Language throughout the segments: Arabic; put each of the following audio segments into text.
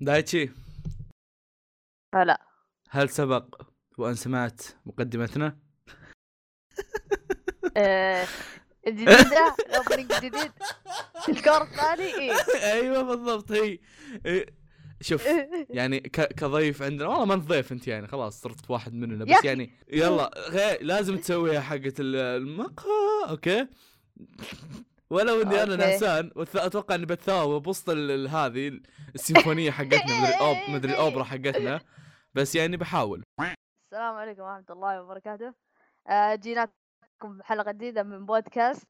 دايتشي، هلا هل سبق وأن سمعت مقدمتنا؟ الجديدة الأوبننج الجديد الكور الثاني إيه أيوة بالضبط هي. شوف يعني كضيف عندنا، والله ما ضيف أنت يعني، خلاص صرت واحد مننا، بس يعني يلا لازم تسويها حقة المقهى. أوكي ولو اني انا نعسان واتوقع اني بتثاوب وسط هذه السيمفونيه حقتنا، مدري الاوبرا حقتنا، بس يعني بحاول. السلام عليكم ورحمه الله وبركاته. جيناكم بحلقه جديده من بودكاست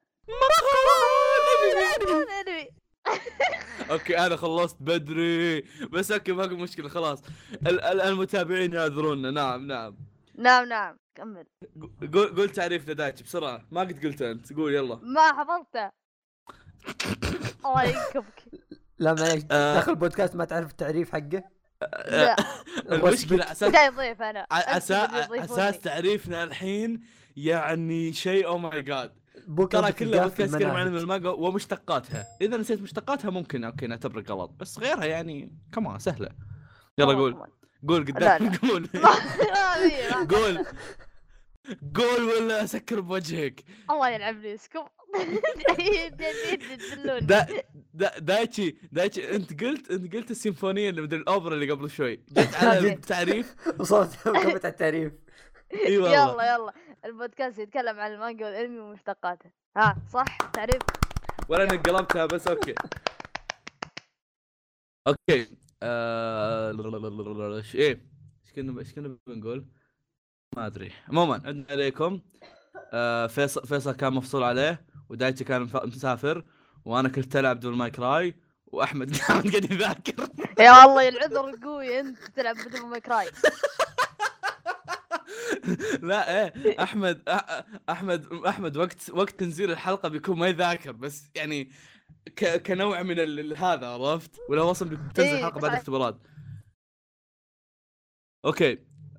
انمي. اوكي انا خلصت بدري، بس اوكي باقي مشكله خلاص. المتابعين يعذرونا. نعم كمل. قول تعريف دايتشي بسرعه، ما قد قلت انت، قول يلا. ما حفظته. الله ينكبك. لا معليش، داخل بودكاست ما تعرف التعريف حقه. لا المشكله ضيف انا اساس تعريفنا الحين يعني شيء او ماي جاد. ترى كله بودكاست كلام عن المانجا ومشتقاتها، اذا نسيت مشتقاتها ممكن اوكي نعتبر غلط، بس غيرها يعني كمان سهله. يلا قول قدام. قول ولا اسكر بوجهك. الله يلعبني اسكب. دايتشي انت قلت السيمفونيه اللي مدري الاوبرا اللي قبل شوي، جت على التعريف وصلت وقفت على التعريف. يلا البودكاست يتكلم عن المانجا والانمي ومشتقاته. ها صح تعريف ولا انا قلبتها بس اوكي. ايش كنا بنقول ما ادري. عموما عندنا عليكم فيصل كان مفصول عليه، ودايتشي كان مسافر، وانا كنت العب دول ماي كراي، واحمد كان قاعد يذاكر. يا الله العذر القوي، انت تلعب بدون ماي كراي. لا ايه احمد وقت تنزيل الحلقه بيكون ما يذاكر، بس يعني كنوع من هذا، عرفت؟ ولا وصل بتنزل الحلقه بعد اختبارات. اوكي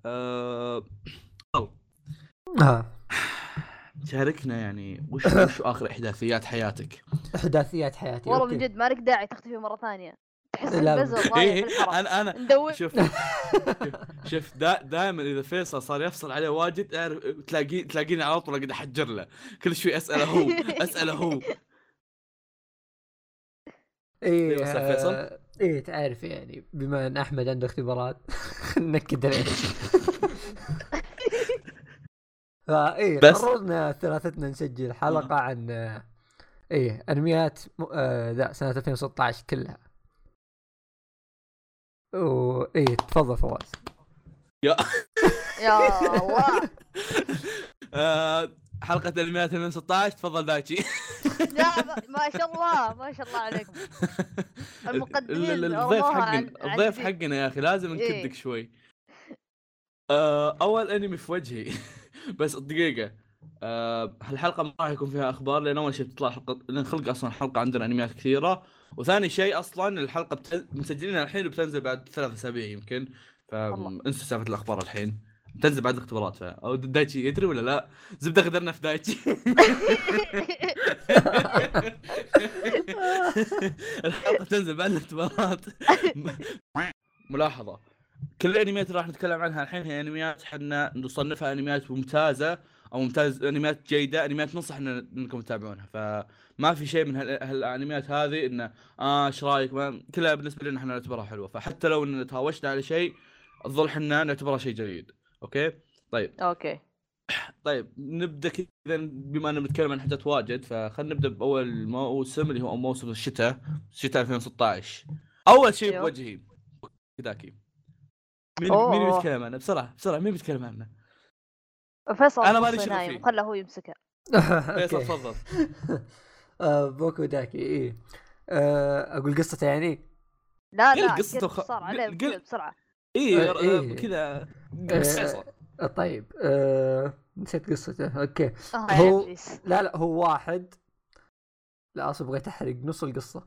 شاركنا يعني وش اخر احداثيات حياتك؟ والله من جد ما لك داعي تختفي مره ثانيه، تحس البزر ضايع في الحرب. انا شوف دائما اذا فيصل صار يفصل عليه واجد تلاقيني على طول قاعد احجر له كل شوي، اساله هو. ايه تعرف يعني بما ان احمد عنده اختبارات نكد عليه. فايه قررنا ثلاثتنا نسجل حلقة عن انميات سنة 2016 كلها. وايه تفضل فواز. يا الله. حلقة انميات 2016 تفضل دايتشي. لا ما شاء الله عليكم المقدمين. الضيف حقنا يا اخي لازم نكدك شوي. اول انمي في وجهي. بس دقيقة، هالحلقة ما راح يكون فيها اخبار، لان اول شيء بتطلع حلقة، لان خلق اصلا حلقة عندنا انميات كثيرة، وثاني شيء اصلا الحلقة مسجلينها الحين وبتنزل بعد 3 أسابيع يمكن، فانسوا سالفة الاخبار الحين، بتنزل بعد الاختبارات. او دايتشي يدري ولا لا؟ زبدة غدرنا في دايتشي. الحلقة تنزل بعد الاختبارات. ملاحظة، كل الانميات اللي راح نتكلم عنها الحين هي انميات حنا نصنفها انميات ممتازة او انميات جيدة، انميات ننصح انكم تتابعونها، فما في شيء من هالانميات هذه انه ايش رايك، كلها بالنسبة لنا احنا نعتبرها حلوة، فحتى لو ان تهاوشنا على شيء الظل حنا نعتبرها شيء جيد. اوكي طيب نبدا كذا، بما اننا بنتكلم عن حاجات واجد، فخلينا نبدا باول موسم اللي هو موسم الشتاء 2016. اول شيء بوجهي كذاكي، مين بيتكلم عنه بسرعه مين بيتكلم عنه؟ فيصل انا مالي شغل فيه، خله هو يمسكه. فيصل تفضل. بوكو داكي. ايه اقول قصته يعني؟ لا قصته صار عليه بسرعه. ايه كذا. طيب نسيت قصته. اوكي هو لا هو واحد، لا اصلا بغيت احرق نص القصه.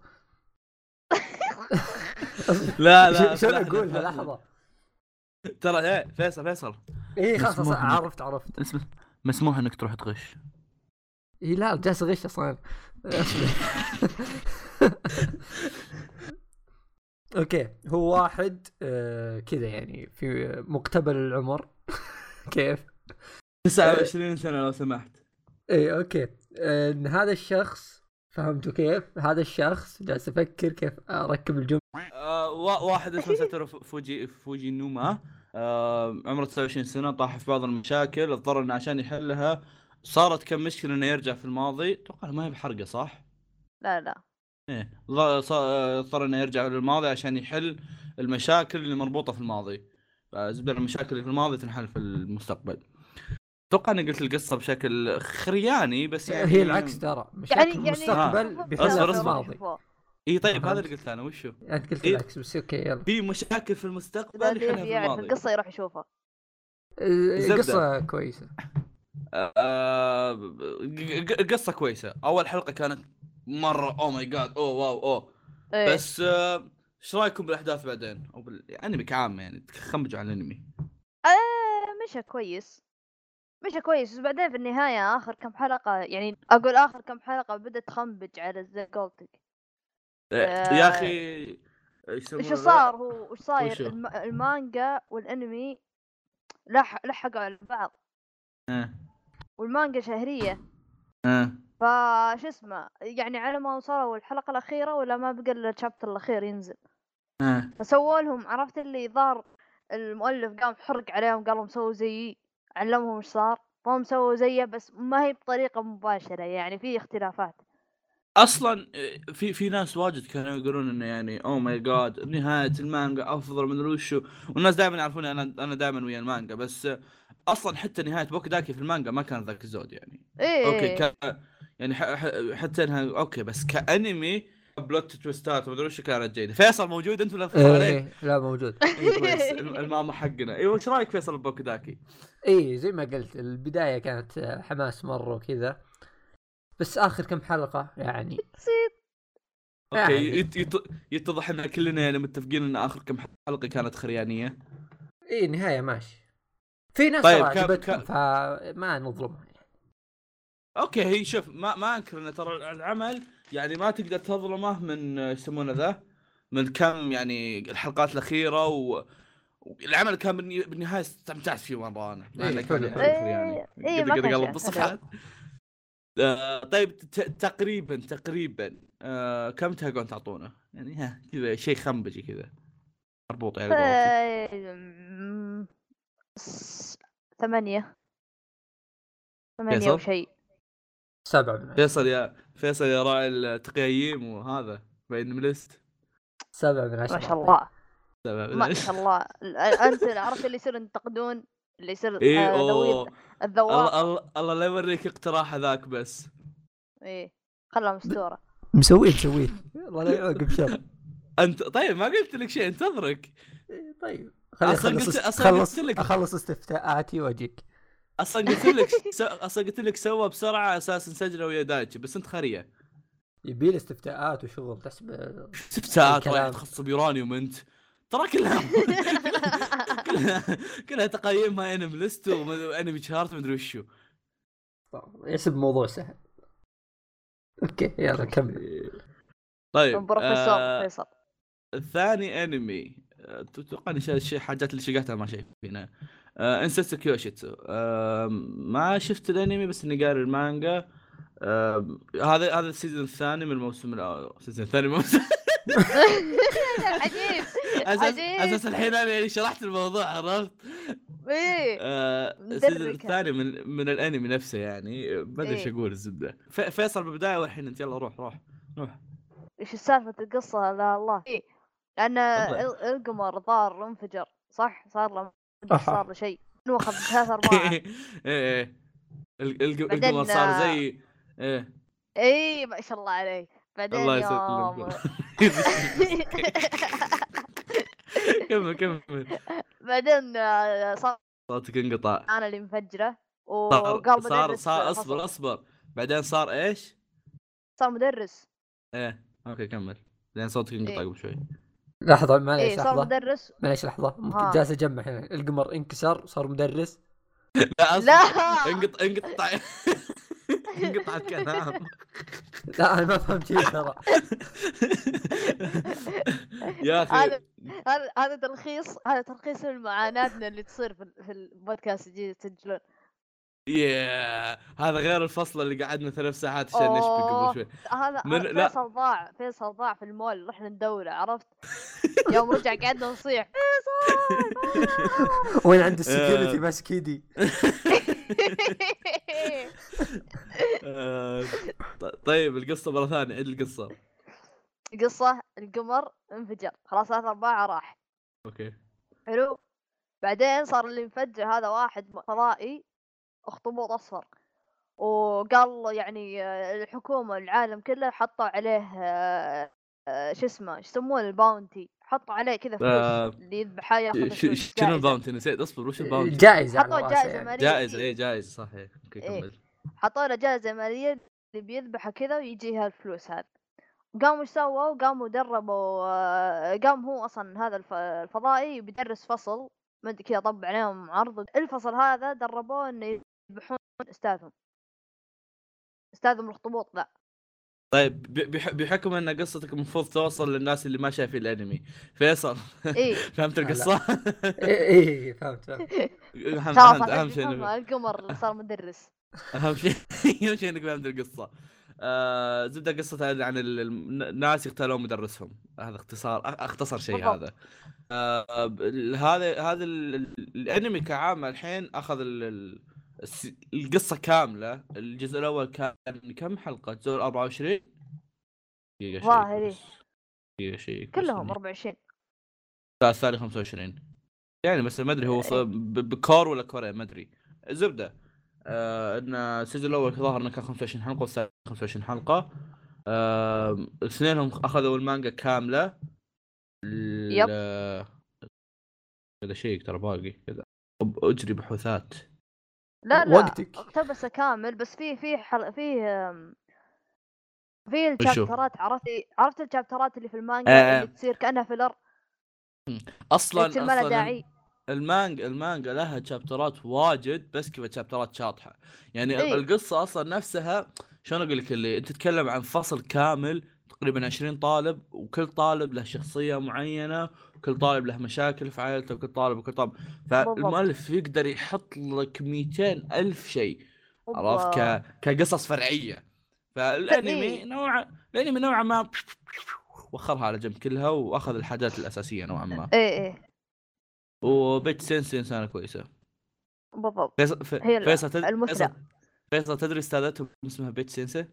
لا شو اقولها؟ لحظه ترى فيصل ايه خلاص عرفت مسموح انك تروح تغش. ايه لا جالس اغش اصلا. اوكي هو واحد كذا يعني في مقتبل العمر. كيف 29 سنة لو سمحت. اي اوكي ان هذا الشخص فهمتوا كيف هذا الشخص جالس افكر كيف اركب الجمله. واحد اسمه ساتورو فوجي نوما، عمره 29 سنة، طاح في بعض المشاكل، اضطر انه عشان يحلها صارت كم مشكلة انه يرجع في الماضي. اتوقع ما هي بحرقة صح؟ لا ايه اضطر انه يرجع للماضي عشان يحل المشاكل اللي مربوطة في الماضي، فزبدة المشاكل اللي في الماضي تنحل في المستقبل. اتوقع اني قلت القصة بشكل خرياني بس يعني هي العكس ترى مشاكل المستقبل بيحلها في الماضي. اي طيب هذا اللي قلت انا وشو انت قلت العكس بس اوكي يلا. في مشاكل في المستقبل يحلها في يعرف الماضي. القصة يروح يشوفها. قصة كويسة. قصة كويسة. اول حلقة كانت مرة او ماي جاد اوه واو اوه إيه. بس ايش رايكم بالاحداث بعدين او بالانمي كعام يعني تخمجوا على الانمي؟ مشى كويس بس بعدين في النهاية آخر كم حلقة يعني أقول آخر كم حلقة بدأت تخنبج على الزقولتك. يا اخي ايش صار هو وش صاير المانجا والانمي لحقوا على بعض. والمانجا شهرية فاش اسمه يعني على ما وصلوا الحلقة الأخيرة ولا ما بقى إلا الشابتر الأخير ينزل فسووا لهم عرفت اللي ظهر المؤلف قام حرق عليهم قال لهم سووا زيي علمهم ايش صار فهم سووا زيه بس ما هي بطريقة مباشرة يعني في اختلافات اصلا. في ناس واجد كانوا يقولون انه يعني او ماي جاد نهايه المانجا افضل من وشو، والناس دائما يعرفون انا دائما ويا المانجا، بس اصلا حتى نهايه بوكوداكي في المانجا ما كان ذاك الزود يعني. إيه. اوكي يعني حتى انها اوكي بس كانمي بلوت تويستات وما ادري وش كانت جيده. فيصل موجود انت ولا فصل عليك؟ لا موجود. كويس. الماما حقنا. ايوه ايش رايك فيصل بوكوداكي؟ اي زي ما قلت البدايه كانت حماس مره وكذا بس اخر كم حلقه يعني اوكي يعني يتضح ان كلنا يعني متفقين ان اخر كم حلقه كانت خريانيه. اي نهايه ماشي في ناس طيب عجبتهم فما نظلمها يعني. اوكي هي شوف ما انكر ان ترى العمل يعني ما تقدر تظلمه من يسمونه ذا من كم يعني الحلقات الاخيره والعمل كان بالنهايه استمتعت فيه مره انا مع انه كان خرياني. قد قلب بالصفحات. طيب تقريبا كم تهقون تعطونه يعني ها كذا شيء خنبجي كذا مربوط يعني 8 وشيء 7 فيصل يا راعي التقييم وهذا بين ملست 7 من 10 ما شاء الله 7 ما شاء الله. انت عرفت اللي يصير ينتقدون اللي يصير الذواق الله لا يوريك اقتراح ذاك بس ايه خلها مستوره مسويه الله لا يعوقب شر. انت طيب ما قلت لك شيء انتظرك. طيب اخلص استفتاءاتي واجيك. اصلا قلت لك سوى بسرعه اساس نسجله ويا دايتشي بس انت خريه يبي لي استفتاءات وشغل تحسب استفتاءات رايح تخصص بيورانيوم انت ترى كلها تقييم ما انمي ليست وانمي شارت ما ادري وشو يحسب موضوع سهل. اوكي يلا كمل. طيب بروفيسور فيصل الثاني انمي تتوقع ان الشيء حاجات اللي شقتها ما شايفينها. انسيتسو كيوشيتسو. ما شفت الانمي بس اني قاري المانجا. هذا السيزون الثاني من الموسم السيزون الثاني موسم عجيب اساس الحين انا يعني شرحت الموضوع عرفت ايه السيزون الثاني من الانمي نفسه يعني ما ادري ايش اقول الزبده. فيصل بالبدايه والحين انت يلا روح ايش السالفه القصه لا الله لان القمر ضار انفجر صح صار له شيء نوخذ 3 أرباع ايه القمر صار زي ايه ما شاء الله عليك بعدين الله يسلمك كمل بعدين صوتك انقطع. انا اللي مفجره وقال مدرس اصبر بعدين صار ايش؟ صار مدرس اوكي كمل لان صوتك انقطع قبل شوي. لحظه معليش صار مدرس معليش لحظه جالس اجمع هنا القمر انكسر صار مدرس لا انقطع انقطع الكلام. لا انا ما فهمت شيء ترى. يا اخي هذا تلخيص المعاناتنا اللي تصير في البودكاست اللي تسجلون. هذا غير الفصل اللي قعدنا 3 ساعات عشان نشبك قبل شوي. هذا فيصل ضاع في المول، رحنا ندوره، عرفت؟ يوم رجع قعدنا نصيح فيصل وين عند السكيورتي ماسك ايدي. طيب القصة مرة ثانية، عيد القصة. القمر انفجر، خلاص 3/4 راح. اوكي حلو. بعدين صار اللي مفجر هذا واحد فضائي اخطبوط اصفر، وقال يعني الحكومة العالم كله حطوا عليه شو اسمه، ايش يسمونه، الباونتي، حطوا عليه كذا فلوس اللي يذبحه ياخذ فلوس. شنو الباونتي؟ نسيت، اصبر، وش الباونتي؟ جائزة. حطوا جائزة مالية. جائزة صحيح. اوكي كمل. حطوا له جائزة مالية اللي بيذبحه كذا ويجيها الفلوس هذا. قاموا ايش سووا؟ قاموا دربوا، قام هو اصلا هذا الفضائي بيدرس فصل كذا، طب عليهم عرض. الفصل هذا دربوه انه يذبحون استاذهم الاخطبوط ذا. طيب بحكم ان قصتك المفروض توصل للناس اللي ما شايفين الانمي، فيصل فهمت القصة؟ ايه فهمت. اهم شيء القمر صار مدرس. اهم شيء انك فهمت القصة. زبدة قصة عن الناس يقتلون مدرسهم، هذا اختصر شيء. هذا هذا الانمي كعام الحين اخذ القصة كاملة. الجزء الاول كان كم حلقة؟ جزء 24 ظاهري شيء كلهم 24. لا الثاني 25 يعني، بس ما ادري هو بكور ولا كوريا ما ادري. زبدة ان السيزون الاول ظهر انه كان 25 حلقة والثاني 25 حلقة. اثنينهم اخذوا المانجا كاملة. يب هذا شيء ترى باقي كذا، اجري بحوثات. لا وقتك اقتبس كامل، بس في الشابترات. عرفت الشابترات اللي في المانجا اللي تصير كأنها فيلر اصلا داعي. المانجا لها شابترات واجد، بس كيف شابترات شاطحه يعني. القصه اصلا نفسها شلون اقول لك، اللي انت تتكلم عن فصل كامل تقريبا 20 طالب، وكل طالب له شخصيه معينه، وكل طالب له مشاكل في عائلته، وكل طالب فالمؤلف يقدر يحط لك 200,000 شيء، عرفت؟ كقصص فرعيه. فالانمي نوعا ما وخرها على جنب كلها، واخذ الحاجات الاساسيه نوعا ما. ايه وبيت سينسي انسانه كويسه بالضبط. فيصل تدري استاذتهم اسمها بيت سينسي؟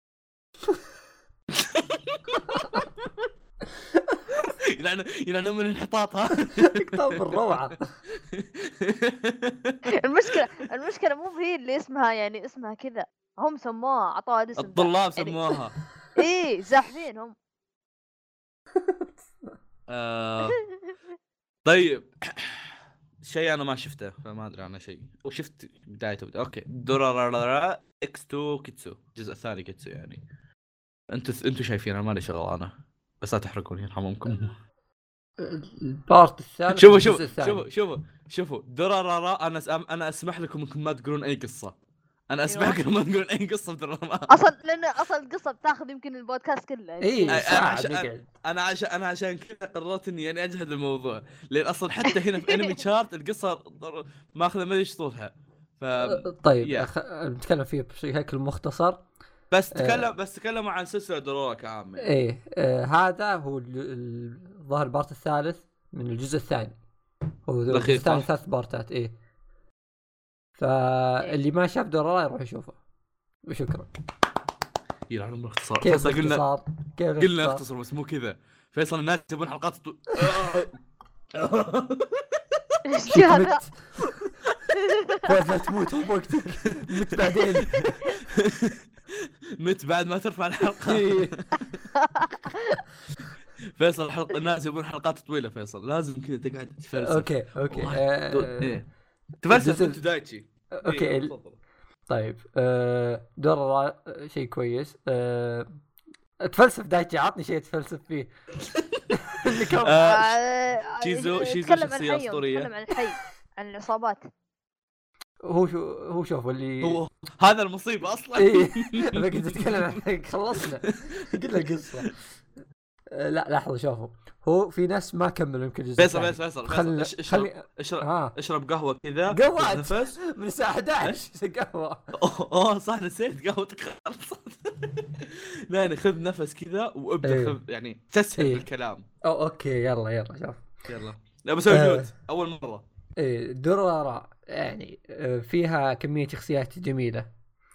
يعني من انحطاطها كتاب الروعه. المشكله مو هي اللي اسمها، يعني اسمها كذا، هم سموها، عطوها اسم الطلاب سموها. ايه زاحفينهم. طيب شيء انا ما شفته فما ادري عنه شيء، وشفت بدايته اوكي. دورارارا اكس 2 كيتسو، الجزء الثاني كيتسو يعني. انتوا شايفين انا مالي شغل، انا بس لا تحرقوني يرحمكم. البارت الثالث. شوفوا دورارارا، انا اسمح لكم انكم ما تقولون اي قصه. انا اسمح لكم ما تقولون اي قصه بدورارارا لان القصه بتاخذ يمكن البودكاست كله. انا عشان كذا قررت اني يعني اجهد الموضوع، لان اصلا حتى هنا في انمي شارت القصه ماخذه ما ادري ايش طولها. طيب نتكلم فيه بشكل مختصر، بس تكلموا عن سلسله دورارارا كعامه. هذا هو الظاهر البارت الثالث من الجزء الثاني، هو الجزء الثاني 3 بارتات. فاللي ما شاف دورارارا يروح يشوفه. وشكرا. يلعن باختصار. كيف قلنا اختصر بس مو كذا. فيصل الناس يبون حلقات ايش هذا؟ فيصل تموت بوقتك، مت بعدين، مت بعد ما ترفع الحلقة. فيصل الناس يبون حلقات طويلة. فيصل لازم كذا تقعد تفلسف. اوكي تفلسف انت دايتشي. اوكي طيب دورارارا شيء كويس. تفلسف دايتشي، عطني شيء تفلسف فيه. شيزو شخصية أسطورية. تكلم عن الحي، عن العصابات. هو شوف اللي هو هذا المصيبة أصلا. بقيت أتكلم عنك، خلصنا قلنا قصة. لا لحظه شوفوا، هو في ناس ما كملوا يمكن الجزء الثاني. فيصل اشرب قهوه كذا، قهوه نفس من الساعه 11 قهوه. صح نسيت قهوتك خلصت. لا خذ نفس كذا وابدا خذ يعني تسهل الكلام. اوكي يلا شوف يلا لا بس موجود اول مره. درارة يعني فيها كميه شخصيات جميله.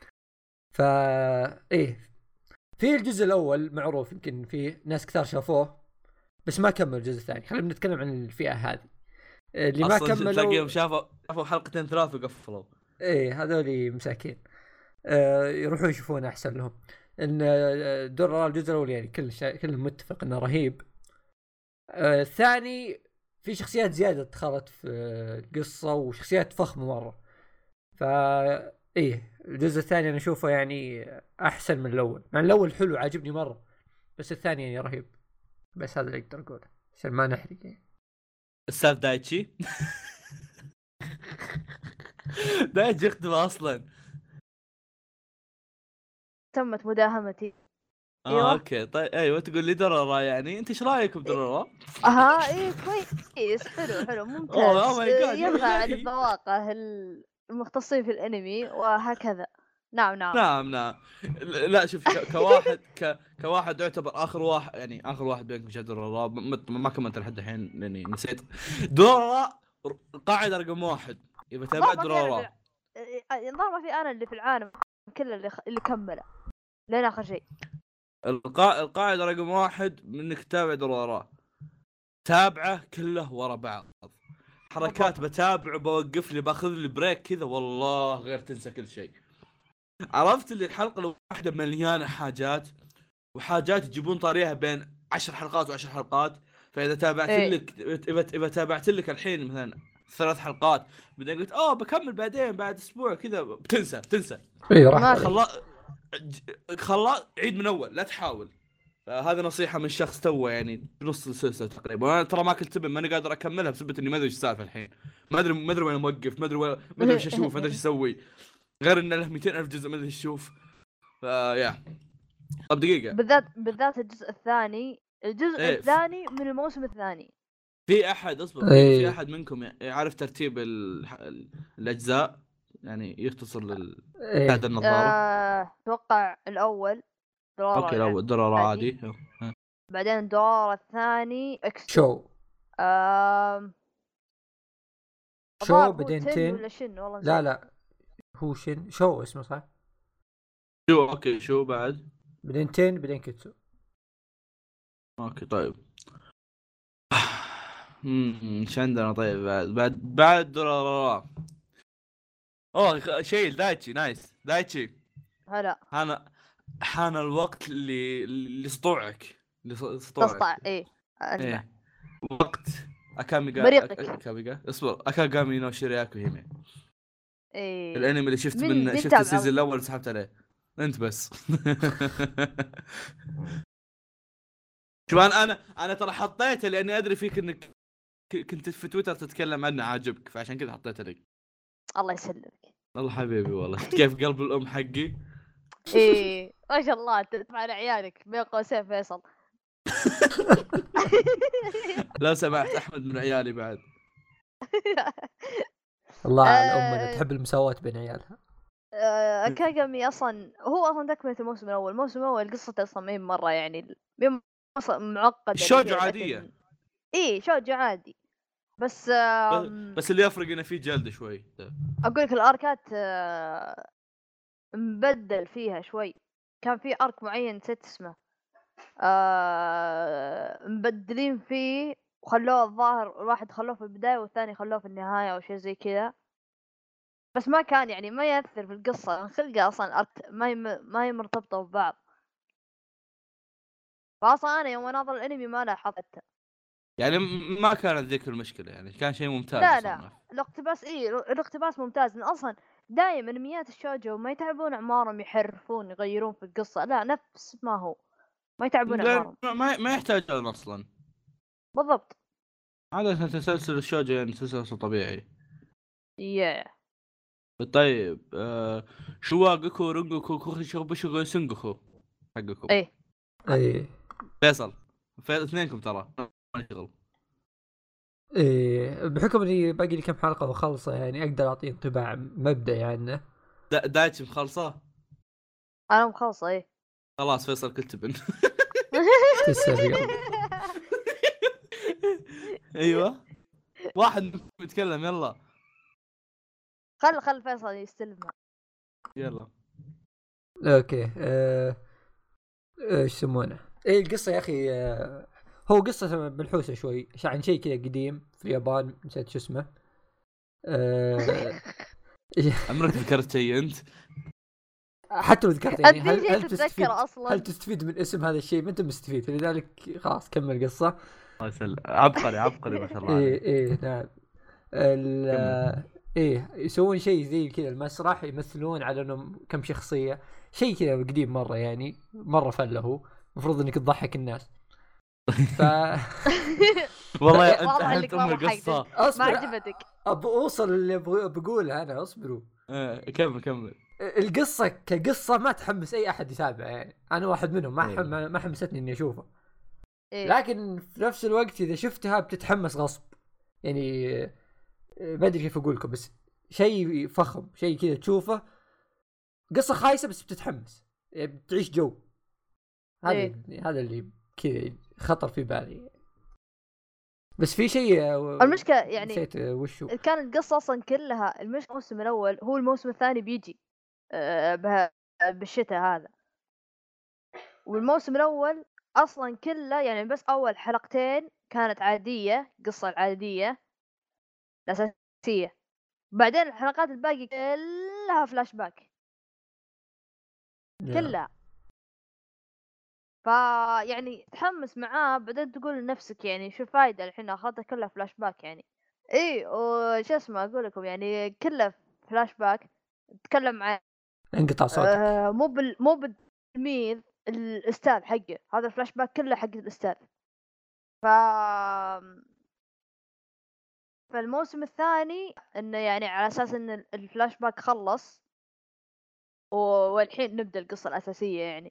في الجزء الاول معروف، يمكن في ناس كثار شافوه بس ما كمل الجزء الثاني. خلينا نتكلم عن الفئه هذه اللي ما كملوا. تلاقيهم شافوا حلقتين ثلاث وقفلوا. هذول مساكين يروحوا يشوفون احسن لهم. ان درارة الجزء الاول يعني كلهم متفق انه رهيب. الثاني في شخصيات زياده دخلت في القصه وشخصيات فخمه مره. الجزء الثاني انا اشوفه يعني احسن من الاول، مع الاول حلو عاجبني مره، بس الثاني يعني رهيب. بس هذا اللي اقدر اقوله عشان ما نحرق يعني. استاذ دايتشي دايتشي يختم اصلا. تمت مداهمتي. ايوه اوكي طيب ايوه تقول لي درارة يعني انت ايش رايك بدرارة؟ ايه كويس حلو ممتاز. ينفع للذواقه المختصين في الانمي وهكذا. نعم. لا شوف كواحد يعتبر اخر واحد بينكم شاد درارة، ما كملت لحد الحين لاني نسيت. درارة القاعدة رقم 1 يبقى تابع درارة. النظام في انا اللي في العالم كله اللي كمله لين اخر شيء. القاعدة رقم 1 منك تتابع درارة، تابعه كله ورا بعض. حركات بتابعه بوقف لي باخذ لي بريك كذا والله غير تنسى كل شيء. عرفت اللي الحلقة الواحدة مليانة حاجات وحاجات يجيبون طاريها بين 10 حلقات و10 حلقات. فإذا تابعت لك إذا تابعت لك الحين مثلا 3 حلقات بعدين قلت بكمل بعدين بعد أسبوع كذا بتنسى. خلا عيد من أول لا تحاول. هذه نصيحة من شخص توه يعني بنص السلسلة تقريبا، وانا ترى ما كنت ماني قادر اكملها بسبب اني ما ادري ايش السالفة الحين. ما ادري وين موقف، ما ادري ايش اشوف، ما ادري ايش اسوي، غير ان له 200,000 جزء ما ادري ايش اشوف. يا طب دقيقة بالذات الجزء الثاني الثاني من الموسم الثاني. في احد في احد منكم يعرف ترتيب الاجزاء يعني يختصر بعد النظارة؟ اتوقع الاول درارة. اوكي الاول درارة عادي. بعدين الدور الثاني شو بعدين تين ولا شن والله لا هو شن شو اسمه صح. اوكي شو بعدين تين بعدين كيتسو. اوكي طيب ايش عندنا طيب بعد درارة. شيء دايتشي نايس دايتشي. هلا حان الوقت اللي سطوعك تسطع. وقت اكاميغا اصبر اكاغامي نو شيرياكو هيمي. الانمي اللي شفت السيزون الاول سحبت عليه انت بس. شو انا ترى حطيته لاني ادري فيك انك كنت في تويتر تتكلم عنه عاجبك فعشان كذا حطيته لك. الله يسلمك. الله حبيبي والله كيف قلب الام حقي. ما شاء الله تدفع على عيالك بين قوسين فيصل. لا سمعت احمد من عيالي بعد. الله على امنا تحب المساواة بين عيالها. كاغامي اصلا تكملة الموسم الاول قصته اصلا ما هي مره يعني معقده. شوجو عاديه. شوجو عادي بس اللي يفرق انه فيه جلد شوي. اقول لك الاركات مبدل فيها شوي. كان في ارك معين نسيت اسمه مبدلين فيه وخلوه الظاهر الواحد خلوه في البدايه والثاني خلوه في النهايه او شيء زي كذا. بس ما كان يعني ما يأثر في القصه خلقه اصلا ما هي مرتبطه ببعض. فاصلا انا يوم اناظر الانمي ما لاحظتها يعني ما كانت ذيك المشكله يعني كان شيء ممتاز. لا الاقتباس الاقتباس ممتاز. من اصلا دائما انميات الشوجو ما يتعبون اعمارهم يحرفون يغيرون في القصه. لا نفس ما هو ما يتعبون اعمارهم. ما يحتاجون اصلا بالضبط. عادة تسلسل الشوجو يعني تسلسل طبيعي. طيب شواغوكو رونغوكو كوشيغو بوشيغو سونغوكو حقكم. اي فيصل في اثنينكم ترى ما شغل. ايه بحكم اني باقي لي كم حلقه وخلصه يعني اقدر اعطي انطباع مبدئي عنه. دايتش مخلصه؟ انا مخلصه ايه. خلاص فيصل كتب. تسلم يا ايوه واحد بيتكلم يلا. خل فيصل يستلم. يلا اوكي ايش يسمونه؟ ايه القصه يا اخي هو قصه منحوسه شوي عن شيء كذا قديم في اليابان نسيت شو اسمه. عمرك ذكرت شيء انت؟ حتى لو ذكرت يعني هل تستفيد من اسم هذا الشيء؟ ما انت مستفيد، فلذلك خلاص كمل قصه. الله يسلم. عبقري ما شاء الله عليك. ايه نعم. ايه يسوون شيء زي كذا المسرح، يمثلون على انهم كم شخصيه، شيء كذا قديم مره يعني، مره فله المفروض انك تضحك الناس. ف والله انت ام القصه ما عجبتك. اوصل اللي بقوله انا، اصبروا. كمل. القصه كقصه ما تحمس اي احد يتابع يعني، انا واحد منهم ما حمستني اني اشوفه. لكن في نفس الوقت اذا شفتها بتتحمس غصب يعني. ما ادري كيف اقول لكم، بس شيء فخم، شيء كذا تشوفه قصه خايسه بس بتتحمس يعني، بتعيش جو. هذا اللي كذا خطر في بالي. بس في شيء المشكله يعني نسيت وشو كانت القصه اصلا كلها. الموسم الاول، هو الموسم الثاني بيجي بالشتاء هذا. والموسم الاول اصلا كله يعني بس اول حلقتين كانت عاديه، قصه العاديه الاساسيه. بعدين الحلقات الباقي كلها فلاش باك كلها. فيعني تحمس معاه، بعدين تقول لنفسك يعني شو الفايده الحين اخذتها كلها فلاش باك يعني. ايه وش اسمه اقول لكم يعني كلها فلاش باك. تكلم عن انقطع صوتك. مو بالتلميذ، الاستاذ حقه. هذا الفلاش باك كله حق الاستاذ. فالموسم الثاني انه يعني على اساس ان الفلاش باك خلص والحين نبدا القصه الاساسيه يعني.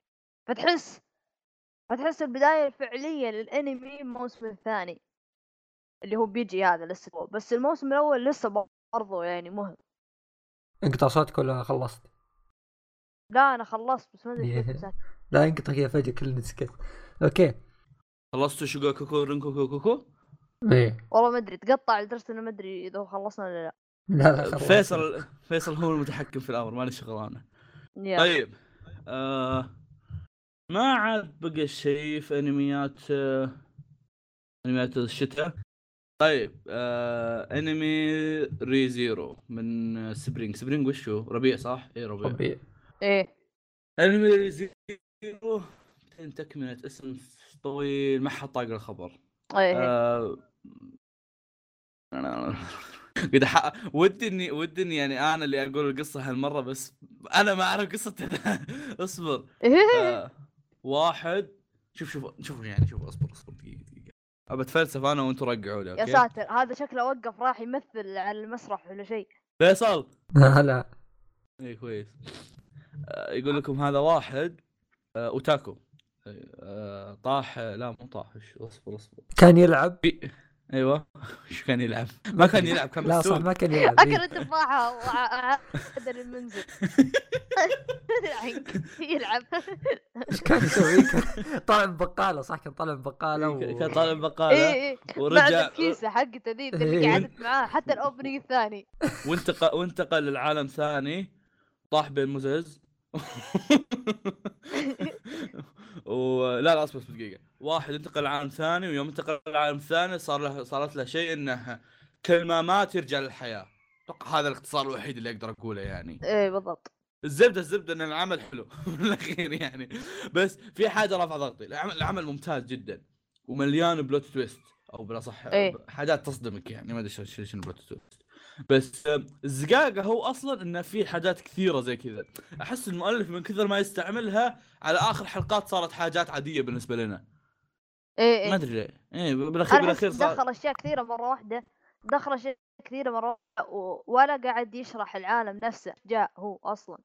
فتحس البدايه الفعليه للانمي الموسم الثاني اللي هو بيجي هذا لسه. بس الموسم الاول لسه برضو يعني مهم. انقطع صوتك ولا خلصت؟ لا انا خلصت بس ما ادري كيف. لا انقطع كذا فجاه كلنا سكت. اوكي خلصت شوغاكوكو رينكو كوكو؟ ايه والله ما ادري، تقطع لدرجه انه ما ادري اذا خلصنا ولا لا. فيصل هو المتحكم في الامر، مالي شغل انا. طيب ما عاد بقى شيء في انميات الشتاء. طيب انمي ري زيرو من سبرينج وشو ربيع صح؟ ايه ربيع. ايه انمي ري زيرو تكملة اسم طويل ما حط طاق الخبر. ودي يعني انا اللي اقول القصه هالمره، بس انا ما اعرف قصتها. اصبر. واحد شوف يعني شوف اصبر دقيقه ابى اتفلسف انا وانتم رجعوا لي. يا ساتر هذا شكله وقف راح يمثل على المسرح ولا شيء. فيصل لا ايه كويس. يقول لكم هذا واحد اوتاكو طاح، لا مو طاح، اصبر كان يلعب. ايوه شو كان يلعب؟ ما كان يلعب، كان لا صح ما كان يلعب. اكل التفاحه وعدل المنزل. يلعب. ايش كان يسوي؟ طالع من بقاله صح؟ كان طالع من بقاله كان طالع من بقاله ورجع الكيسه حقته ذي اللي قعدت معاه حتى الاوبننج الثاني. وانتقل للعالم ثاني، طاح بين مزز. لا اصبر دقيقه. واحد انتقل لعالم ثاني، ويوم انتقل للعالم الثاني صارت له شيء انه كل ما مات يرجع للحياه. اتوقع هذا الاختصار الوحيد اللي اقدر اقوله يعني. ايه بالضبط. الزبده ان العمل حلو في الاخير يعني. بس في حاجه رافعه ضغطي، العمل ممتاز جدا ومليان بلوت تويست، او بلا صح حاجات تصدمك يعني. ما ادري شنو بلوت تويست، بس الزقاقه هو اصلا انه في حاجات كثيره زي كذا. احس المؤلف من كثر ما يستعملها على اخر حلقات صارت حاجات عاديه بالنسبه لنا. ايه ما ادري ليه. ايه بالاخير دخل اشياء كثيره مره واحده، ولا قاعد يشرح العالم نفسه. جاء هو اصلا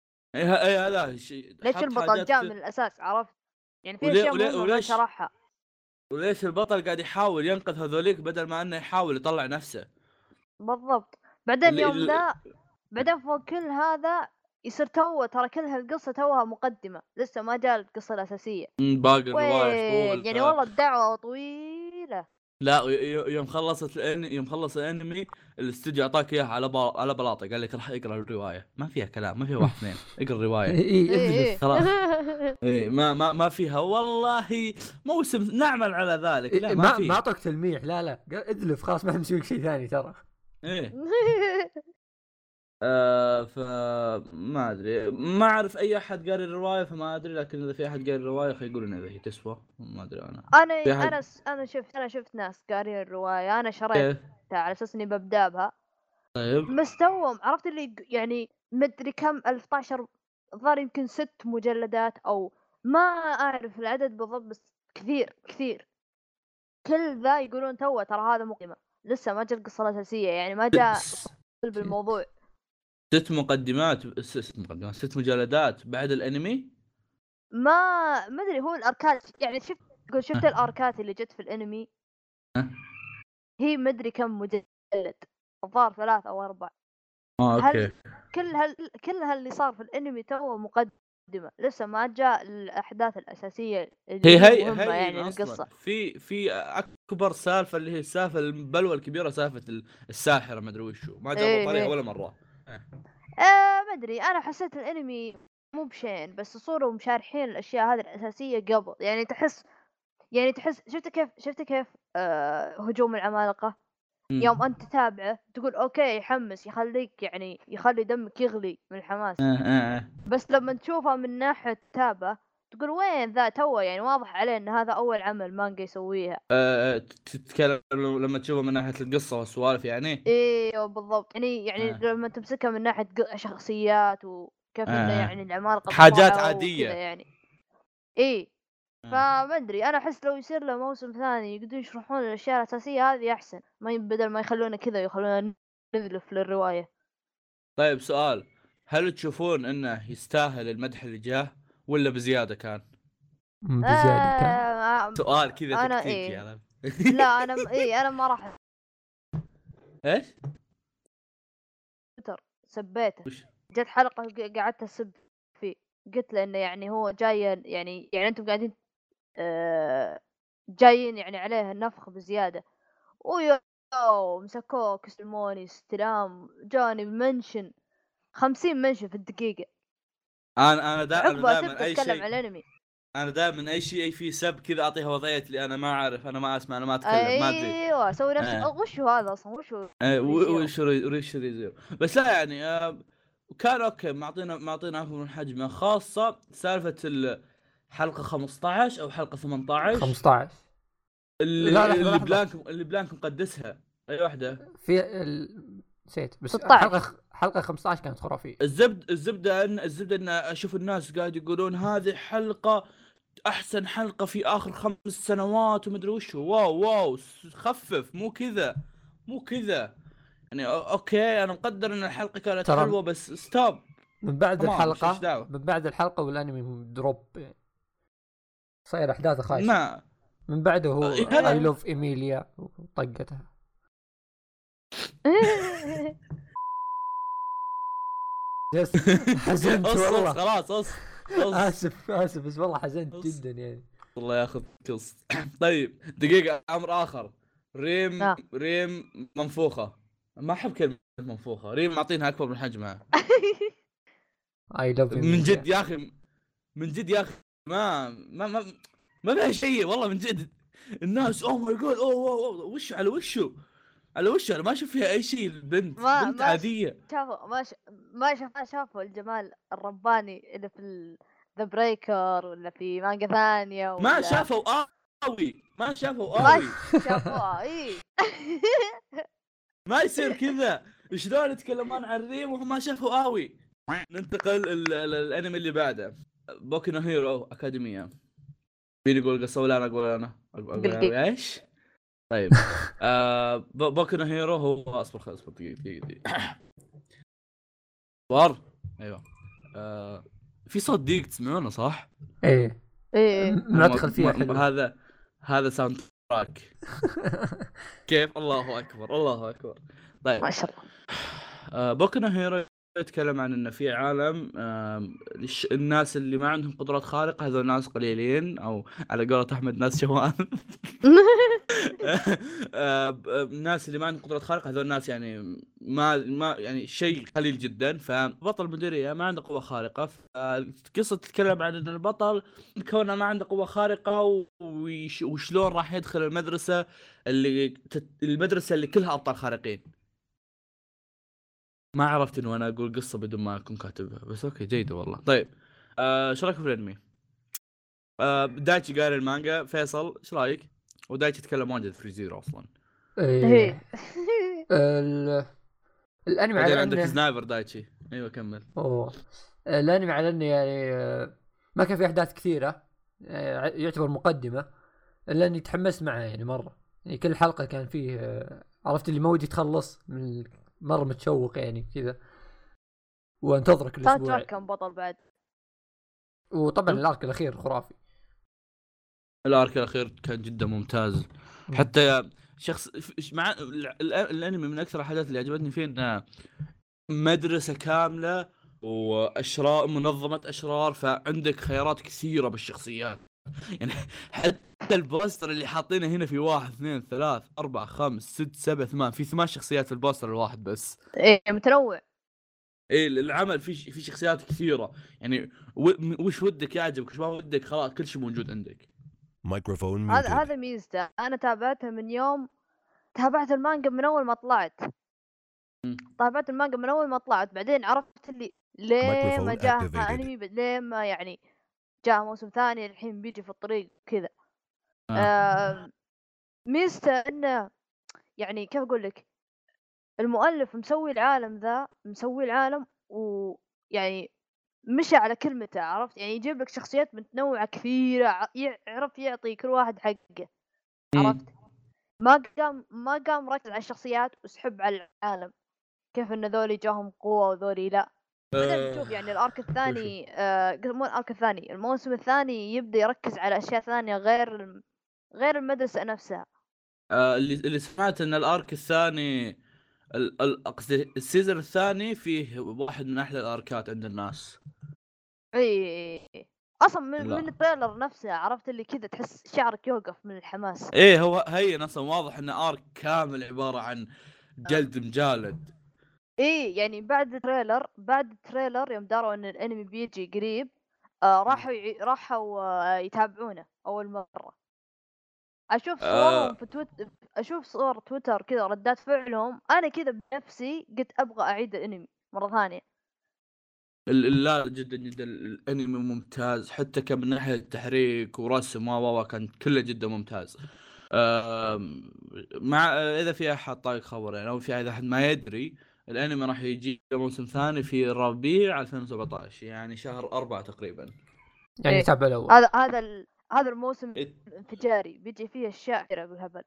ايه هذا الشيء. ليش البطل جاء من الاساس؟ عرفت يعني في اشياء ما شرحها. وليش البطل قاعد يحاول ينقذ هذوليك بدل ما انه يحاول يطلع نفسه. بالضبط. بعدين يوم ذا بعدين فوق كل هذا يصير ترى كل هالقصة توها مقدمة، لسه ما جاء القصة الأساسية. باقي الرواية طول يعني والله الدعوة طويلة. لا يوم خلص الانمي الاستوديو اعطاك اياها على بلاطه، قال لك راح اقرا الروايه، ما فيها كلام، ما فيها واحد اثنين، اقرا الروايه. اي خلاص. ما فيها والله موسم نعمل على ذلك. لا ما اعطوك تلميح، لا ادلف خلاص، ما نسوي شيء ثاني ترى. ايه فما ادري، ما اعرف اي احد قاري الروايه فما ادري، لكن اذا في احد قاري الروايه خلينا يقول لنا اذا هي تسوى، ما ادري انا شفت ناس قارين الروايه، انا شريتها على اساس اني ببدا بها. طيب مستوهم، عرفت اللي يعني مدري كم 1012 ظهر، يمكن 6 مجلدات او ما اعرف العدد بالضبط، بس كثير كل ذا يقولون ترى هذا مقدمه، لسه ما جاء القصه الاساسيه، يعني ما جاء بالموضوع. 6 مقدمات 6 مجلدات بعد الانمي. ما ادري، هو الاركات يعني شفت الاركات اللي جت في الانمي هي مدري كم مجلد، الظاهر 3 أو 4. اوكي. كل اللي صار في الانمي تو مقدمه، لسه ما جاء الاحداث الاساسيه هي مهمه يعني القصه. في اكبر سالفه اللي هي السالفه البلوه الكبيره، سالفه الساحره ما ادري وشو، ما جابوا طريقه ولا مره. ما ادري، انا حسيت الانمي مو بشين، بس صوروا مشارحين الاشياء هذه الاساسيه قبل، يعني تحس شفت كيف هجوم العمالقه. يوم انت تتابعه تقول اوكي يحمس، يخليك يعني يخلي دمك يغلي من الحماس. بس لما تشوفه من ناحيه تابه تقول وين ذا توه، يعني واضح عليه ان هذا اول عمل مانجا يسويها. تتكلم لما تشوفه من ناحيه القصه والسوالف يعني. ايوه بالضبط، يعني لما تمسكها من ناحيه شخصيات وكيف انه يعني العمالقه حاجات عاديه يعني. فما ادري، انا احس لو يصير له موسم ثاني يقدرون يشرحون الاشياء الاساسيه هذه احسن، ما بدل ما يخلونا كذا يخلونا نذلف للروايه. طيب سؤال، هل تشوفون انه يستاهل المدح اللي جاه ولا بزياده كان؟ بزياده كان. سؤال كذا تكتيكي يعني. لا انا انا ما راح ايش سبيته. جت حلقه قعدت اسب فيه، قلت له انه يعني هو جاي يعني انتم قاعدين جايين يعني عليه النفخ بزياده، مسكوه كسلموني استلام، جاني منشن 50 منشن في الدقيقه. انا دائما اي شيء اتكلم عن الانمي، انا دائما اي شيء فيه سب كذا اعطيها وضعيه اللي انا ما اعرف، انا ما اسمع، انا ما اتكلم، ما ادري. ايوه سوي نفسك وش هو هذا اصلا، وش ريزيرو. بس لا يعني كان اوكي، معطينا اكبر من حجمه، خاصه سالفه الحلقه 15 او حلقه 18 اللي بلانك مقدسها. اي واحده في نسيت، بس حلقه 15 كانت خرافيه. الزبده ان اشوف الناس قاعد يقولون هذه حلقه احسن حلقه في اخر 5 سنوات ومدري وش. واو خفف، مو كذا يعني. اوكي انا مقدر ان الحلقه كانت حلوه، بس ستوب من بعد الحلقه والانمي دروب يعني. صاير احداثه خايسه من بعده. هو اي لوف ايميليا وطقتها. حزنت والله. خلاص اسف بس والله حزنت جدا يعني. والله ياخذ قص. طيب دقيقه، امر اخر، ريم منفوخه. ما احب كلمه منفوخه، ريم معطينها اكبر من حجمها. من جد يا اخي، ما فيها شيء والله من جد. الناس اوه ماي جاد وش على وشو انا ما اشوف فيها اي شيء. البنت بنت عاديه. شافوا الجمال الرباني اللي في ذا بريكر ولا في مانجا ثانيه ولا ما شافوا قوي ما يصير كذا. شلون يتكلمون عن ريم وهم ما شافوا قوي. ننتقل الانمي اللي بعده، بوكو نو هيرو اكاديمية. مين يقول قصة ولا انا اقول ايش؟ طيب بوكو نو هيرو هو اصبر دقيقة ايوه في صوت ديك تسمعونه صح؟ ايه مدخل فيها حلو. هذا ساوند تراك. كيف؟ الله اكبر الله اكبر. طيب ما شاء الله. بوكو نو هيرو يتكلم عن انه في عالم الناس اللي ما عندهم قدرات خارقه هذول ناس قليلين، او على قولة احمد ناس شوال. الناس اللي ما عندهم قدرات خارقه هذول الناس يعني ما يعني شيء قليل جدا. فبطل مديريه ما عنده قوه خارقه. القصه تتكلم عن ان البطل كونه ما عنده قوه خارقه وشلون راح يدخل المدرسه اللي كلها ابطال خارقين. ما عرفت انه انا اقول قصه بدون ما اكون كاتبها، بس اوكي جيده والله. طيب ايش رايك في الانمي؟ دايتشي قال المانجا، فيصل ايش رايك؟ ودايتشي يتكلم واجد في زيرو اصلا. ايه الانمي بعدين على عندك انه سنايبر دايتشي. ايوه كمل. الانمي على انه يعني ما كان في احداث كثيره، يعتبر مقدمه، الا اني تحمست معه يعني مره. يعني كل حلقه كان فيه عرفت اللي مودي تخلص من مره متشوق يعني كذا، وانتظرك الاسبوع. كان بطل بعد. وطبعا الارك الاخير خرافي. الارك الاخير كان جدا ممتاز. حتى شخص مع الانمي من اكثر الحاجات اللي عجبتني فيه انه مدرسه كامله واشرار، منظمه اشرار، فعندك خيارات كثيره بالشخصيات. يعني حتى البوستر اللي حاطينه هنا في 1 2 3 4 5 6 7 8 في 8 شخصيات في البوستر الواحد بس. ايه متنوع. ايه العمل في شخصيات كثيره يعني. وش ودك يعجبك وش ما ودك خلاص كل شيء موجود عندك. مايكروفون هذا ميزته. انا تابعتها من يوم تابعت المانجا من اول ما طلعت. تابعت المانجا من اول ما طلعت، بعدين عرفت اللي ليه ما جاء انمي، ليه ما يعني جاء موسم ثاني الحين بيجي في الطريق كذا. ميزته انه يعني كيف اقول لك، المؤلف مسوي العالم ذا، مسوي العالم ويعني مشى على كلمته، عرفت يعني يجيب لك شخصيات متنوعة كثيرة، يعرف يعطي كل واحد حقه، عرفت. ما قام ركز على الشخصيات وسحب على العالم، كيف ان ذولي جاهم قوة وذولي لا. بعدين بتشوف يعني الارك الثاني مو الارك الثاني، الموسم الثاني يبدأ يركز على اشياء ثانية غير المدرسة نفسها. اللي سمعت ان الارك الثاني السيزون الثاني فيه واحد من احلى الاركات عند الناس. اي اصلا من التريلر نفسه عرفت اللي كذا تحس شعرك يوقف من الحماس. ايه هو هي اصلا واضح ان ارك كامل عباره عن جلد مجالد. ايه يعني بعد التريلر يوم داروا ان الانمي بيجي قريب راحوا يتابعونه اول مره. اشوف صورهم في تويتر، اشوف صور تويتر كذا ردات فعلهم، انا كذا بنفسي قلت ابغى اعيد الانمي مره ثانيه. لا جدا جدا الانمي ممتاز، حتى كان من ناحيه تحريك ورسم كان كله جدا ممتاز. مع اذا في احد طايق خبر يعني، او في احد ما يدري، الانمي راح يجي موسم ثاني في ربيع 2017 يعني شهر 4 تقريبا. يعني يتابع الاول. هذا الموسم انفجاري بيجي فيه اشياء كثيره بالهبل.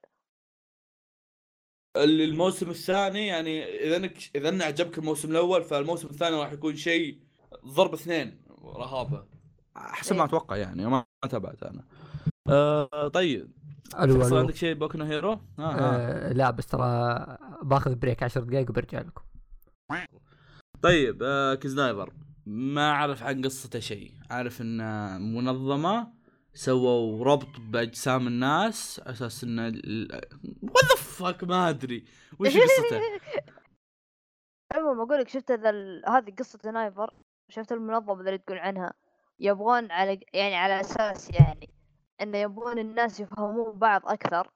الموسم الثاني يعني اذا عجبك الموسم الاول، فالموسم الثاني راح يكون شيء ضرب اثنين رهابه احسن ما اتوقع يعني. ما تابعت انا. طيب الو عندك شيء بوكو نو هيرو؟ لا بس ترى باخذ بريك 10 دقائق وبرجع لكم. طيب كزنايفر ما اعرف عن قصته شيء، عارف ان منظمه سووا ربط باجسام الناس اساس ان وات ذا فاك ما ادري وش قصته. المهم اقول لك شفت هذه قصه نايفر، شفت المنظمه اللي تقول عنها يبغون على اساس يعني انه يبغون الناس يفهمون بعض اكثر،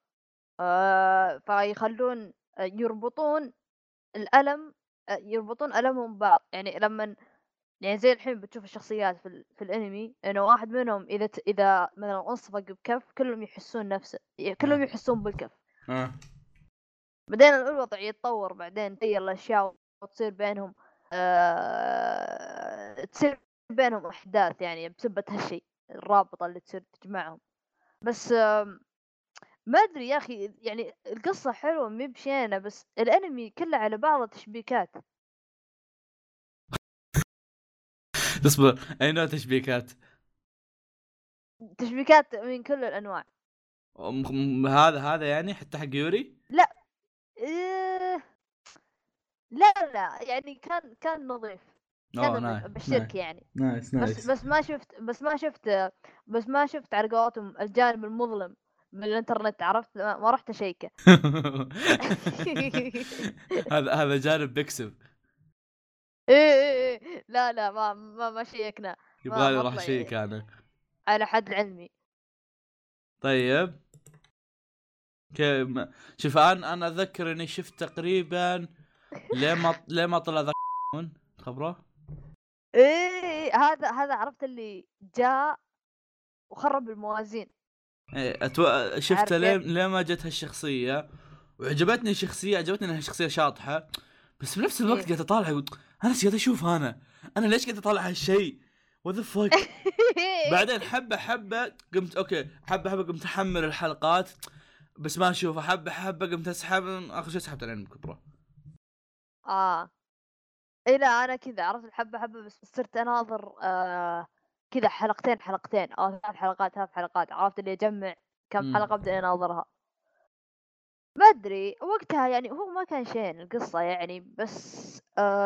فيخلون يربطون ألمهم ببعض. يعني لما يعني زي الحين بتشوف الشخصيات في الانمي انه واحد منهم اذا مثلا انصفق بكف كلهم يحسون نفسه، كلهم يحسون بالكف. بعدين الوضع يتطور، بعدين تغير الاشياء وتصير بينهم تصير بينهم احداث يعني بسبب هالشيء الرابطه اللي تصير تجمعهم. بس ما ادري يا اخي يعني القصه حلوه مي بشينه، بس الانمي كله على بعضه تشبيكات. اصبر اي نوع تشبيكات؟ تشبيكات من كل الانواع. هذا يعني حتى حق يوري لا لا لا يعني كان نظيف، كان نظيف بشرك يعني. نايس بس ما شفت على قولتهم الجانب المظلم من الانترنت، عرفت؟ ما رحت اشيكه. هذا جانب بيكسب. ايه لا ما شيكنا، يبغى لي ما راح طلع اشيك انا على حد علمي. طيب كيف شوف انا اذكر اني شفت تقريبا ليه ما طلع ذا خبره. ايه هذا عرفت اللي جاء وخرب الموازين. إيه شفت ليه ما جت هالشخصيه وعجبتني الشخصيه، عجبتني انها شخصيه شاطحه، بس بنفس الوقت قاعد اطالع انا ايش قاعد اشوف انا ليش قاعد اطالع هالشيء وذا فك. بعدين حبه قمت اوكي حبه قمت احمل الحلقات بس ما اشوفه، حبه قمت اسحب، اخر شيء سحبت عليه من كثره. ايه لا انا كذا عرفت الحبه حبه، بس صرت اناظر كذا حلقتين او 3 حلقات، عرفت اللي اجمع كم حلقه ابدا اناظرها. ما ادري وقتها يعني هو ما كان شين القصه يعني، بس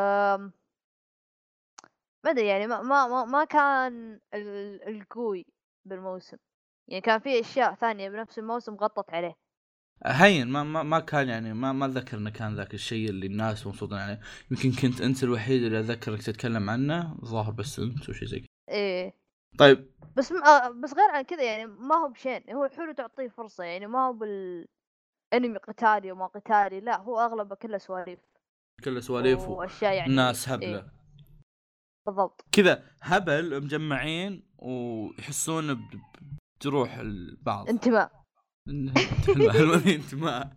ما ادري يعني ما كان القوي بالموسم، يعني كان في اشياء ثانيه بنفس الموسم غطت عليه. هين ما كان يعني ما اتذكر انه كان ذاك الشيء اللي الناس مبسوطين عليه. يمكن كنت انت الوحيد اللي اتذكرك تتكلم عنه، ظاهر بس انت وشي زي كذا. ايه طيب بس غير عن كذا يعني ما هو بشين، هو حلو تعطيه فرصه يعني، ما هو انمي قتالي وما قتالي، لا هو اغلبه كله سواليف، كله سواليف واشياء يعني ناس هبله. إيه. بالضبط كذا هبل مجمعين ويحسون بجروح البعض. انتماء. انتماء.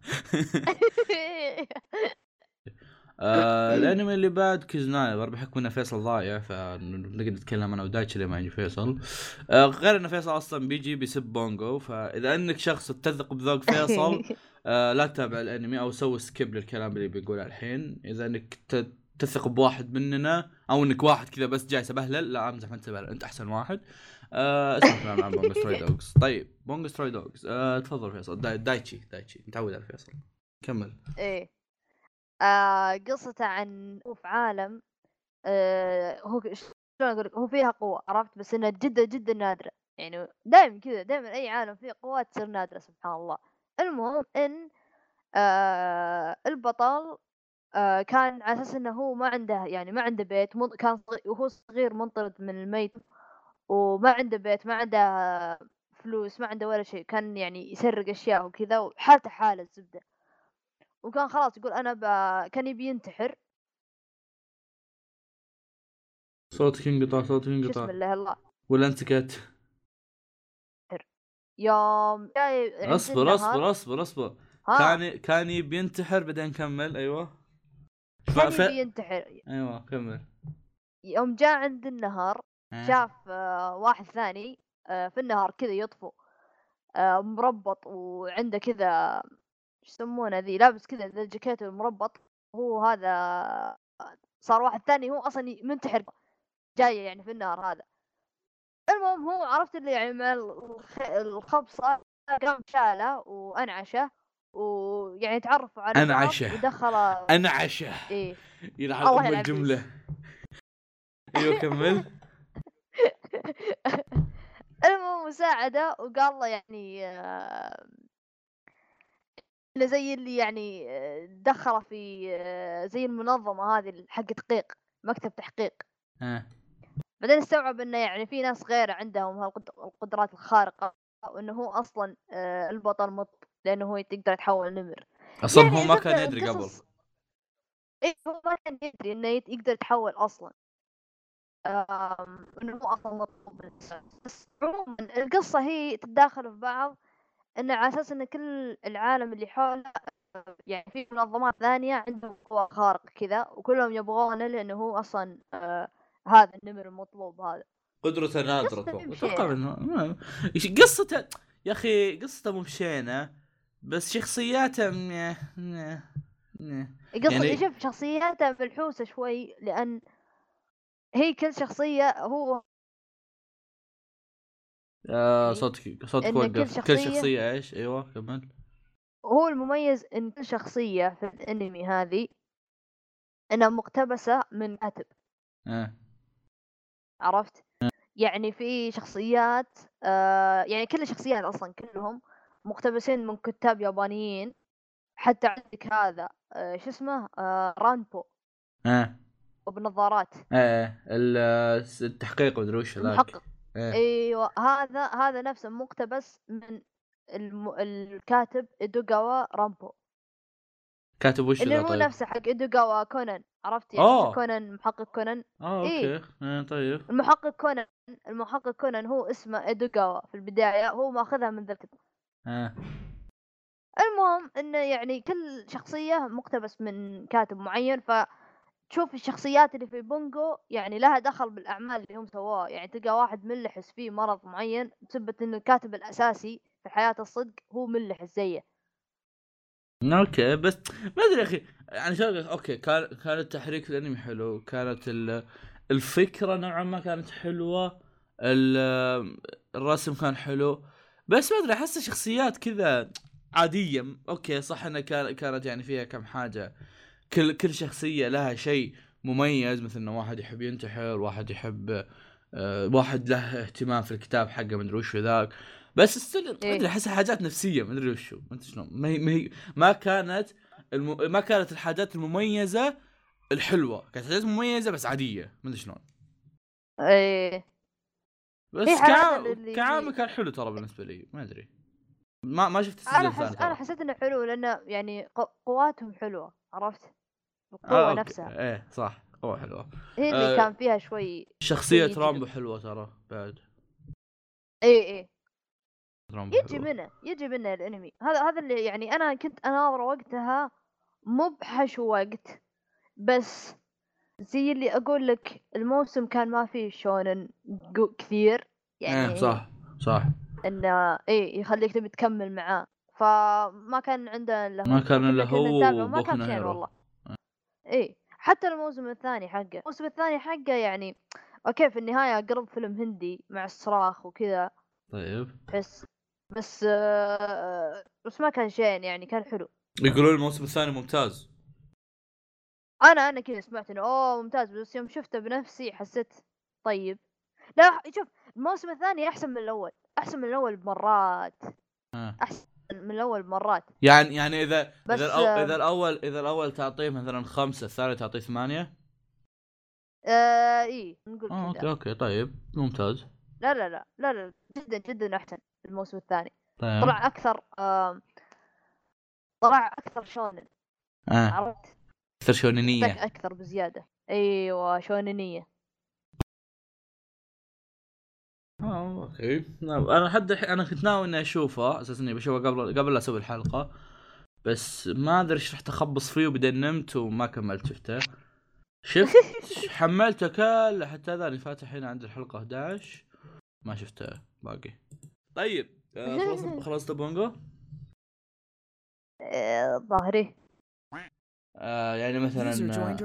الانمي اللي بعد كيزناي، بحكم انه فيصل ضايع فنقدر نتكلم انا ودايتشي لما يجي فيصل. غير انه فيصل اصلا بيجي بيسب بونجو، فاذا انك شخص تثق بذوق فيصل لا تتابع الانمي او سوي سكيب للكلام اللي بيقوله الحين. اذا انك تثق بواحد مننا او انك واحد كذا بس جاي سبهلل، لا امزح، ما انتبه، انت احسن واحد. اسمع مع بونجو ستراي دوغز. طيب بونجو ستراي دوغز تفضل فيصل. دايتشي متعود على فيصل، كمل. ايه قصته عن في عالم هو شلون اقول لك، هو فيها قوة عرفت، بس انها جدا نادرة يعني، دائما كذا دائما اي عالم فيه قوة تصير نادرة سبحان الله. المهم ان البطل كان على اساس انه هو ما عنده يعني ما عنده بيت، كان وهو صغير منطرد من الميت، وما عنده بيت، ما عنده فلوس، ما عنده ولا شيء، كان يعني يسرق اشياء وكذا، وحالته حالة الزبدة، وكان خلاص يقول انا كان يبي ينتحر. صوتك انقطع بسم الله الله. ولا انت كات؟ يوم جاي عند اصبر كان يبي ينتحر بعدين كمل. ايوه كان يبي ينتحر. ايوه كمل. يوم جاء عند النهر شاف واحد ثاني في النهر كذا يطفو مربط، وعنده كذا ايش يسمونه ذي، لابس كذا ذا الجاكيت المربط، هو هذا صار واحد ثاني هو اصلا منتحر جاي يعني في النهر هذا. المهم هو عرفت اللي يعني مع الخبصة قام شاله وانعشه، ويعني تعرفوا على بعض ودخله انعشه. ايه يلعن ام الجمله. ايوه كمل. المهم مساعده، وقال له يعني انه زي اللي يعني دخله في زي المنظمه هذه حق تحقيق، مكتب تحقيق. بعدين استوعب انه يعني في ناس غير عندهم القدرات الخارقه، وانه هو اصلا البطل لانه هو يقدر يتحول نمر. اصلا يعني هو ما كان يدري قبل. ايه هو ما كان يدري انه يقدر يتحول اصلا، انه هو اصلا مطلوب. بس عموما القصه هي تتداخل في بعض، انه على اساس ان كل العالم اللي حوله يعني في منظمات ثانيه عندهم قوى خارقه كذا، وكلهم يبغونه لانه هو اصلا هذا النمر المطلوب هذا. قدرته نادرة اتوقع انه قصته يا اخي قصته مو بشينه، بس شخصياته يعني شوف شخصياته ملحوسه شوي، لان هي كل شخصيه هو صوتك وقف. كل شخصية ايش؟ ايوه كمل. هو المميز ان كل شخصية في الانمي هذه انها مقتبسة من كاتب. عرفت؟ يعني في شخصيات يعني كل الشخصيات اصلا كلهم مقتبسين من كتاب يابانيين. حتى عندك هذا شو اسمه رانبو وبنظارات التحقيق مدري وش ذاك المحقق. ايوه هذا نفسه مقتبس من الكاتب إيدوغاوا رامبو. كاتب وش اللي ذا؟ مو طيب نفسه حق إيدوغاوا كونان. عرفت يعني كونان محقق كونان. اوكي طيب. المحقق كونان هو اسمه إيدوغاوا في البداية، هو ماخذها من ذا الكتاب. المهم انه يعني كل شخصية مقتبس من كاتب معين. فتشوف الشخصيات اللي في بونغو يعني لها دخل بالاعمال اللي هم سووها. يعني تلقى واحد ملحس فيه مرض معين بسبب انه الكاتب الاساسي في حياة الصدق هو ملحس زيه. اوكي بس ما ادري يا اخي يعني شغله. اوكي كان التحريك الانمي حلو، كانت الفكره نوعا ما كانت حلوه، الرسم كان حلو، بس ما ادري احس شخصيات كذا عاديه. اوكي صح انها كانت يعني فيها كم حاجه، كل شخصيه لها شيء مميز، مثل انه واحد يحب ينتحر، واحد يحب واحد له اهتمام في الكتاب حقه مدري وش ذاك. بس استل ادري احسها حاجات نفسيه مدري وشو انت شلون. ما كانت الحاجات المميزه الحلوه، كانت حاجات مميزه بس عاديه مدري شلون. بس كعام كان حلو ترى بالنسبه لي. ما ادري ما شفت السيزون الثاني. انا حسيت انه حلو لانه يعني قواتهم حلوه. عرفت القوه نفسها. ايه صح قوه حلوه. هي اللي كان فيها شوي شخصيه رامبو حلوه ترى بعد. ايه يجي منه الانمي هذا اللي يعني انا كنت اناظر وقتها مو بحشو وقت، بس زي اللي اقول لك الموسم كان ما فيه شونن كثير يعني. صح انه يخليك تبي تكمل معاه، فما كان عنده ما كان الا هو ما كان شين والله. حتى الموسم الثاني حقه يعني اوكي في النهايه قرب فيلم هندي مع الصراخ وكذا. طيب بس ما كان شين يعني، كان حلو. يقولون الموسم الثاني ممتاز. انا كذا سمعت انه ممتاز، بس يوم شفته بنفسي حسيت طيب. لا شوف الموسم الثاني احسن من الاول بمرات. احسن من الاول بمرات. يعني اذا الاول تعطيه مثلا 5، الثاني تعطيه 8. نقول كذا. اوكي طيب ممتاز. لا جدا احسن الموسم الثاني. طيب. طلع اكثر شونن. عرفت اكثر شونينيه اكثر بزياده. ايوه شونينيه. اوكي انا لحد الحين انا كنت ناوي اني اشوفه اساسا اني بشوفه قبل لا اسوي الحلقه، بس ما ادري ايش رحت اخبص فيه وبعدين نمت وما كملت شفته. شفت حملته كل حتى هذا فاتح هنا عند الحلقه 11 ما شفته باقي. طيب خلصت بونغو ظاهري. يعني مثلا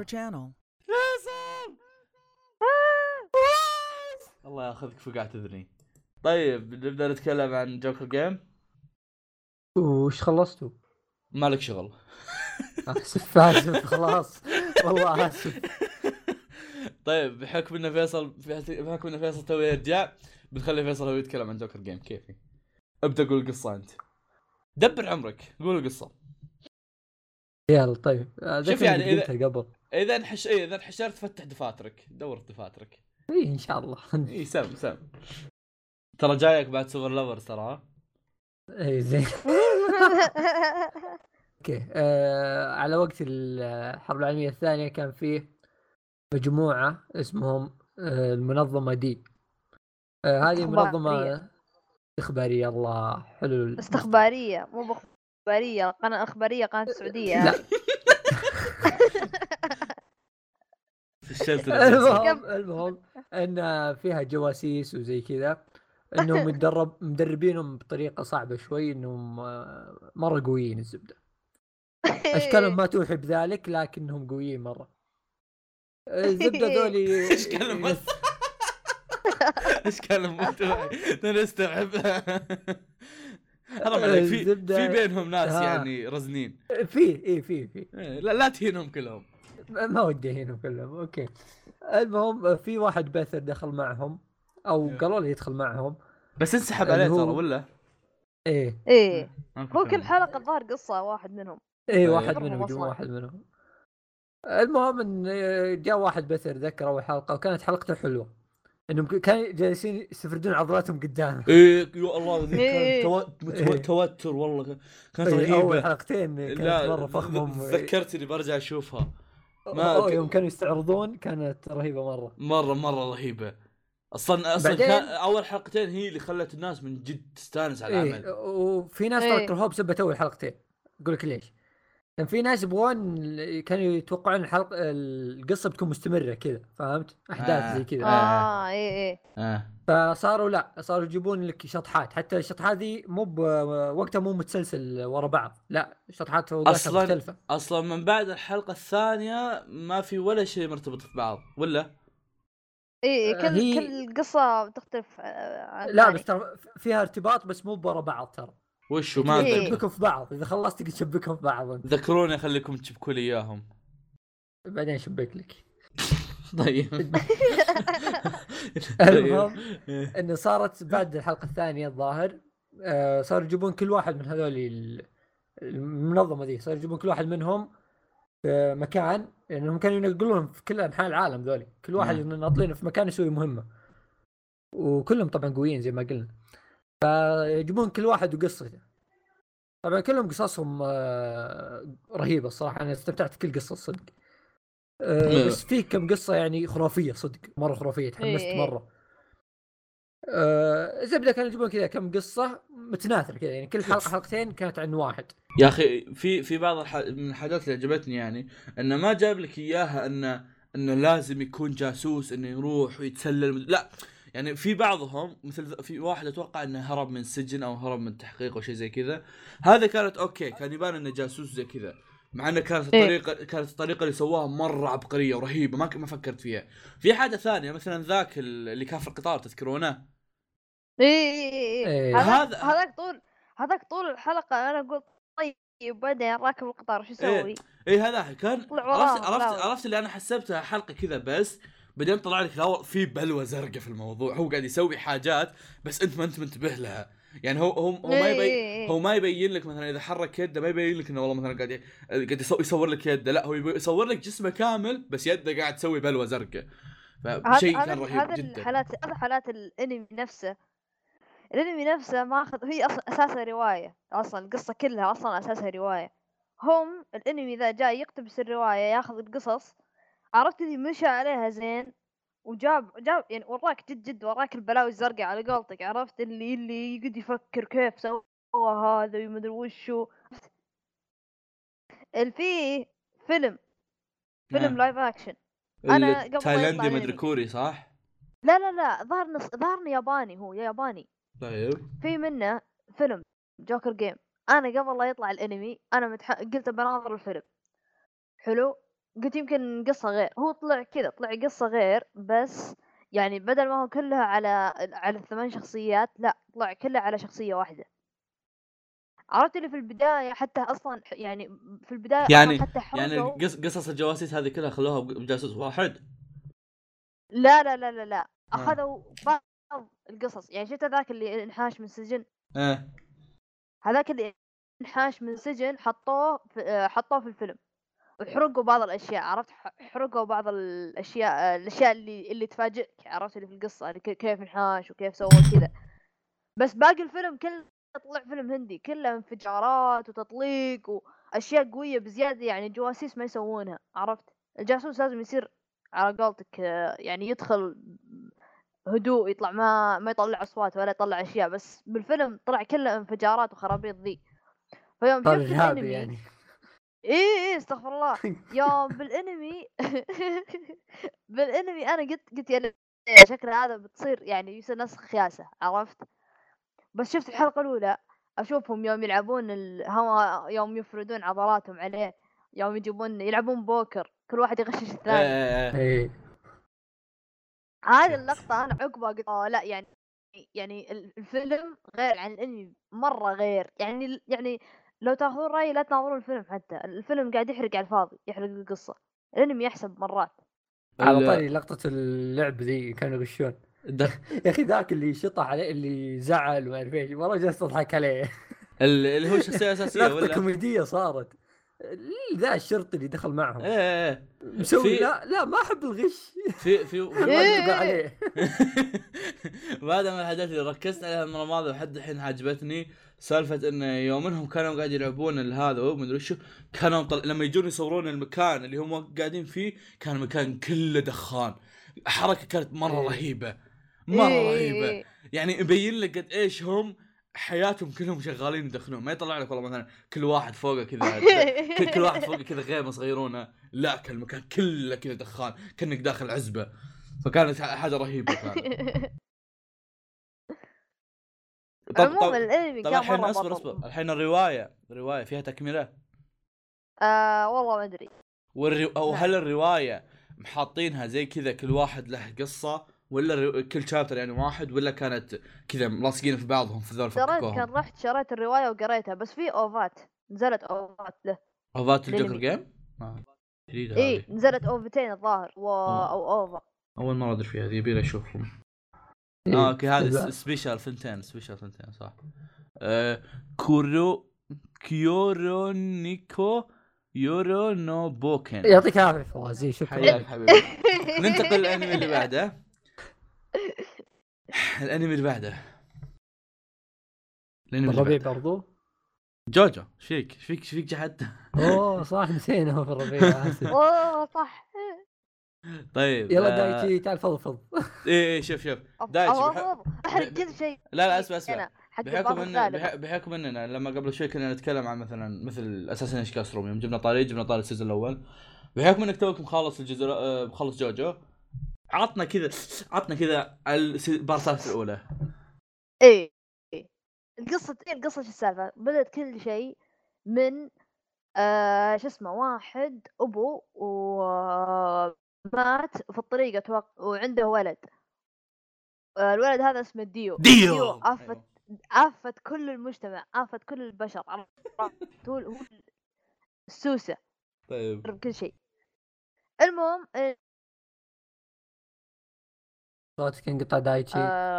الله ياخذك فقعت اذني. طيب نبدا نتكلم عن جوكر جيم. وش خلصتوا؟ مالك شغل. اسف خلاص والله اسف. طيب بحكم ان فيصل توي يرجع بتخلي فيصل هو يتكلم عن جوكر جيم. كيفي ابدا قول قصه انت دبر عمرك قول قصه. يلا طيب شوف يعني اذا انحشرت فتح دفاترك دور دفاترك. ان شاء الله. سم ترى جايك بعد سوبر لوفر ترى. اي زين. اوكي على وقت الحرب العالميه الثانيه كان فيه مجموعه اسمهم المنظمه دي. هذه منظمه استخباريه. الله حلو. استخباريه مو بخباريه. قناه اخباريه قناه السعوديه. لا المهم ان فيها جواسيس وزي كذا، انهم مدربينهم بطريقه صعبه شوي، انهم مره قويين. الزبده اشكالهم ما توحي بذلك لكنهم قويين مره. الزبده ذولي اشكالهم ايش كان المحتوى انا استوعبها. حرام عليك، في بينهم ناس يعني رزنين في لا تهينهم كلهم. ما ودي هنا كلهم. اوكي المهم في واحد بثر دخل معهم او قالوا لي يدخل معهم بس انسحب عليه ترى ولا ايه هو كل حلقه ظهر قصه واحد منهم. واحد منهم واحد منهم. المهم ان جاء واحد بثر ذكر اول حلقه وكانت حلقته حلوه، انهم كانوا جالسين يستفردون عضلاتهم قدام. يا الله ذيك توتر والله كانت رهيبه. اول حلقتين كانت مره فخمه. ذكرتني برجع اشوفها. يوم كانوا يستعرضون كانت رهيبه مره رهيبه. اصلا كان اول حلقتين هي اللي خلت الناس من جد تستانس على العمل. وفي ناس تركوها بسبب اول حلقتين. اقول لك ليش. كان في ناس يبغون، كانوا يتوقعون القصه بتكون مستمره كذا، فهمت؟ احداث زي كذا. فصاروا لا صاروا يجيبون لك شطحات، حتى الشطحات ذي وقتها مو متسلسل ورا بعض، لا شطحات مختلفه. اصلا من بعد الحلقه الثانيه ما في ولا شيء مرتبط في بعض ولا كل قصه تختلف لا بس ترى فيها ارتباط بس مو ورا بعض ترى. وشو ما تشبكهم في بعض، اذا خلصت تشبكهم في بعض. ذكروني خليكم تشبكوا لي اياهم بعدين شبك لك. طيب المهم انه صارت بعد الحلقه الثانيه الظاهر صاروا يجيبون كل واحد من هذول المنظمه دي، صاروا يجيبون كل واحد منهم في مكان، لانهم كانوا ينقلونهم في كل انحاء العالم ذولي، كل واحد ناطلينه في مكان يسوي مهمه، وكلهم طبعا قويين زي ما قلنا. فيجيبون كل واحد وقصته. طبعا كلهم قصصهم رهيبه الصراحه، انا استمتعت كل قصه صدق. بس في كم قصه يعني خرافيه صدق، مره خرافيه، تحمست مره. زبده كانوا يجيبون كذا كم قصه متناثره كذا، يعني كل حلقه حلقتين كانت عن واحد. يا اخي في بعض من الحاجات اللي عجبتني يعني انه ما جاب لك اياها انه لازم يكون جاسوس انه يروح ويتسلل، لا يعني في بعضهم مثل في واحد اتوقع انه هرب من سجن او هرب من تحقيق او شيء زي كذا، هذا كانت اوكي، كان يبان انه جاسوس زي كذا، مع انه كانت الطريقه اللي سواها مره عبقريه ورهيبه، ما فكرت فيها. في حاجه ثانيه مثلا ذاك اللي كان في القطار تذكرونه؟ هذاك طول الحلقه انا قلت طيب بعدين راكب القطار شو يسوي؟ هذا كان عرفت اللي انا حسبتها حلقه كذا، بس بعدين طلع لك لا في بلوه زرقاء في الموضوع، هو قاعد يسوي حاجات بس انت ما انت منتبه لها. يعني هو ما يبين لك مثلا اذا حرك يده، ما يبين لك انه والله مثلا قاعد يصور لك يده، لا هو يصور لك جسمه كامل بس يده قاعد تسوي بلوه زرقاء. فشيء كان رهيب جدا. هذا حالات الانمي نفسه. الانمي نفسه ماخذ، هي اصلا اساسها روايه، اصلا القصه كلها اصلا اساسها روايه. هم الانمي ذا جاي يقتبس الروايه، ياخذ القصص، عرفت اللي مشى عليها زين، وجاب يعني وراك جد وراك البلاوي الزرقاء على قولتك، عرفت اللي يقعد يفكر كيف سوى هذا ومدري وشو. في فيلم لايف اكشن انا قبل تايلاندي مدري كوري صح؟ لا ظهرني ياباني، هو ياباني. طيب في منه فيلم جوكر جيم، انا قبل لا يطلع الانمي انا قلت بناظر الفيلم حلو، قلت يمكن قصة غير، هو طلع كذا، طلع قصة غير، بس يعني بدل ما هو كلها على 8 شخصيات، لا طلع كلها على شخصية واحدة. عرفت اللي في البداية حتى أصلا يعني في البداية يعني حتى يعني قصص الجواسيس هذه كلها خلوها بجاسوس واحد؟ لا أخذوا بعض القصص، يعني شفت ذاك اللي انحاش من سجن، هذاك اللي انحاش من سجن حطوه في الفيلم، وحرقوا بعض الاشياء، عرفت، حرقوا بعض الاشياء اللي تفاجئك، عرفت اللي في القصه اللي كيف انحاش وكيف سووا كذا. بس باقي الفيلم كله طلع فيلم هندي، كله انفجارات وتطليق واشياء قويه بزياده، يعني الجواسيس ما يسوونها، عرفت. الجاسوس لازم يصير على قولتك يعني يدخل هدوء، يطلع ما يطلع اصوات ولا يطلع اشياء، بس بالفيلم طلع كله انفجارات وخرابيط ذي. فيوم شفت الانمي يعني ايه استغفر الله يوم بالانمي بالانمي انا قلت يا شكل هذا بتصير يعني يصير نسخ خياسه، عرفت. بس شفت الحلقه الاولى اشوفهم يوم يلعبون يوم يفردون عضلاتهم عليه، يوم يلعبون بوكر، كل واحد يغشش الثاني. هذه اللقطة أنا عقبها قلت لا يعني الفيلم غير عن الأنمي مرة غير، يعني لو تاخذون رأيي لا تناظرون الفيلم، حتى الفيلم قاعد يحرق على الفاضي، يحرق القصة. الأنمي أحسن مرات. على طاري لقطة اللعب ذي كانوا يغشون يا أخي ذاك اللي شطح عليه اللي زعل وما أعرف إيش، والله جالس أضحك عليه. اللي هو الشخصية الأساسية لقطة ولا كوميدية صارت. ذا الشرطي اللي دخل معهم ايه مسوي لا ما أحب الغش في عليه. بعد من الحاجات اللي ركزت عليها المرة الماضية وحد الحين عجبتني سالفة إن يوم إنهم كانوا قاعد يلعبون هذا ومدري شو، كانوا لما يجون يصورون المكان اللي هم قاعدين فيه كان المكان كله دخان. حركة كانت مرة رهيبة، مرة رهيبة. يعني يبين لك قد إيش هم حياتهم كلهم شغالين يدخنون، ما يطلع لك والله مثلا كل واحد فوقه كذا كل واحد فوقه كذا غيمة صغيرونه، لا كان المكان كله كذا دخان كأنك داخل عزبة. فكانت حاجة رهيبة كانت. عموما الانمي كان الحين مرة اصبر الحين الرواية فيها تكملة؟ والله ما ادري. او هل الرواية محاطينها زي كذا كل واحد له قصة، ولا كل شابتر يعني واحد، ولا كانت كذا ملاصقين في بعضهم في ذول فكوهم؟ كان رحت شريت الرواية وقريتها، بس في اوفات نزلت اوفات له. اوفات الجوكر جيم؟ ايه نزلت اوفتين الظاهر او اوفا. اول مرة ادري فيها، يبي لي اشوفهم. اوكي هذا سبيشال ثنتين صح. كيورونيكو يورو نو بوكن. يعطيك العافية فوازي، شكرا حياك حبيبي. ننتقل للانمي اللي بعده. الانمي اللي بعده الربيع برضو جوجو. فيك جحد. اوه صح نسينا في الربيع. اوه صح. طيب يلا دايتشي تعال فضفض. ايه شوف دايتشي احرق كل شيء. لا اسمع بحكم اننا لما قبل شوي كنا نتكلم عن مثل اساسا كلاس روم، يوم جبنا طاري السيزون الاول، بحكم انك توك مخلص الجزء مخلص جوجو، عطنا كذا البارتات الاولى. ايه القصه شو السالفه؟ بدأت كل شيء من شو اسمه، واحد ابو ومات في الطريق وعنده ولد. الولد هذا اسمه ديو عفت كل المجتمع، عفت كل البشر، هو السوسة. طيب كل شيء. المهم صوتك انقطع دايتشي.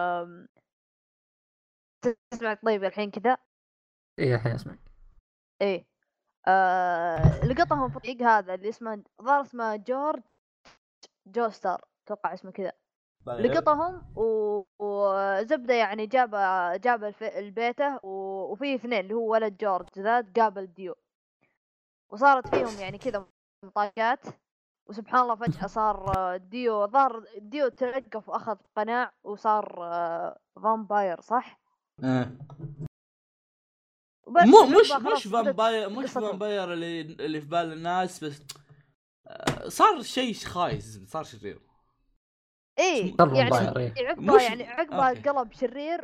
تسمع طيب الحين كذا؟ ايه الحين اسمعك. ايه لقطهم في الطريق هذا اللي اسمه ظهر اسمه جورج جوستر توقع اسمه كذا. لقطهم وزبده يعني جاب البيته وفي اثنين اللي هو ولد جورج ذا قابل ديو، وصارت فيهم يعني كذا مطاقات. وسبحان الله فجأة صار ديو تلقف واخذ قناع وصار فامباير صح؟ مش فامباير اللي في بال الناس، بس صار شيء خايس، صار شرير. ايه يعني عقبها قلب شرير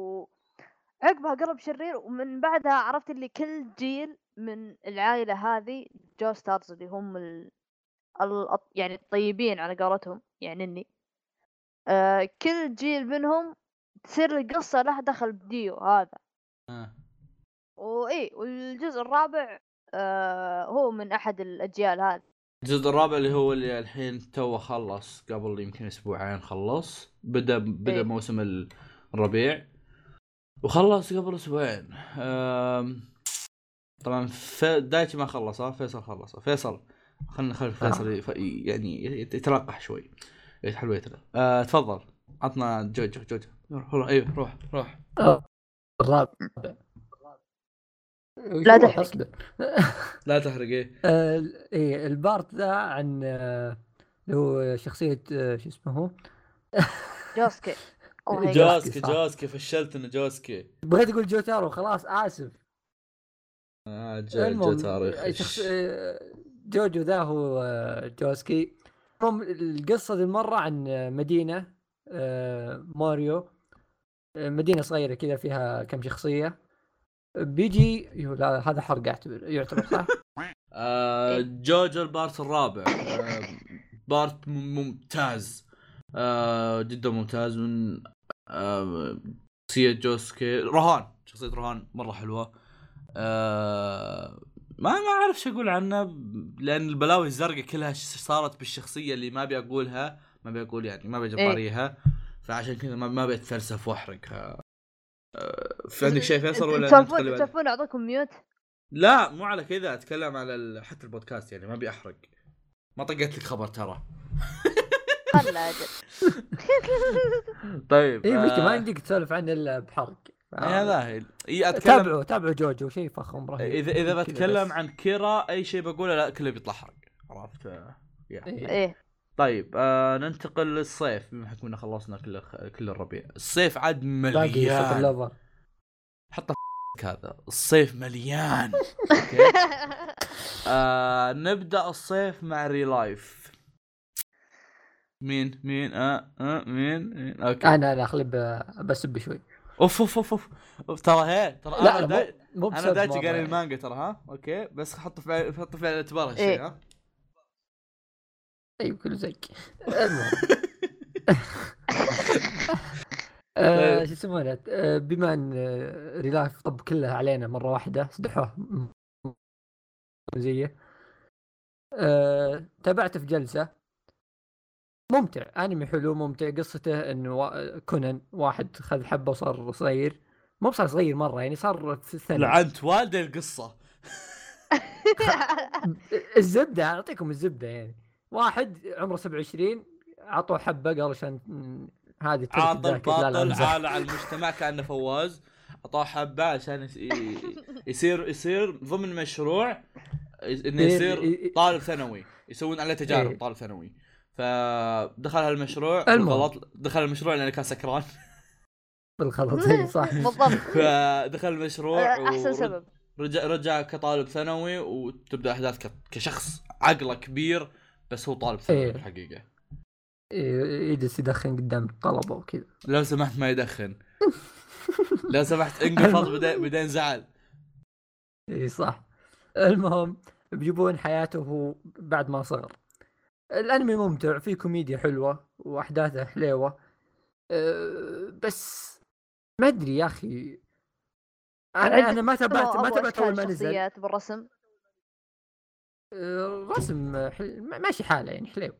ومن بعدها عرفت اللي كل جيل من العائلة هذه جوستارز اللي هم يعني الطيبين على قولتهم، يعني اني كل جيل منهم تصير القصة له دخل بديو هذا. والجزء الرابع هو من احد الاجيال هذه. الجزء الرابع اللي هو اللي الحين تو خلص قبل يمكن اسبوعين، خلص بدأ موسم الربيع وخلص قبل اسبوعين. طبعا دايتشي ما خلص، فيصل خلص. خلينا فيصل يعني يتلقح شوي حلوة. تفضل عطنا جوجو. روح الرابع. لا تحرق. ايه البارت ذا عن اللي هو شخصية شو اسمه هو جوسكي. فشلتنا جوسكي. بغيت اقول جوتارو خلاص اسف. جوتارو جوجو ذا هو جوسكي. القصة ذي مرة عن مدينة ماريو، مدينة صغيرة كذا فيها كم شخصية. بيجي لا هذا حرق يعتبر صح. جوجو البارت الرابع بارت ممتاز جدا ممتاز. من شخصية جوسكي رهان، شخصية رهان مرة حلوة. ما أعرف شو أقول عنه، لأن البلاوي الزرقاء كلها صارت بالشخصية اللي ما بيقولها، ما بيقول يعني ما بيجبريها، فعشان كذا ما بيتفلسف وأحرقها. في عندك شيء فيصل ولا تشوفون أعطيكم ميوت؟ لا مو على كذا، أتكلم على حتى البودكاست يعني ما بيحرق، ما طقيت لك خبر ترى. خلا أجل. طيب إيه مش ما عندك تسولف عن إلا بحرق. هذا أتكلم. تابعوا جوجو شيء فخم رهيب. إذا بتكلم عن كيرا أي شيء بقوله لا كله بيطلع حرق، عرفت؟ إيه. طيب ننتقل للصيف، بما حكمنا خلصنا كل الربيع. الصيف عاد مليان، حط هذا الصيف مليان. نبدأ الصيف مع ريلايف. مين مين اوكي انا اخلب بسب شوي. اوف ترى انا دايتي قاري المانجا ترى. ها اوكي بس حط في الاعتبار هالشيء. ها ايوه كله زيك. شو يسمونه بما ان ريلايف طب كلها علينا مره واحده سدحوه زيه. تابعته في جلسه، ممتع، انمي حلو ممتع. قصته انه كونان واحد خذ حبه وصار صغير، مو صار صغير مره يعني صار في الثاني. لعنت والده القصه. الزبده اعطيكم الزبده يعني واحد عمره 27 عطوه حبه قال عشان هذه عاطل باطل عال على المجتمع كأنه فواز، عطاه حبه عشان يصير ضمن مشروع انه يصير طالب ثانوي، يسوون عليه تجارب طالب ثانوي. فدخل هالمشروع بالغلط، دخل المشروع لانه كان سكران بالغلط. صح بالضبط. فدخل المشروع احسن سبب. رجع كطالب ثانوي، وتبدا احداث كشخص عقله كبير بس هو طالب ثانوي الحقيقه. يجلس يدخن قدام الطلبه وكذا. لو سمحت ما يدخن. لو سمحت انقفض بدين زعل. اي صح. المهم بيجيبون حياته وهو بعد ما صغر. الانمي ممتع، فيه كوميديا حلوه واحداثه حلوه. بس ما ادري يا اخي، انا ما تابعت اول ما نزل. بالرسم الرسم ماشي حاله يعني حلو.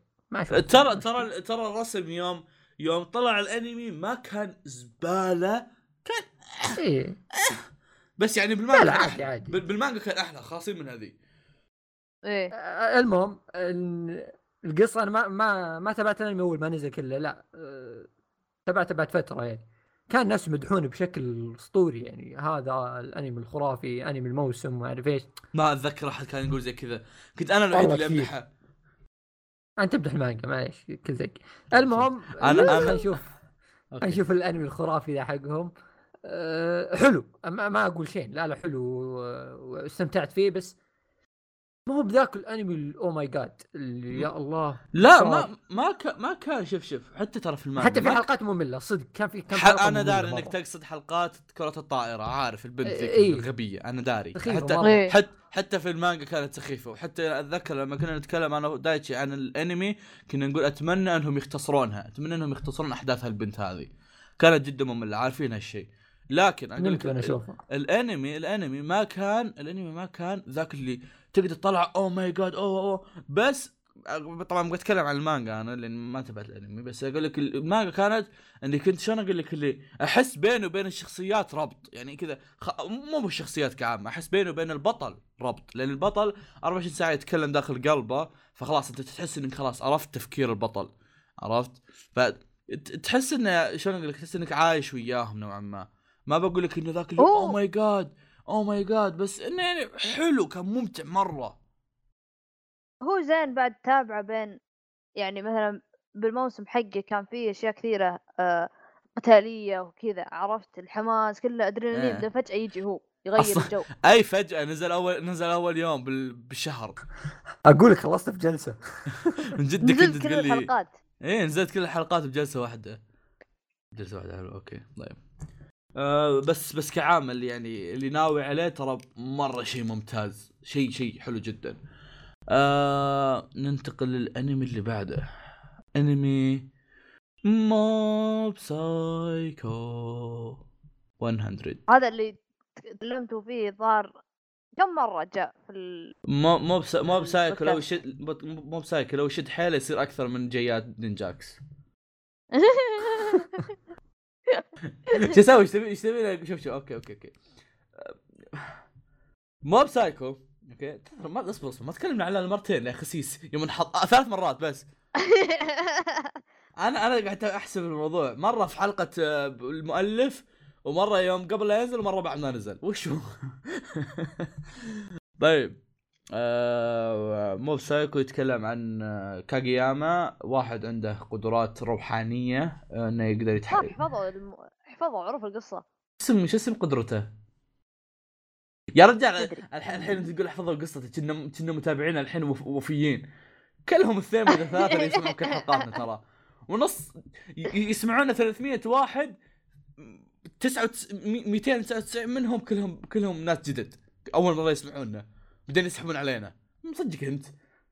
ترى الرسم يوم طلع الانمي ما كان زباله، كان ايه بس يعني بالمانجا عادي. بالمانجا كان احلى خاصين من هذه. ايه المهم القصه انا ما تابعت الانمي اول ما نزل كله، لا تابعته بعد فتره يعني. كان الناس مدحونه بشكل اسطوري يعني، هذا الانمي الخرافي، انمي الموسم ما اعرف ايش. ما اتذكر احد كان يقول زي كذا، كنت انا الوحيد اللي امدحه. انت تمدح المانجا معليش كل زيك. المهم انا نشوف الانمي الخرافي ذا حقهم. حلو، ما اقول شيء، لا حلو واستمتعت فيه، بس ما هو بذاك الانمي او ماي جاد اللي يا الله. لا ما كان شوف حتى ترى في المانجا حتى في حلقات ممله صدق. كان في حلقات انا داري انك تقصد حلقات كرة الطائرة، عارف البنت الغبية، انا داري. حتى في المانجا كانت سخيفة. وحتى اتذكر لما كنا نتكلم انا ودايتشي عن الانمي كنا نقول اتمنى انهم يختصرونها، اتمنى انهم يختصرون احداث هالبنت هذه، كانت جدا مملة، عارفين هالشيء. لكن اقول لك الانمي ما كان ذاك اللي تقدر تطلع او ماي جاد او بس. طبعا بتكلم عن المانجا انا لان ما تابعت الانمي، بس اقول لك المانجا كانت اني كنت شلون اقول لك اللي احس بينه وبين الشخصيات ربط يعني كذا، مو بالشخصيات كعامه، احس بينه وبين البطل ربط، لان البطل 24 ساعه يتكلم داخل قلبه، فخلاص انت تحس انك خلاص عرفت تفكير البطل، عرفت؟ فتحس انه شلون اقول لك، تحس انك عايش وياهم نوعا ما بقول لك انه ذاك اللي او ماي جاد بس انه يعني حلو، كان ممتع مره. هو زين بعد تابعه بين يعني مثلا بالموسم حقه كان فيه اشياء كثيره قتاليه وكذا، عرفت الحماس كله ادرينالين. ده فجاه يجي هو يغير الجو. اي فجاه نزل اول يوم بالشهر. اقول لك خلصت في جلسه. من جد كنت تقول لي الحلقات نزلت كل الحلقات بجلسه واحده. حلو اوكي طيب. بس كعامل يعني اللي ناوي عليه ترى مره شيء ممتاز، شيء حلو جدا. ننتقل للانمي اللي بعده، انمي موب سايكو 100. هذا اللي تكلمتوا فيه ظهر كم مرة جاء في موب سايكو لو شد موب سايكو لو شد حيله يصير اكثر من جيات نينجاكس. شو اسوي ايش تبي شوف اوكي موب سايكو اوكي ما اصبر ما تكلمنا على المرتين يا خسيس يوم نحط 3 مرات بس. انا قاعد احسب الموضوع مره في حلقه المؤلف ومره يوم قبل لا ينزل ومره بعد ما نزل وش هو. طيب موب سايكو يتكلم عن كاغياما واحد عنده قدرات روحانيه انه يقدر يتحكم. حفظوا عرف القصه. شو اسم قدرته يا رجال؟ الحين انت تقول احفظوا قصته كنا متابعين الحين وفيين كلهم 2 ولا 3 اللي يسمعون كل حلقاتنا ترى ونص يسمعونا 300 واحد 299 منهم كلهم ناس جدد اول مره يسمعونا بعدين يسحبون علينا. مصدق انت؟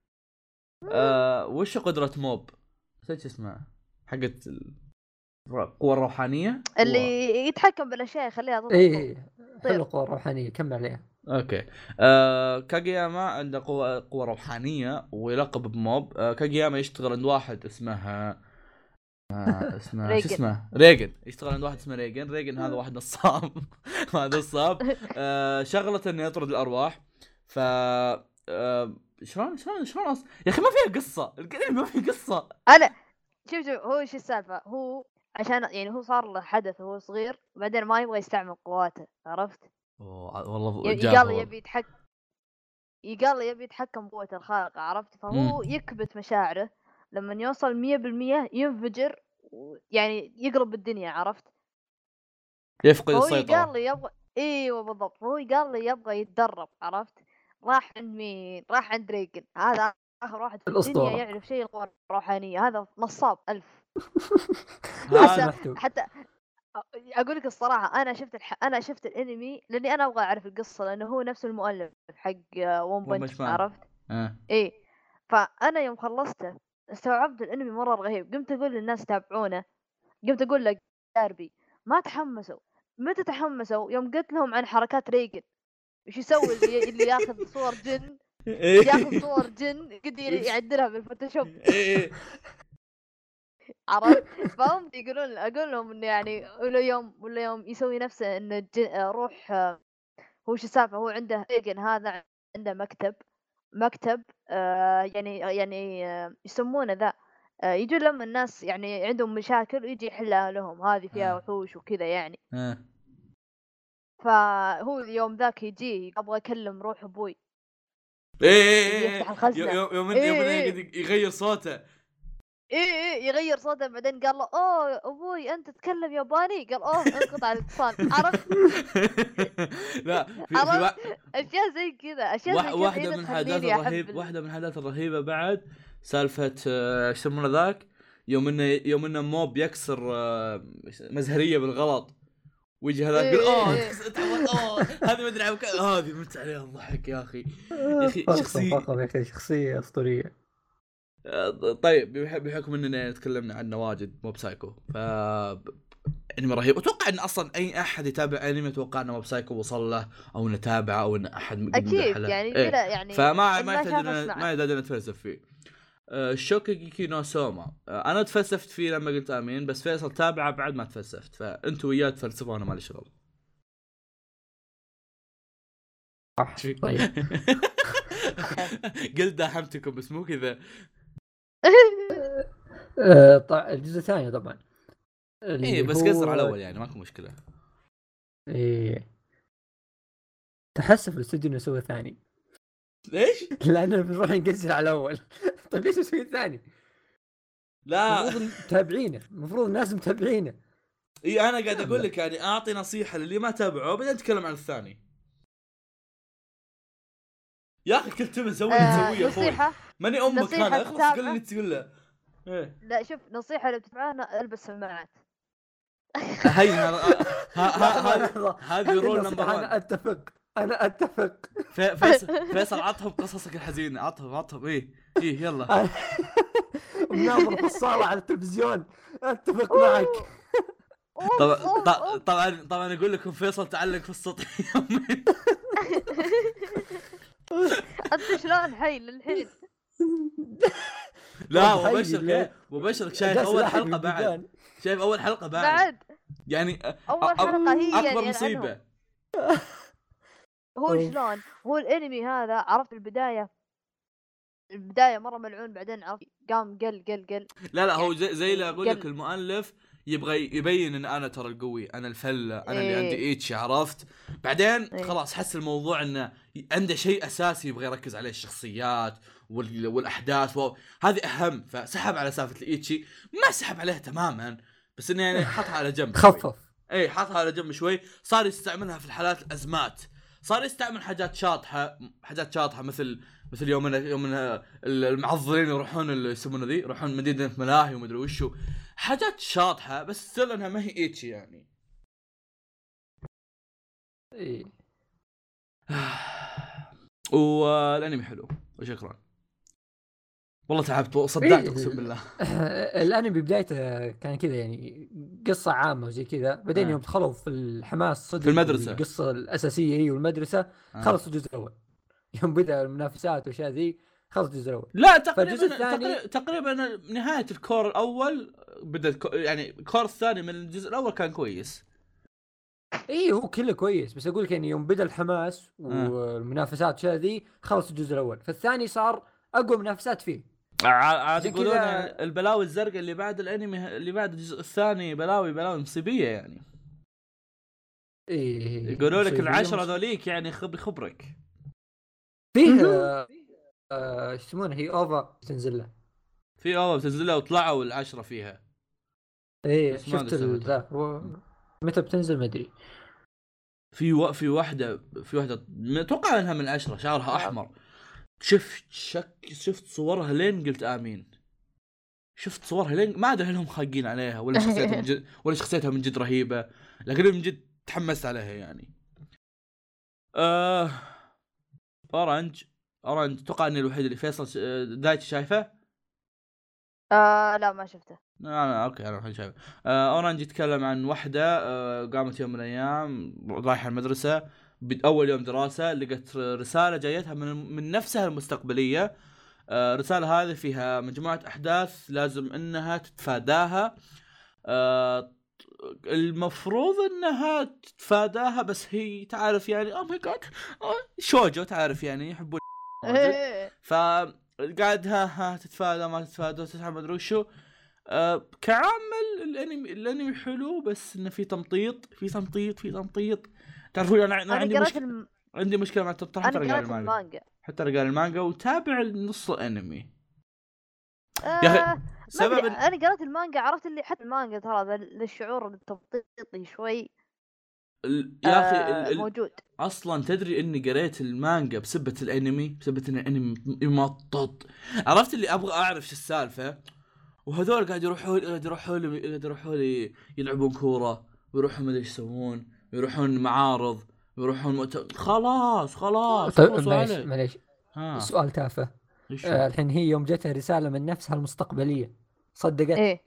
وش قدرة موب؟ نسيت اسمها حقت القوة الروحانية اللي يتحكم بالاشياء يخليها تطير. ايه حلو القوة الروحانية كمل عليها. اوكي كاغياما عنده قوة روحانية ويلقب بموب. كاغياما يشتغل عند واحد اسمه شو اسمه ريجن. يشتغل عند واحد اسمه ريجن هذا واحد نصاب. هذا نصاب شغلته انه يطرد الارواح. ف شلون يا اخي ما فيها قصة الكلمة ما في قصة. انا شوف هو ايش السالفة. هو عشان يعني هو صار له حدث وهو صغير وبعدين ما يبغى يستعمل قواته عرفت. والله يقال يبي يتحكم بقوة الخارقة عرفت. فهو يكبت مشاعره لما يوصل 100% ينفجر يعني يقلب الدنيا عرفت. يفقد السيطرة. هو قال لي يبغى ايوه بالضبط. هو قال لي يبغى يتدرب عرفت. راح عند مين؟ راح عند ريجن. هذا اخر واحد في الدنيا يعرف شيء القوى الروحانية. هذا نصاب 1000. حتى اقول لك الصراحه انا شفت الانمي لاني انا ابغى اعرف القصه لانه هو نفس المؤلف حق ون بنش عرفت. ايه فانا يوم خلصته استوعبت الانمي مره رهيب. قمت اقول للناس تابعونه قمت اقول لك داربي ما تحمسوا. متى تحمسوا؟ يوم قلت لهم عن حركات ريجن ايش يسوي اللي ياخذ صور جن ياخذ صور جن قد يعدلها بالفوتوشوب عرفت. فهم يقولون اقول لهم انه يعني ولا يوم يسوي نفسه انه روح هو شو السالفه. هو عنده ريجن هذا عنده مكتب يعني يسمونه ذا يجون لما الناس يعني عندهم مشاكل ويجي يحلها لهم. هذه فيها وحوش وكذا يعني. فهو اليوم ذاك يجي ابغى اكلم روح ابوي. يفتح الخزنه يوم يغير صوته. ايه يغير صوته. بعدين قال له اوه ابوي انت تتكلم ياباني. قال انقطع الاتصال عرفت. لا في اشياء زي كذا اشياء واحده من الحاجات الرهيبه بعد سالفه ايش يسمونه ذاك يوم انه موب يكسر مزهريه بالغلط ويجي هذاك يقول هذه ما ادري هذه مت عليها الضحك يا اخي شخصيه اسطوريه. طيب بحكم اننا تكلمنا عن واجد موب سايكو انمي رهيب. اتوقع ان اصلا اي احد يتابع انمي اتوقع انه موب سايكو وصل له او نتابعه او ان احد اكيد يعني كذا يعني فما ما يحتاج نتفلسف فيه. شوكيكي نو سوما انا تفلسفت فيه لما قلت امين بس فيصل تابعه بعد ما تفلسفت فانتوا وياه تفلسفوا انا مالي شغل. طيب قلت داحمتكم بس مو كذا. طيب الجزء الثاني طبعا ايه بس قصر على الاول يعني ماكو مشكله. ايه تحسف الاستوديو انه يسوي ثاني. ليش؟ لانه بنروح نقصر على الاول. طيب ليش يسوي الثاني؟ لا المفروض الناس متابعينه. اي انا قاعد اقول لك يعني اعطي نصيحه للي ما تابعوه بعدين نتكلم عن الثاني. يا اخي كنت مسوي يا اخوي ماني امك انا اخلص قول اللي تقول له. لا شوف نصيحه اللي بتتابعها البس سماعات. هاي هذه رول نمبر 1. انا اتفق. فيصل عطهم قصصك الحزينه عطهم ايه يلا. وناظر في الصالة على التلفزيون. اتفق معك. طبعا اقول لكم فيصل تعلق في السطح يومين. انت شلون حي للحين؟ لا وبشرك شايف اول حلقة بعد يعني اول حلقة هي اكبر مصيبة. هو شلون هو الانمي هذا عرفت البداية مرة ملعون، بعدين عرفت قام قل. لا هو زي اللي اقول لك المؤلف يبغى يبين ان انا ترى القوي، انا الفله، انا اللي عندي ايتشي، عرفت؟ بعدين خلاص حس الموضوع انه عنده شيء اساسي يبغى يركز عليه، الشخصيات والاحداث هذه اهم، فسحب على سالفه الايتشي، ما سحب عليها تماما بس انه يعني حطها على جنب، خفف. حطها على جنب شوي. صار يستعملها في الحالات الازمات، صار يستعمل حاجات شاطحه مثل يوم المعضلين يروحون اللي يسمونه ذي، يروحون مدينه ملاهي ومدري وشو، حاجات شاطحه بس ستيل انها ما هي ايتشي يعني. والانمي حلو وشكرا. والله تعبت وصدعت اقسم بالله. الانمي بدايته كان كذا يعني قصه عامه وزي كذا، بعدين يوم دخلوا في الحماس صدق في المدرسه، القصه الاساسيه هي والمدرسه خلص الجزء الاول. يوم بدا المنافسات والاشياء ذي خلص الجزء الاول. لا تقريبا نهايه الكور الاول بدا يعني الكور الثاني من الجزء الاول كان كويس. هو كله كويس، بس اقول لك يعني يوم بدا الحماس والمنافسات والاشياء ذي خلص الجزء الاول، فالثاني صار اقوى منافسات فيه. عاد يقولون البلاوي الزرقاء اللي بعد الانمي اللي بعد الجزء الثاني بلاوي مصيبيه يعني. يقولوا لك العشرة ذوليك يعني خبرك فيه ايش يسمونه، هي اوفا تنزل له وطلعوا العشرة فيها. شفت ذا متى بتنزل ما ادري. في واحده اتوقع انها من 10 شعرها احمر. شفت صورها لين قلت امين. شفت صورها لين ما ادري هل هم خاقين عليها ولا شخصيتها من جد رهيبه، لكن من جد تحمست عليها يعني. اورنج اتوقع اني الوحيد اللي فيصل دايتش شايفه. لا ما شفته. اوكي انا الحين شايفه. اورنج يتكلم عن وحده قامت يوم من الايام رايحه المدرسه، اول يوم دراسه لقت رساله جايتها من نفسها المستقبليه. الرساله هذه فيها مجموعه احداث لازم انها تتفاداها. المفروض انها تتفاداها بس هي تعرف يعني او ماي جاد شوجو تعرف يعني يحبون فقعدها تتفادى ما تتفادى تسحب ما ادري وشو. كعامل الانمي حلو بس انه في تمطيط تعرفوا انا عندي مشكله مع التطبيق. حتى رجال المانجا وتابع نص الانمي يا اخي سبب انا قرأت المانجا عرفت اللي حتى المانجا ترى للشعور التمطيطي شوي يا اخي موجود اصلا. تدري اني قريت المانجا بسبة الانمي، بسبة ان الانمي يمطط، عرفت اللي ابغى اعرف شو السالفه. وهذول قاعد يروحوا لي يلعبون كوره ويروحوا ما ادري ايش يسوون ويروحون معارض ويروحون خلاص طيب معليش سؤال تافه. الحين هي يوم جتها رساله من نفسها المستقبليه صدقت؟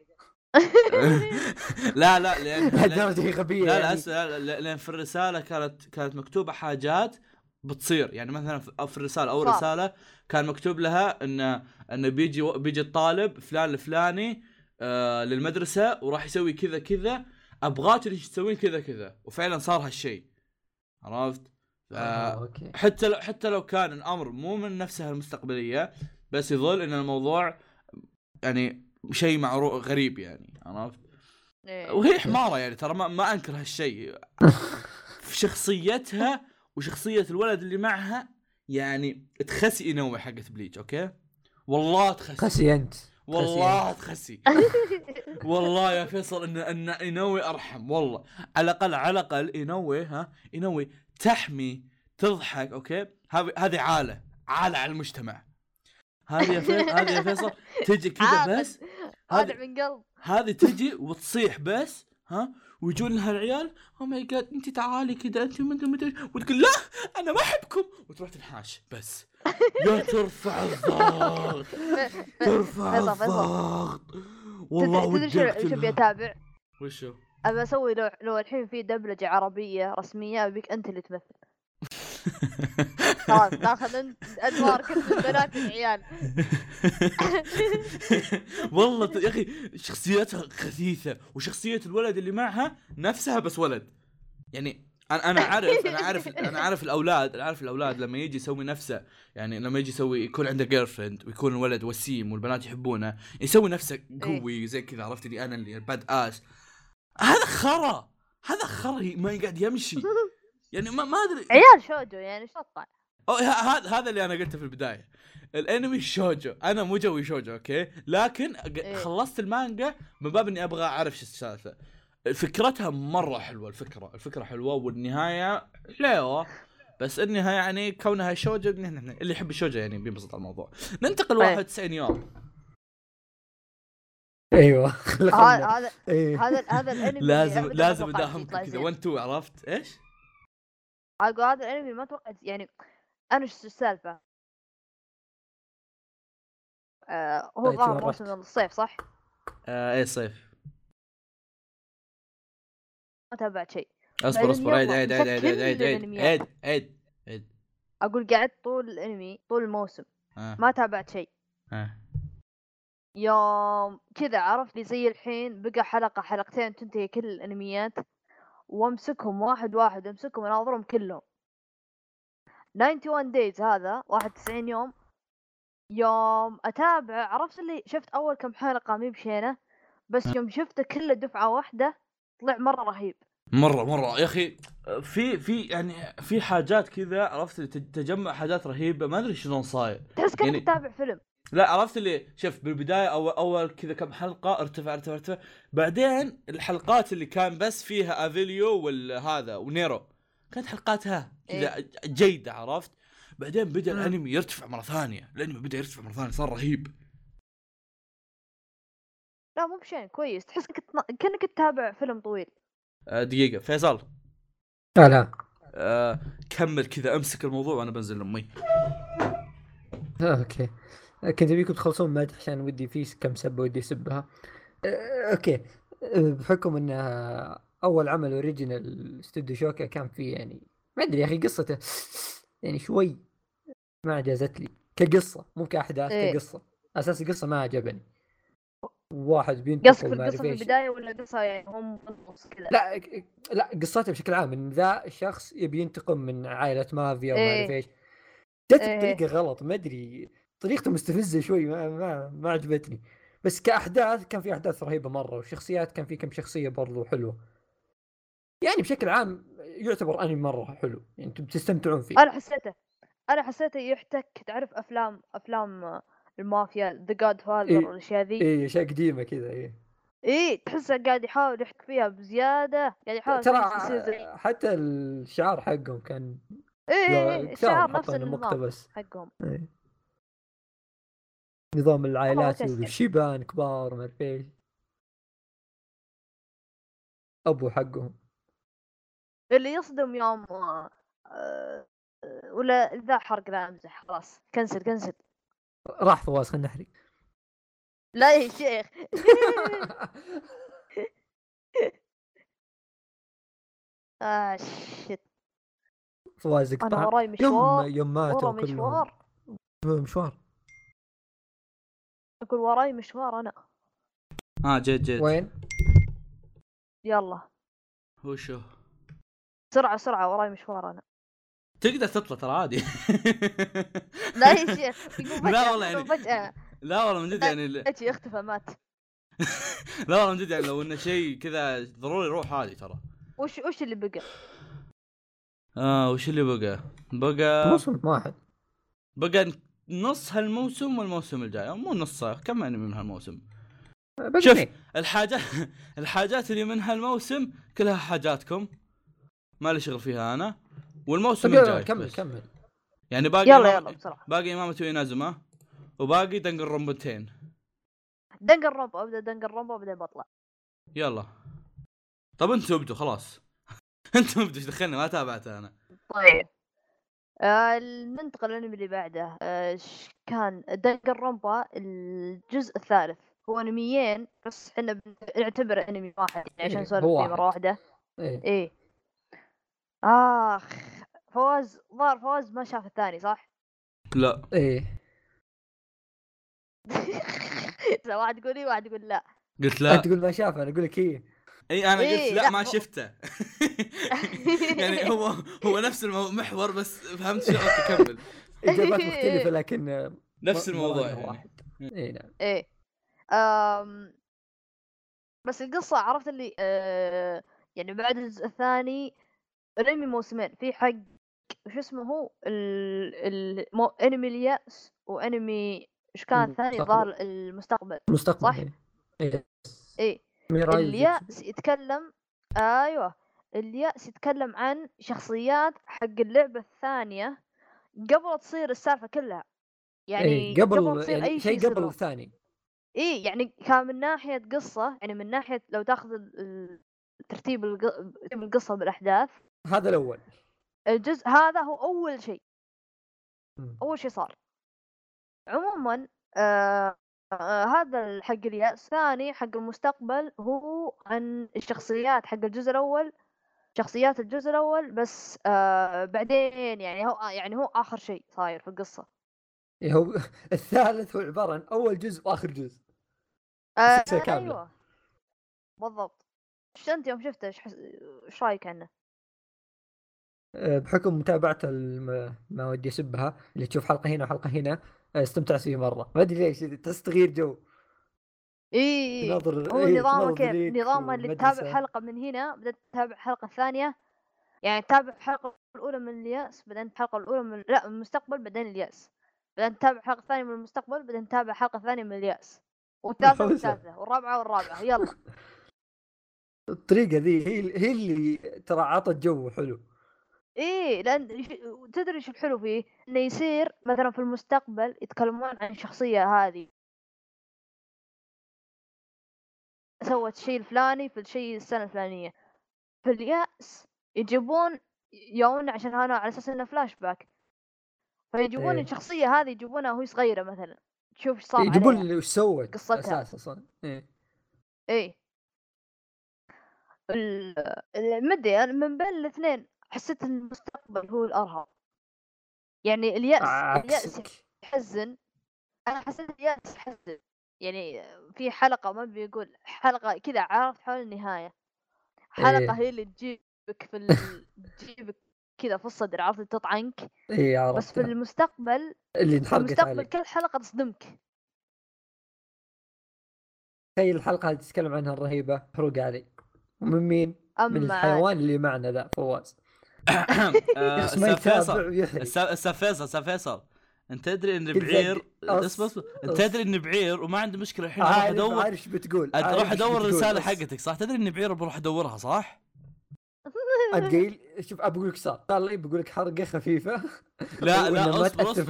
لا لان غبيه لا لان في الرساله كانت مكتوبه حاجات بتصير يعني. مثلا في الرساله اول رساله كان مكتوب لها ان بيجي الطالب فلان الفلاني للمدرسه وراح يسوي كذا ابغاك تسوين كذا وفعلا صار هالشيء، عرفت؟ حتى لو كان الامر مو من نفسها المستقبليه بس يظل ان الموضوع يعني شيء معروف غريب يعني، عرفت؟ وهي حماره يعني ترى ما انكر هالشيء في شخصيتها وشخصيه الولد اللي معها يعني تخسي انوي حقت بليتش. اوكي والله تخسي انت والله تخسي والله يا فيصل ان انوي ارحم والله. على الاقل انوي تحمي تضحك. اوكي هذه عاله على المجتمع. هذه يا فيصل تجي كذا بس هذا من قلب هذه تجي وتصيح بس ويجون لها العيال او ماي جاد انت تعالي كذا انت وتقول لا انا ما احبكم وتروح تنحاش بس يا ترفع الضغط ترفع الضغط والله ودك شو بيتابع وشو ابى اسوي لو الحين في دبلجه عربيه رسميه ابيك انت اللي تمثل. خلاص تاخذ انت ادوار كل البنات العيال. والله يا اخي شخصيتها خسيسه وشخصيه الولد اللي معها نفسها بس ولد. يعني انا عارف الاولاد لما يجي يسوي نفسه، يعني لما يجي يسوي يكون عنده جيرل فريند ويكون الولد وسيم والبنات يحبونه يسوي نفسه قوي زي كذا، عرفت لي انا اللي باد اس. هذا خرا ما يقعد يمشي يعني ما ادري عيال شوجو يعني شطع. هذا اللي انا قلته في البدايه. الانمي شوجو، انا مو جوي شوجو اوكي، لكن خلصت المانجا من باب اني ابغى اعرف شو السالفه. فكرتها مره حلوه، الفكره حلوه والنهايه حلوه، بس النهايه يعني كونها شوجو اللي يحب الشوجو يعني بينبسط على الموضوع. ننتقل 91 يوم. ايوه هذا الانمي لازم اداهمكم كذا 1 2 عرفت ايش؟ اقول هذا الانمي ما توقعت يعني انا شو السالفه. هو ظهر موسم الصيف صح؟ ايه الصيف. ما تابعت شيء. اصبر عيد اقول قعدت طول الانمي طول الموسم ما تابعت شيء. يوم كذا عرفت لي زي الحين بقى حلقة حلقتين تنتهي كل الانميات، وامسكهم واحد واحد امسكهم اناظرهم كلهم. 91 days هذا 91 يوم اتابع، عرفت اللي شفت اول كم حلقة مي بشينة، بس يوم شفته كله دفعة واحدة طلع مرة رهيب. مرة يا اخي. في يعني في حاجات كذا عرفت تجمع حاجات رهيبة، ما ادري شلون صاير. تحس كأنك يعني تتابع فيلم. لا عرفت اللي شوف بالبداية أول كذا كم حلقة ارتفع بعدين الحلقات اللي كان بس فيها افيليو والهذا ونيرو كانت حلقاتها كذا جيدة عرفت. بعدين بدأ الانمي يرتفع مرة ثانية، صار رهيب. لا مو بشين كويس، تحس كأنك تتابع فيلم طويل. دقيقة فيصل. لا كمل كذا، امسك الموضوع وانا بنزل لامي. اوكي كنت ابيكم تخلصون مدح عشان ودي فيه كم سبه ودي اسبها. اوكي بحكم ان اول عمل اوريجينال استوديو شوكا كان فيه يعني ما ادري يا اخي قصته يعني شوي ما عجزت لي كقصه، مو كاحداث كقصه. اساس القصه ما عجبني. واحد بينتقل ما قصة في البداية ولا قصة يعني هم بالنص كذا؟ لا قصته بشكل عام ان ذا الشخص يبي ينتقم من عائلة مافيا وما اعرف ايش. جت بطريقة غلط ما ادري، طريقته مستفزة شوي ما عجبتني. بس كأحداث كان في أحداث رهيبة مرة، وشخصيات كان في كم شخصية برضو حلوة. يعني بشكل عام يعتبر أنمي مرة حلو، يعني انتم بتستمتعون فيه. أنا حسيته يحتك، تعرف أفلام المافيا The Godfather والأشياء ذي. أشياء قديمة كذا. تحسه قاعد يحاول يحك فيها بزيادة، قاعد يحاول ترى حتى الشعار حقهم كان الشعار نفس المقتبس حقهم. نظام العائلات والشيبان كبار ما اعرف ابو حقهم اللي يصدم يوم ولا ذا حرق. لا امزح خلاص كنسل راح فواز خلنا نحرق. لا يا شيخ شت فواز انا وراي مشوار. يوم ماتوا كلهم مشوار. اقول وراي مشوار انا. جد وين يلا هو شو سرعة وراي مشوار انا. تقدر تطلع ترى عادي. لا يا شيخ لا والله يعني لا والله من جد يعني اختفى مات. لا والله من جد يعني لو انه شيء كذا ضروري روح عادي ترى. وش اللي بقى؟ وش اللي بقى موسم واحد بقى نص هالموسم والموسم الجاي، مو نصه كم يعني من هالموسم. شوف الحاجات اللي من هالموسم كلها حاجاتكم ما لي شغل فيها انا، والموسم الجاي كمل يعني باقي يلا بسرعة. باقي إمامة وإنازوما وباقي دنجنرومبتين. دنجنرومبا وبعدين بطلع. يلا طب انتوا ابدوا خلاص. انتوا ابدوا دخلنا ما تابعته انا. طيب ننتقل للانمي اللي بعده. كان دانجر رومبا الجزء الثالث. هو انميين بس احنا بنعتبر انمي واحد يعني عشان نسولف فيه مره واحده. ايه اخ فواز ما شاف الثاني صح؟ لا. ايه واحد يقول لي واحد يقول لا. قلت لا. انت تقول ما شافه، انا اقول لك ايه. اي انا قلت لا ما هو... شفته. يعني هو نفس المحور بس فهمت شو. اوكي كمل. اجابات مختلفه لكن نفس الموضوع يعني. واحد. اي نعم. ايه بس القصة عرفت اللي يعني بعد الجزء الثاني الانمي موسمين في حق شو اسمه هو انمي اليأس وانمي ايش كان ثاني ظهر المستقبل صح؟ ايه اليأس يتكلم ايوه اليأس يتكلم عن شخصيات حق اللعبة الثانية قبل تصير السالفة كلها يعني قبل تصير يعني اي شيء قبل الثاني. ايه يعني كان من ناحية قصة يعني من ناحية لو تاخذ ترتيب القصة بالاحداث هذا الاول. الجزء هذا هو اول شيء اول شيء صار عموما. هذا حق اليأس. ثاني حق المستقبل هو عن الشخصيات حق الجزء الاول شخصيات الجزء الاول بس بعدين يعني هو اخر شيء صاير في القصة. هو الثالث هو عبارة عن اول جزء واخر جزء. كاملة. ايوه بالضبط. ايش انت يوم شفته ايش رايك عنه؟ بحكم متابعة ما ودي اسبها اللي تشوف حلقة هنا وحلقة هنا، استمتعت فيه مرة. ما ادري ليش تحس تغيير جو. ايه هو نظامه كيف نظامه اللي تتابع حلقة من هنا بدأت تتابع الحلقة الثانية يعني تتابع الحلقة الأولى من اليأس بعدين الحلقة الأولى من المستقبل بعدين اليأس بعدين تتابع الحلقة الثانية من المستقبل بعدين تتابع الحلقة الثانية من اليأس والثالثة والرابعة يلا. الطريقة ذي هي اللي ترى عطت جو حلو. ايه لان تدري ايش الحلو فيه انه يصير مثلا في المستقبل يتكلمون عن الشخصية هذه سوت الشيء الفلاني في الشيء السنة الفلانية. في اليأس يجيبون يوم عشان هنا على اساس انه فلاش باك فيجيبون الشخصية هذه يجيبونها وهي صغيرة مثلا تشوف ايش صار يجيبون عليها وش سوت قصتها اساسا. ايه المدري انا من بين الاثنين حسيت ان المستقبل هو الارهب يعني اليأس يحزن. انا حسيت اليأس يحزن يعني في حلقة ما بيقول حلقة كذا عرفت حول النهاية حلقة هي اللي تجيبك تجيبك كذا في الصدر عرفت تطعنك. بس في المستقبل كل حلقة تصدمك. هي الحلقة اللي تتكلم عنها الرهيبة حروق علي ومن مين؟ من الحيوان اللي معنا ذا فواز. استاذ فيصل انت تدري ان بعير انت تدري ان بعير وما عنده مشكله الحين اروح ادور عارف بتقول اروح ادور الرساله حقتك صح؟ تدري ان بعير بروح ادورها صح؟ القيل شوف ابى اقول لك صار لي بقول لك حرقه خفيفه. لا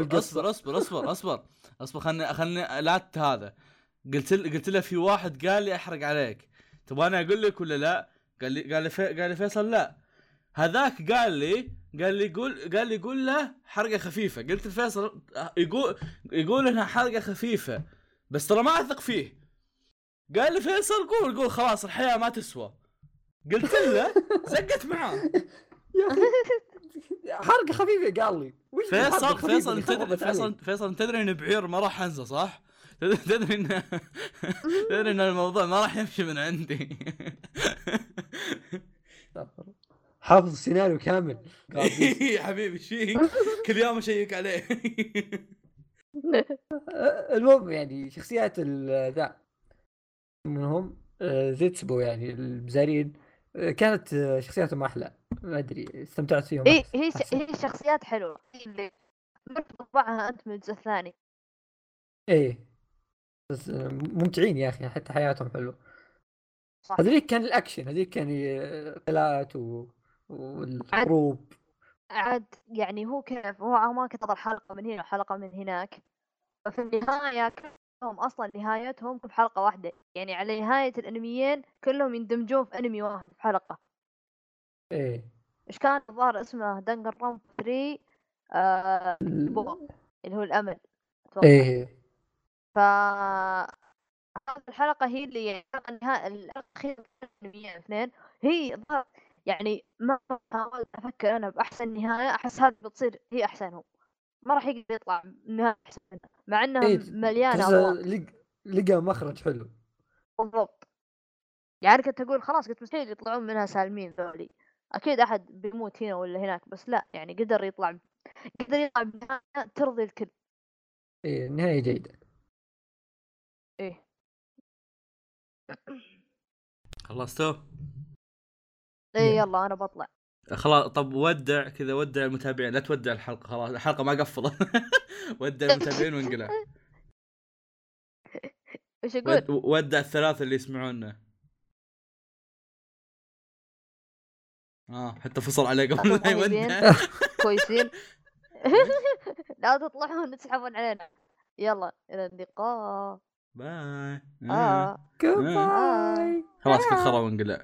اصبر خلني لا هذا قلت له في واحد قال لي احرق عليك تبغى انا اقول لك ولا لا؟ قال لي فيصل لا هذاك قال لي قول له حرقه خفيفه. قلت لفيصل يقول انها حرقه خفيفه بس ترى ما اثق فيه. قال لي فيصل قول خلاص الحياه ما تسوى. قلت له زقت معاه يا اخي حرقه خفيفه قال لي فيصل تدري ان بعير ما راح انسى صح؟ تدري ان الموضوع ما راح يمشي من عندي. حافظ السيناريو كامل. يا حبيبي شيك كل يوم اشيك عليه. المهم يعني شخصيات ذا منهم زيتسبو يعني البزارين كانت شخصياتهم احلى ما ادري استمتعت فيهم. هي شخصيات حلوه اللي طبعها انت من الجزء الثاني. بس ممتعين يا اخي حتى حياتهم حلوه. هذيك كان الاكشن هذيك كان قلاءات والحروب عاد يعني هو كيف هو ما كتب حلقه من هنا وحلقه من هناك ففي النهايه كلهم اصلا نهايتهم في حلقه واحده يعني على نهايه الانميين كلهم يندمجون في انمي واحد في حلقه. ايش كان الظاهر اسمه دنجر رام 3 اللي هو الأمل أتوقع. إيه. هذه الحلقة هي اللي يعني النهاية الأخيرة اثنين هي يعني ما حاولت أفكر أنا بأحسن نهاية، أحس هذه بتصير هي أحسنهم، ما راح يقدر يطلع نهاية أحسن منها مع إنها مليانة أضرار. لقى مخرج حلو بالضبط. يعني كنت أقول خلاص قلت مستحيل يطلعون منها سالمين ذولي، أكيد أحد بيموت هنا ولا هناك، بس لا يعني قدر يطلع بنهاية ترضي الكل. إيه نهاية جيدة. إيه. خلصتوا؟ إيه يلا أنا بطلع خلاص. طب ودع كذا، ودع المتابعين، لا تودع الحلقة، خلاص الحلقة ما قفلت. ودع المتابعين وانقلع. ايش اقول؟ ودع الثلاثة اللي يسمعونا. حتى فصل عليه قبل لا يودع. كويسين. لا تطلعون تسحبون علينا. يلا الى اللقاء. باي. باي. خلاص كل خرا وانقلع.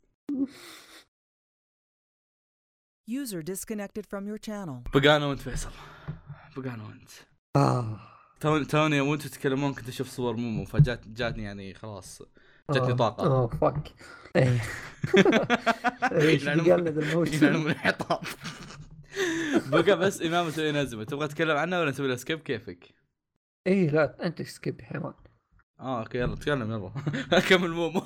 User disconnected from your channel. بقانا وانت فيصل، بقانا وانت. توني وانتوا تتكلمون كنت اشوف صور مومو، فجاتني يعني خلاص جاتني طاقة. فك. ايش قالنا ذا الموسم من الحطام. بقى بس إمامة وإنازمة، تبغى تتكلم عنها ولا تسوي لها سكيب كيفك؟ ايه لا انت سكيب حيوان. اوكي يلا تكلم يلا. كمل مومو.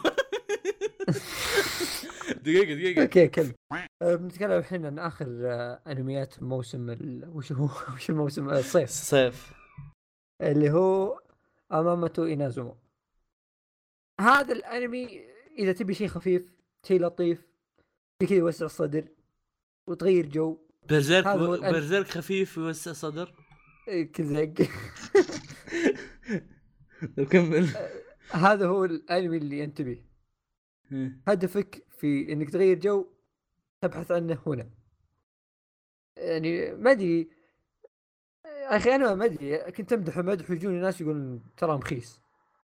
دقيقة اوكي كمل. بنتكلم الحين عن اخر انميات موسم وش الموسم الصيف اللي هو امامتو إينازوما. هذا الانمي اذا تبي شيء خفيف شيء لطيف كذا يوسع الصدر وتغير جو. برزيرك خفيف يوسع صدر كذا. كمل. هذا هو الانمي اللي ينتبه هدفك في انك تغير جو تبحث عنه هنا. يعني ما ادري اخي انا ما ادري كنت امدح مدح ويجوني ناس يقولون ترى مخيس.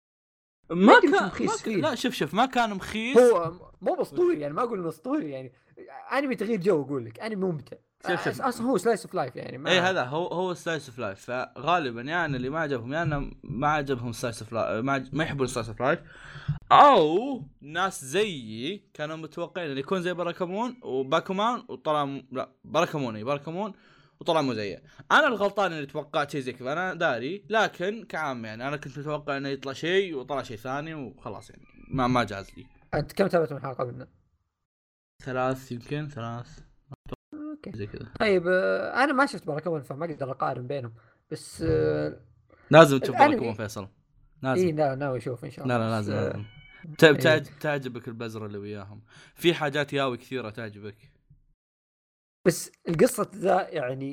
ما كان لا شوف ما كان مخيس. هو مو باسطوري يعني ما اقول اسطوري يعني انمي تغيير جو اقول لك انمي ممتع. اصلا هو سلايس اوف لايف يعني اي هذا هو سلايس اوف لايف. فغالبا يعني اللي ما عجبهم يعني ما عجبهم سلايس اوف لايف، ما يحبون سلايس اوف لايف، او ناس زيي كانوا متوقعين ان يكون زي باراكمون وباكومان وطلع لا باراكمون وطلع مو زيه. انا الغلطان اللي توقعت شيء زي كذا، انا داري، لكن كعام يعني انا كنت متوقع انه يطلع شيء وطلع شيء ثاني وخلاص يعني ما جاز لي. انت كم تابعت من حلقه منه؟ 3 يمكن 3 اوكي زي كذا. طيب انا ما شفت باراكمون فما اقدر اقارن بينهم، بس لازم تشوف باراكمون فيصل لازم. اي لا ناوي اشوف ان شاء الله. لا لازم تعجبك البزرة اللي وياهم، في حاجات ياوي كثيرة تعجبك، بس القصة ذا يعني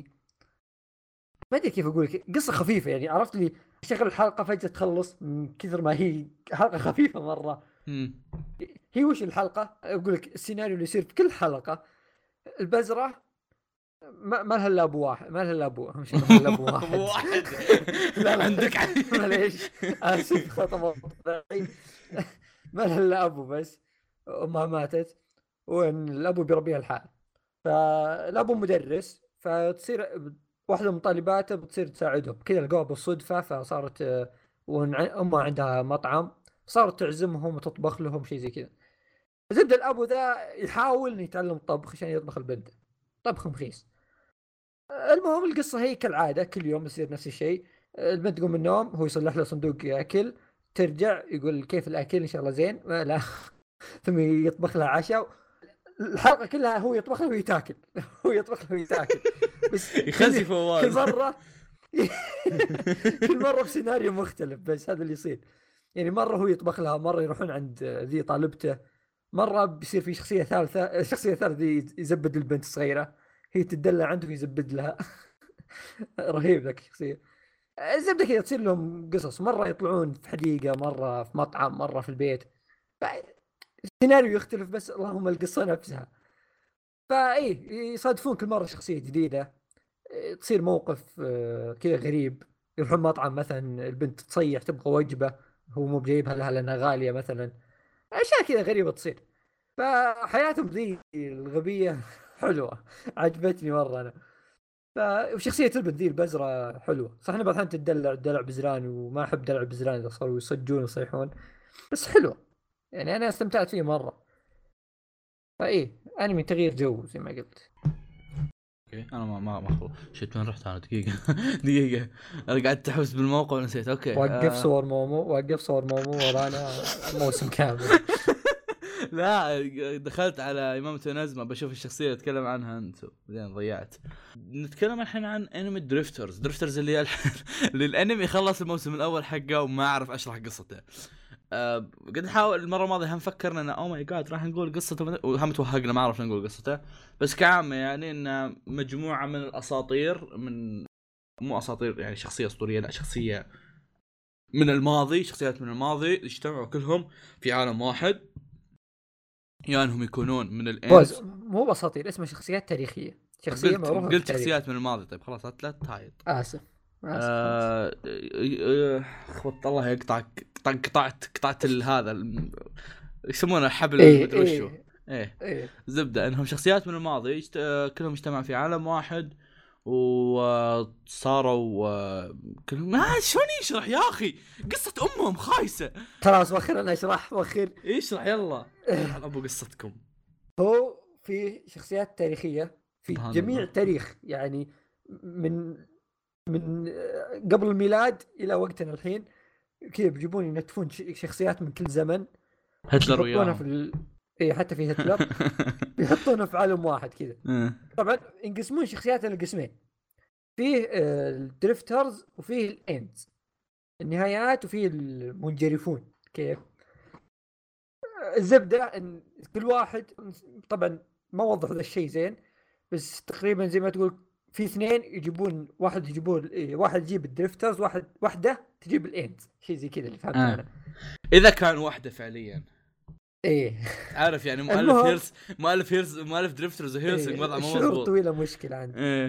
ما ادري كيف اقول لك، قصة خفيفة يعني عرفت لي شغل الحلقة فجأة تخلص من كثر ما هي حلقة خفيفة مرة. هي وش الحلقة اقول لك السيناريو اللي يصير في كل حلقة البزرة ما لها الا ابو واحد، ما لها الا ابو مش الا ابو واحد. لا عندك معليش اسف خطأ ما لها الا ابو بس امها ماتت وان الابو بيربيها الحال. فالابو مدرس فتصير واحدة من طالباته بتصير تساعدهم كذا لقوها بالصدفة فصارت امها عندها مطعم صارت تعزمهم وتطبخ لهم شيء زي كذا. زبدة الابو ذا يحاول انه يتعلم طبخ عشان يطبخ البنت طبخ مخيس. المهم القصة هي كالعادة كل يوم يصير نفس الشيء. البنت تقوم من النوم هو يصلح له صندوق أكل ترجع يقول كيف الأكل إن شاء الله زين لا ثم يطبخ لها عشاء. الحلقة كلها هو يطبخ له ويتاكل هو يطبخ له ويتاكل بس يخزي فواز كل مرة كل مرة بسيناريو مختلف بس هذا اللي يصير. يعني مرة هو يطبخ لها مرة يروحون عند ذي طالبته مرة بيصير في شخصية ثالثة الشخصية الثالثة يزبد البنت الصغيرة هي تدلع عنده ويزبد لها. رهيب ذاك الشخصية. الزبدة كذا تصير لهم قصص مرة يطلعون في حديقة مرة في مطعم مرة في البيت السيناريو يختلف بس اللهم القصة نفسها. فايه يصادفون كل مرة شخصية جديدة تصير موقف كذا غريب. يروحون مطعم مثلا البنت تصيح تبغى وجبة هو مو بجايبها لها لأنها غالية مثلا أشياء كذا غريبة تصير. فحياتهم ذي الغبية حلوة عجبتني مرة أنا. وشخصيه البنت ذي البزرة حلوه صح. انا بعض الأحيان تدلع دلع بزران وما احب دلع بزران اذا صاروا يصجون ويصيحون، بس حلوه يعني انا استمتعت فيه مره. فايه انمي تغيير جو زي ما قلت. اوكي انا ما شفت وين رحت انا. دقيقه انا قعدت احوس بالموقع ونسيت. اوكي وقف صور مومو ورانا موسم كامل. لا دخلت على إمامة ونزمة بشوف الشخصية اللي اتكلم عنها انت بعدين ضيعت. نتكلم الحين عن انمي دريفترز اللي اللي الانمي خلص الموسم الاول حقه وما اعرف اشرح قصته. قد نحاول المره الماضيه هم فكرنا ان او ماي جاد راح نقول قصته وهم توهقنا ما عرفنا نقول قصته. بس كعامه يعني ان مجموعه من الاساطير مو اساطير يعني شخصيه اسطوريه، لا شخصيه من الماضي، شخصيات من الماضي اجتمعوا كلهم في عالم واحد. يعني انهم يكونون من الانس مو بساطير، اسمه شخصيات تاريخية، شخصية معروفة. قلت شخصيات من الماضي. طيب خلاص لا تهايط. اسف خبط الله يقطعك. قطعت هذا يسمونه حبل مدري وشو. ايه زبده انهم شخصيات من الماضي كلهم اجتمعوا في عالم واحد وصاروا كلهم ما شلون يشرح يا اخي قصه امهم خايسه. خلاص وخر انا اشرح وخر اشرح يلا ابو قصتكم. هو في شخصيات تاريخيه في جميع التاريخ يعني من قبل الميلاد الى وقتنا الحين كذا بيجيبون ينتفون شخصيات من كل زمن. هتلر وياهم اي حتى في هتلر بيحطونه في عالم واحد كذا. طبعا ينقسمون شخصياتنا لقسمين، فيه الدريفترز وفيه الاندز النهايات وفيه المنجرفون. كيف الزبده ان كل واحد طبعا ما وضح هذا الشيء زين، بس تقريبا زي ما تقول في اثنين يجيبون واحد واحد يجيب الدريفترز واحده تجيب الاندز، شيء زي كذا اللي فهمته انا. اذا كان واحده فعليا ايه عارف يعني مؤلف دريفترز وهيرسنج وضعه مو مضبوط. طويله مشكله عندي.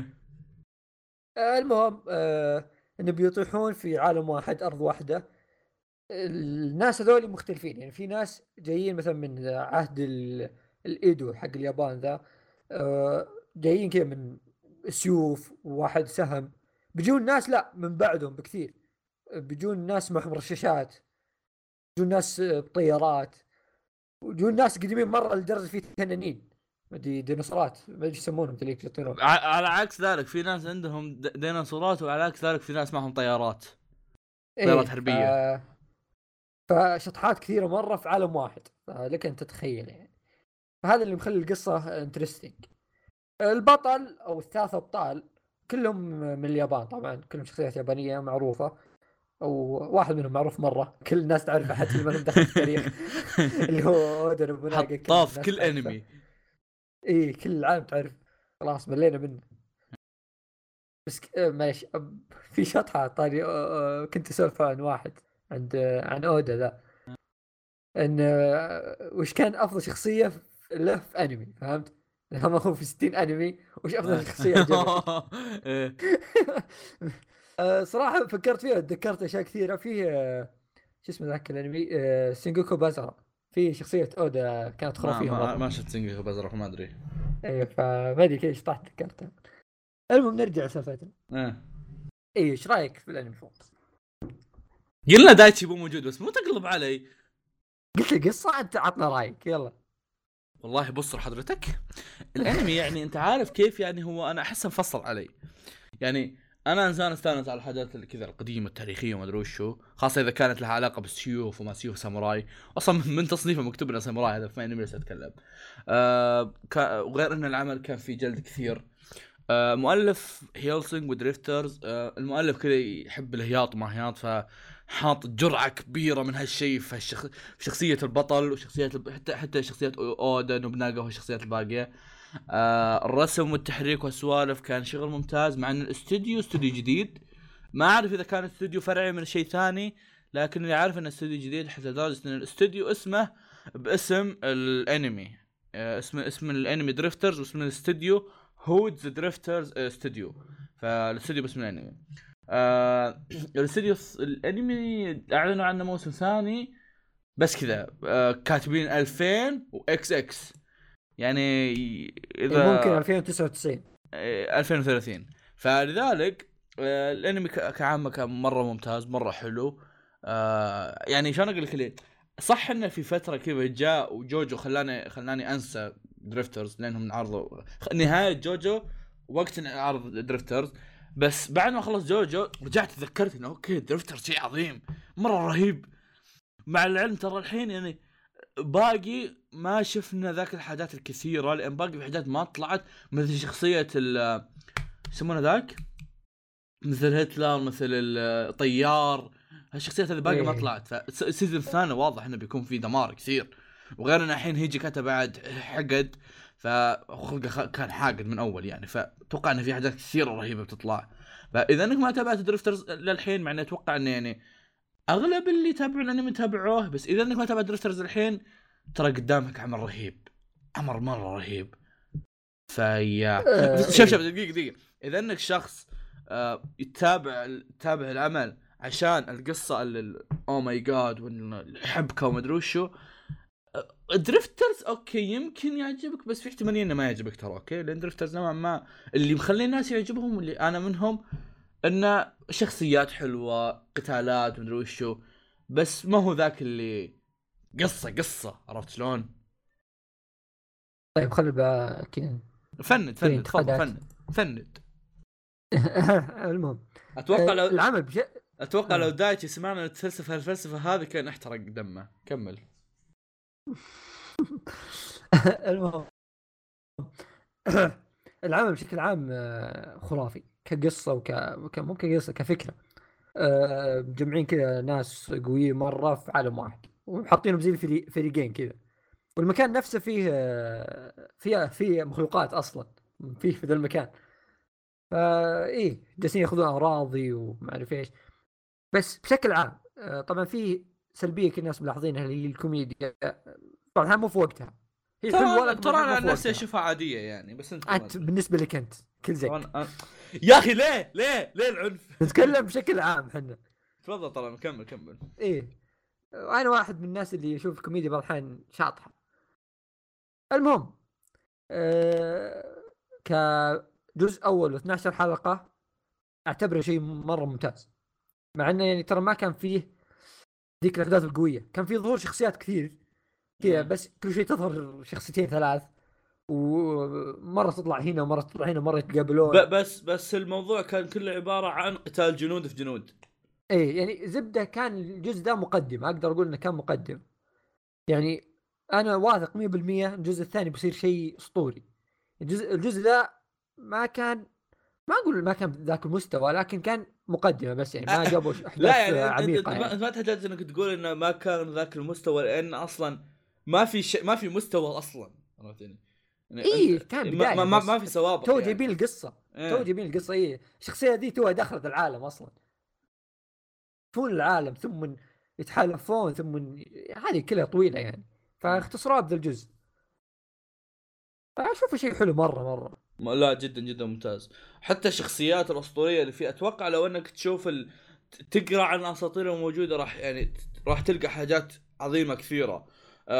المهم انه بيطيحون في عالم واحد ارض واحده. الناس هذول مختلفين يعني في ناس جايين مثلا من عهد الايدو حق اليابان ذا، جايين كذا من سيوف وواحد سهم. بيجون ناس لا من بعدهم بكثير، بيجون ناس معهم رشاشات، بيجون ناس بطيارات، ويجون ناس قديمين مره لدرجه في تنانين دي ديناصورات ما ادري يسمونهم تليك يطيرون. على عكس ذلك في ناس عندهم ديناصورات، وعلى عكس ذلك في ناس معهم طيارات حربيه. فشطحات كثيره مره في عالم واحد، لك ان تتخيل يعني. فهذا اللي مخلي القصه انترستينج. البطل او الثلاث ابطال كلهم من اليابان، طبعا كلهم شخصيات يابانيه معروفه، او واحد منهم معروف مره كل الناس تعرفه حتى اللي ما لهم دخل في التاريخ اللي هو اودا نوبوناغا. طاف كل انمي ايه كل العالم تعرف، خلاص ملينا منه. بس ماشي في شطحه طاري كنت اسولف عن واحد عن اودا ذا ان وش كان افضل شخصيه له في انمي، فهمت؟ هم هو في 60 انمي وش افضل شخصيه عجبتك؟ صراحه فكرت فيها تذكرت اشياء كثيره فيه. شو اسمه ذاك الانمي سينجوكو بازارا، في شخصيه اودا كانت خرافيه ما شفت سينجوكو بازارا ما ادري. ايه فما ادري كيف طحت ذكرتها. المهم نرجع لسالفتنا. ايه ايش رايك في الانمي فوق؟ قلنا دايتشي مو موجود بس مو تقلب علي. قلت لي قصه انت عطنا رايك يلا. والله بص حضرتك الانمي يعني انت عارف كيف يعني هو انا احسه مفصل علي. يعني انا انسان استانس على الحاجات اللي كذا القديمه التاريخيه وما ادري وشو، خاصه اذا كانت لها علاقه بالسيوف وما سيوف ساموراي. اصلا من تصنيفه مكتوب انه ساموراي، هذا في انمي لسه اتكلم. وغير ان العمل كان فيه جلد كثير. مؤلف هيلسنج ودريفترز، المؤلف كذا يحب الهياط وما هياط، فحاط جرعه كبيره من هالشيء في شخصيه البطل وشخصيات حتى شخصيات اودا نوبوناغا والشخصيات الباقيه. الرسم والتحريك والسوالف كان شغل ممتاز، مع ان الاستوديو جديد. ما اعرف اذا كان استوديو فرعي من شيء ثاني، لكن اللي عارف ان استوديو جديد حتى لدرجه ان الاستوديو اسمه باسم الانمي، اسم الانمي دريفترز، واسم الاستوديو هودز دريفترز استوديو. فالاستوديو باسم الانمي. الاستوديو الانمي اعلنوا عنه موسم ثاني بس كذا، كاتبين 2000 واكس اكس، يعني اذا ممكن 2039 2030. فلذلك الانمي كعامه كان مره ممتاز مره حلو. يعني شلون اقول لك ليه صح انه في فتره كذا جاء وجوجو خلاني انسى دريفترز لانهم عرضوا نهايه جوجو وقت عرض دريفترز. بس بعد ما خلص جوجو رجعت تذكرت انه اوكي دريفترز شيء عظيم مره رهيب. مع العلم ترى الحين يعني باقي ما شفنا ذاك الحاجات الكثيره لان باقي في حاجات ما طلعت مثل شخصيه يسمونه ذاك مثل هتلر مثل الطيار. هالشخصيات هذه باقي ما طلعت. فالسيزون الثاني واضح انه بيكون فيه دمار كثير وغير انه الحين هيجي كتب بعد حقد فخلقه كان حاقد من اول يعني. فتوقع انه في حاجات كثيره رهيبه بتطلع. فاذا انك ما تابعت دريفترز للحين مع اني اتوقع انه يعني اغلب اللي يتابعون الانمي يتابعوه بس اذا انك ما تابعت دريفترز الحين ترى قدامك عمر رهيب عمر مره رهيب. فيا شوف دقيقه اذا انك شخص يتابع العمل عشان القصه او ماي جاد والحبكه وما ادري وشو دريفترز اوكي يمكن يعجبك بس في احتماليه انه ما يعجبك ترى. اوكي لان دريفترز نوعا ما اللي مخلي الناس يعجبهم واللي انا منهم انه شخصيات حلوه قتالات وما ادري وشو بس ما هو ذاك اللي قصه عرفت شلون. طيب خلي بقى كذا فند تفضل فند المهم اتوقع لو العمل لو دايتشي سمعنا نتفلسف هالفلسفه هذه كان احترق دمه. كمل. المهم العمل بشكل عام خرافي كقصه مو كقصه كفكره. مجمعين كذا ناس قويين مره في عالم واحد وحاطينهم زي فريقين كذا والمكان نفسه فيه مخلوقات اصلا في ذا المكان. ايه جالسين ياخذون اراضي وما اعرف ايش. بس بشكل عام طبعا في سلبيه كل الناس ملاحظينها اللي هي الكوميديا. طبعا مو في وقتها هي ترى انا الناس اشوفها عاديه يعني بس انت بالنسبه لك انت كل زك يا اخي ليه العنف. نتكلم بشكل عام احنا. تفضل طبعا كمل. ايه انا واحد من الناس اللي يشوف الكوميديا بعض الأحيان شاطحه. المهم كجزء اول و12 حلقه اعتبره شيء مره ممتاز مع انه يعني ترى ما كان فيه ذيك الاحداث القويه. كان فيه ظهور شخصيات كثير كذا بس كل شيء تظهر شخصيتين ثلاث ومره تطلع هنا ومره تطلع هنا ومره يتقابلون. بس الموضوع كان كله عباره عن قتال جنود في جنود. ايه يعني زبده كان الجزء ده مقدم اقدر اقول انه كان مقدم. يعني انا واثق 100% الجزء الثاني بيصير شيء اسطوري. الجزء ده ما كان ما اقول ما كان ذاك المستوى لكن كان مقدمه بس يعني ما جابوا احداث لا يعني عميقه. انت ما تحتاج انك تقول انه ما كان ذاك المستوى لان اصلا ما في مستوى اصلا عرفتني. ايه كان بدايه ما في سوابق. تو جايبين القصه تو جايبين القصه. ايه الشخصيه دي تو دخلت العالم اصلا طول العالم ثم يتحالفون ثم هذه كلها طويله يعني فاختصروا بذا الجزء. فاشوفه شيء حلو مره. لا جدا ممتاز. حتى الشخصيات الاسطوريه اللي فيه اتوقع لو انك تشوف تقرا عن الاساطير الموجوده راح تلقى حاجات عظيمه كثيره.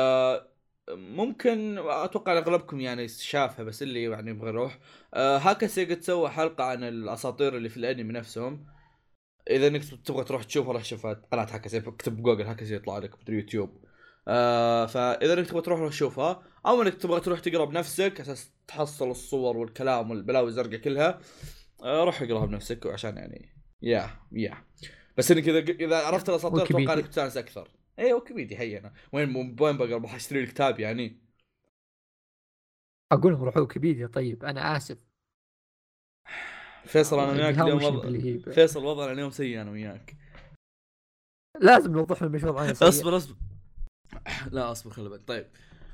ممكن اتوقع اغلبكم يعني شافها بس اللي يعني يبغى يروح هاكاسي قد سوى حلقه عن الاساطير اللي في الانمي نفسهم. اذا انك تبغى تروح تشوفها راح تشوفها قناه هاكاسي اكتب جوجل هاكاسي يطلع لك باليوتيوب. فاذا انك تبغى تروح تشوفها او انك تبغى تروح تقرا بنفسك اساس تحصل الصور والكلام والبلاوي الزرقاء كلها روح اقراها بنفسك عشان يعني يا بس انك اذا عرفت الاساطير اتوقع انك تستانس اكثر. ايه ويكيبيديا هي انا وين بقرا بروح اشتري الكتاب يعني اقول لهم روحوا ويكيبيديا. طيب انا اسف فيصل انا وياك اليوم فيصل وضعنا اليوم سيء انا وياك لازم نوضح لهم ايش وضعنا سيء. اصبر لا اصبر خلي بالك. طيب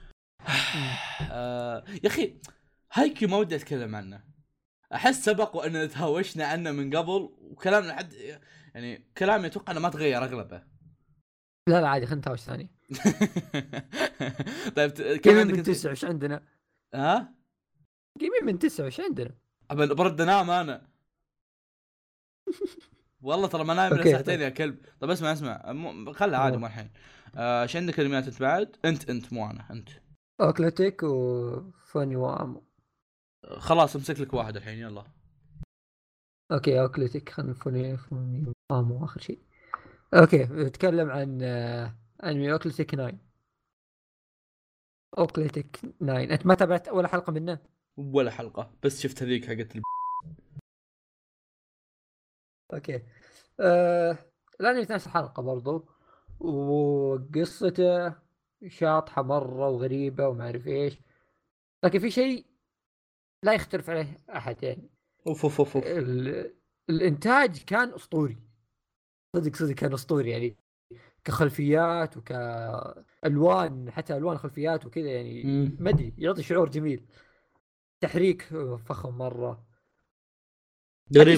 يا اخي هايكي ما ودي اتكلم عنه. احس سبق وان تهاوشنا عنه من قبل وكلامنا حد يعني كلامي اتوقع انه ما تغير اغلبه. لا عادي خلينا نتهاوش ثاني. طيب كم من 9 ايش عندنا؟ ها جيمين من 9 ايش عندنا؟ برد انام انا والله ترى ما نايم من ساعتين يا كلب. طب اسمع خلها عادي مو الحين. ايش عندك كلمات انت بعد؟ انت مو انا انت اوكلاتيك وفاني وامو. خلاص امسك لك واحد الحين يلا. اوكي اوكليتك خلينا فوني مو اخر شيء. اوكي نتكلم عن انمي اوكليتك 9. اوكليتك 9 انت ما تابعت ولا حلقه منه؟ ولا حلقه، بس شفت هذيك حقت اوكي الانمي 12 حلقه برضو، وقصته شاطحه مره وغريبه وما اعرف ايش، لكن في شيء لا يختلف عليه احد يعني. اوف. الانتاج كان اسطوري، صدق كان اسطوري يعني، كخلفيات وكالوان، حتى الوان خلفيات وكذا يعني ما ادري يعطي شعور جميل. تحريك فخم مره غريب.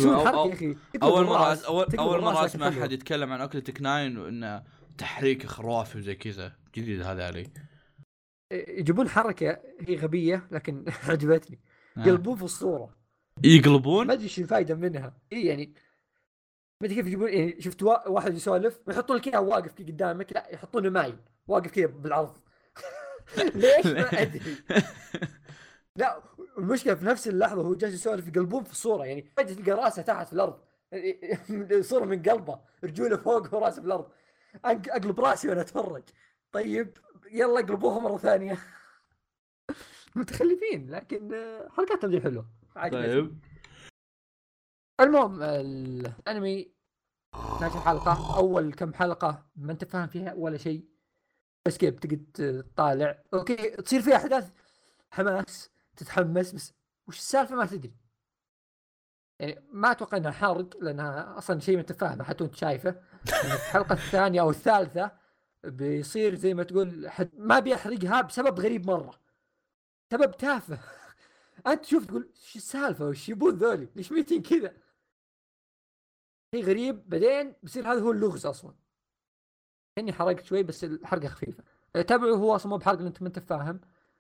اول مره اسمع احد يتكلم عن اوكليتك 9 وانه تحريك خرافي وزي كذا، جديد هذا علي. يجيبون حركه هي غبيه لكن عجبتني، يقلبون في الصوره، يقلبون ما ادري ايش الفائده منها. اي يعني ما ادري كيف يجيبون يعني، شفت واحد يسولف يحطون لك اياه واقف كذا قدامك، لا يحطونه مايل واقف كذا بالعرض. ليش ما ادري. لا المشكله في نفس اللحظه هو جالس يسولف يقلبون في الصوره، يعني فجاه تلقى راسه تحت في الارض، صوره من قلبه، رجوله فوق وراسه في الارض. اقلب راسي وانا اتفرج. طيب يلا اقلبوها مره ثانيه. متخلفين، لكن حلقاتهم دي حلوه. طيب المهم الانمي 12 حلقه، اول كم حلقه ما انت فاهم فيها ولا شيء، بس كيف تقعد تطالع اوكي تصير فيها احداث حماس، تتحمس، بس وش السالفه ما تدري يعني. ما اتوقع انها حرق لانها اصلا شيء متفاهم حتى وانت شايفه. يعني في الحلقه الثانيه او الثالثه بيصير زي ما تقول ما بيحرقها بسبب غريب مره، سبب تافه. انت تشوف تقول ايش السالفه وش يبون ذولي، ليش ميتين كذا، شيء غريب. بعدين بصير هذا هو اللغز اصلا. اني حرقت شوي بس الحرقه خفيفه، تابعوا هو اصلا مو بحرق انت ما انت فاهم.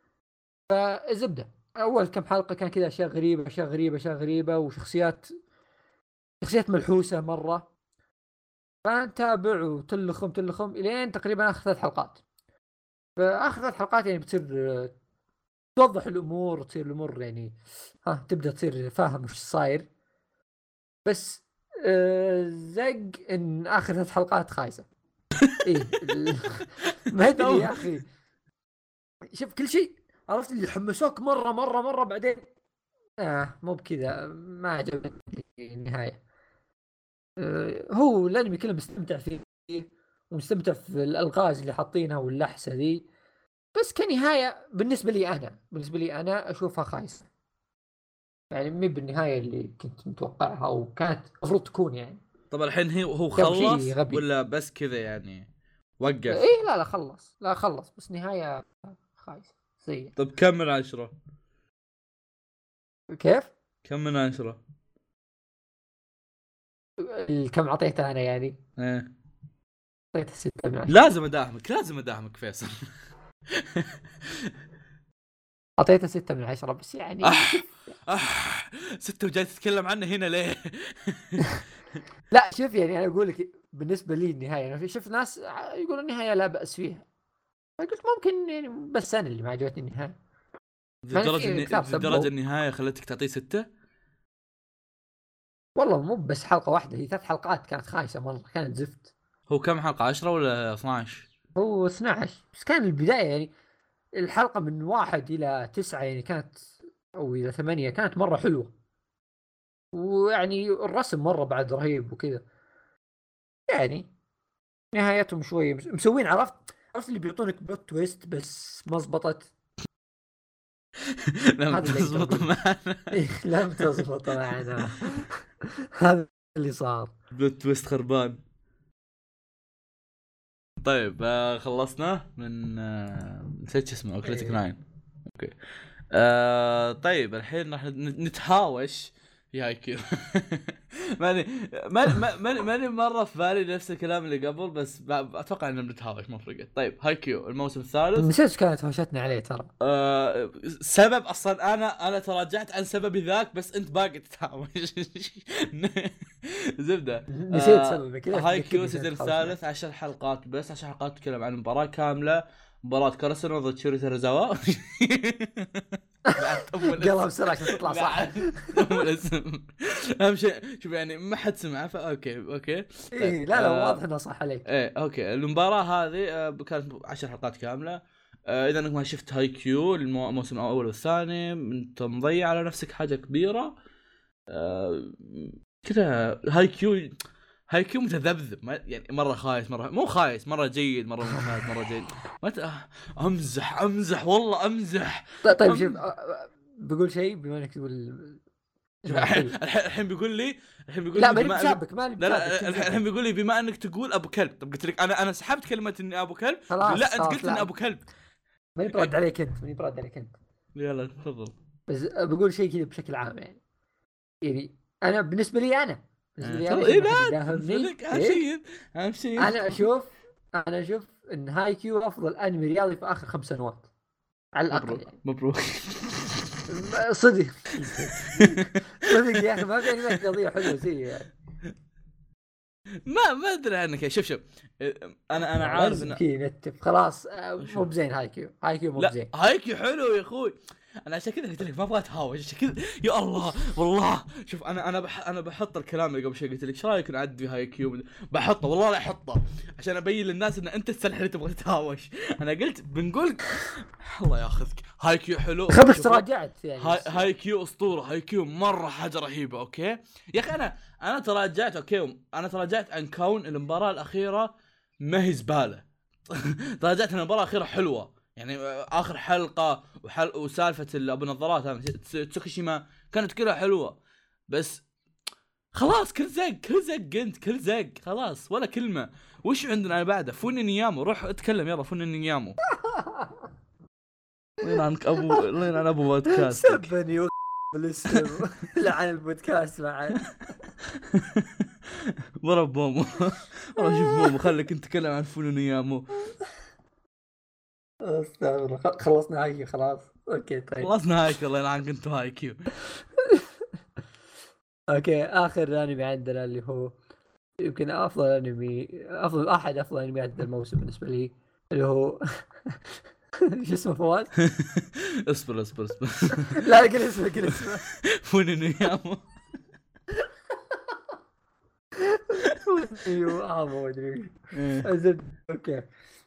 فزبده اول كم حلقه كان كذا اشياء غريبه وشخصيات ملحوسه مره، فنتابع وتلخم الين تقريبا اخر 3 حلقات. فاخر 3 حلقات يعني بتصير توضح الامور، تصير الامور يعني تبدا تصير فاهم وش صاير. بس زق ان اخر 3 حلقات خايسه. ايه ما ادري يا اخي، شوف كل شيء عرفت اللي يحمسوك مره بعدين مو بكذا، ما عجبتني النهايه. هو الانمي كله مستمتع فيه ومستمتع في الالغاز اللي حاطينها واللحسه ذي، بس كنهايه بالنسبه لي انا اشوفها خايسه يعني، مي بالنهايه اللي كنت متوقعها وكانت المفروض تكون يعني. طب الحين هو خلص ولا بس كذا يعني وقف؟ ايه لا خلص بس نهايه خايسه سيئه. طب كم من 10؟ كيف كم من 10؟ كم عطيته انا يعني؟ اعطيته 6 من 10. لازم اداهمك فيصل. اعطيته 6 من 10 بس يعني 6 وجاي تتكلم عنه هنا ليه؟ لا شوف يعني انا اقول لك بالنسبه لي النهايه، انا شفت ناس يقولون النهايه لا باس فيها، فقلت ممكن يعني بس انا اللي ما عجبتني النهايه. لدرجه النهايه خلتك تعطيه 6؟ والله مو بس حلقه واحده، هي 3 حلقات كانت خايسه مره، كانت زفت. هو كم حلقه 10 ولا 12؟ هو 12 بس كان البدايه يعني الحلقه من 1 إلى 9 يعني كانت، او الى 8 كانت مره حلوه، ويعني الرسم مره بعد رهيب وكذا يعني. نهايتهم شوي مسوين، عرفت اللي بيعطونك بلوت تويست بس ما زبطت. لم تزبط معنا. لم تزبط معنا. هذا اللي صار، بلوت تويست خربان. طيب خلصنا من نسيت اسمه اوكليتك 9. اوكي طيب الحين راح نتهاوش في هايكيو. ماني مره في بالي نفس الكلام اللي قبل، بس اتوقع اننا بنتهاوش ما فرقت. طيب هايكيو الموسم الثالث نسيت كانت هوشتنا عليه ترى. سبب اصلا انا تراجعت عن سببي ذاك، بس انت باقي تتهاوش. زبده نسيت سببك. هايكيو السيزون الثالث 10 حلقات بس، 10 حلقات تتكلم عن مباراه كامله مباراة كارسون ضد شيري تيرازاوا. قلب بسرعة عشان تطلع صح. الاسم اهم شيء شوف يعني ما حد سمعه اوكي إيه لا واضح انه صح عليك. ايه اوكي المباراة هذه كانت 10 حلقات كاملة. اذا انك ما شفت هاي كيو الموسم الاول والثاني انت مضيع على نفسك حاجة كبيرة. كذا هاي كيو متذبذب يعني مرة خايس مرة مو خايس مرة جيد مرة ممتاز مرة جيد. ما امزح والله امزح. طيب شوف بقول شيء بما انك تقول الحين بيقول لي لا ماني بسابك لا الحين بيقول لي بما انك تقول ابو كلب. طب قلت لك انا سحبت كلمة اني ابو كلب. لا انت قلت اني ابو كلب. ماني برد عليك انت يلا تفضل. بس بقول شيء كذا بشكل عام يعني انا بالنسبة لي انا اهم شيء انا اشوف ان هاي كيو افضل انمي رياضي في اخر 5 سنوات على الاقل. مبروك صدق يا اخي ما في انمي رياضيه حلوه زي يعني. ما ادري عنك. شوف انا عارف ان خلاص مو بزين هاي كيو مو بزين. هاي كيو حلو يا اخوي. انا عشان كذا قلت لك ما ابغى اتهاوش عشان كذا. يا الله والله شوف انا بحط الكلام اللي قبل شوي قلت لك ايش رايك نعدي هاي كيو بحطه والله لا احطه عشان ابين للناس ان انت السلح اللي تبغى تتهاوش. انا قلت بنقول الله ياخذك. هاي كيو حلو خبش تراجعت يعني. هاي كيو اسطوره. هاي كيو مره حاجه رهيبه. اوكي يا اخي انا تراجعت. اوكي انا تراجعت عن كون المباراه الاخيره ما هي زباله. تراجعت ان المباراه الاخيره حلوه يعني اخر حلقه وسالفه ابو نظارات هذا تسوكيشيما كانت كلها حلوه. بس خلاص كل زق خلاص ولا كلمه. وش عندنا بعده؟ فوني نيامو روح اتكلم يلا. فوني نيامو وين عنك ابو وين انا ابو بودكاست سبني بالاسم لعن البودكاست معي. ضرب بومو. والله شوف بومو خليك انت تتكلم عن فوني نيامو. خلصنا هاي خلاص اوكي طيب خلصنا هاي الله يلعنك انتو هاي كيو. اوكي اخر انمي عندنا اللي هو يمكن افضل احد افضل انميات الموسم بالنسبه لي اللي هو ايش اسمه فواز؟ اصبر لا قل اسمه فوني نيامو. ايوه ما ادري اوكي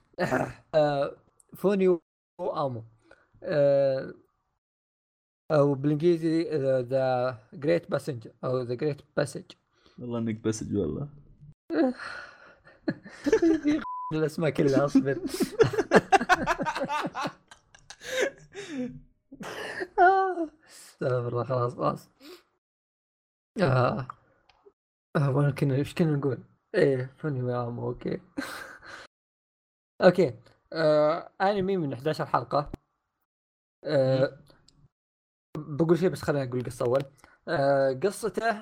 فوني وامو او بالانجليزي ذا جريت باسنج او ذا جريت باسج. والله انك باسج والله. الاسماء كلها اصبر. استغفر الله خلاص وانا ايش كنا نقول ايه فوني وامو اوكي. اوكي انمي من 11 حلقة. بقول شيء بس خلينا نقول قصة أول. قصته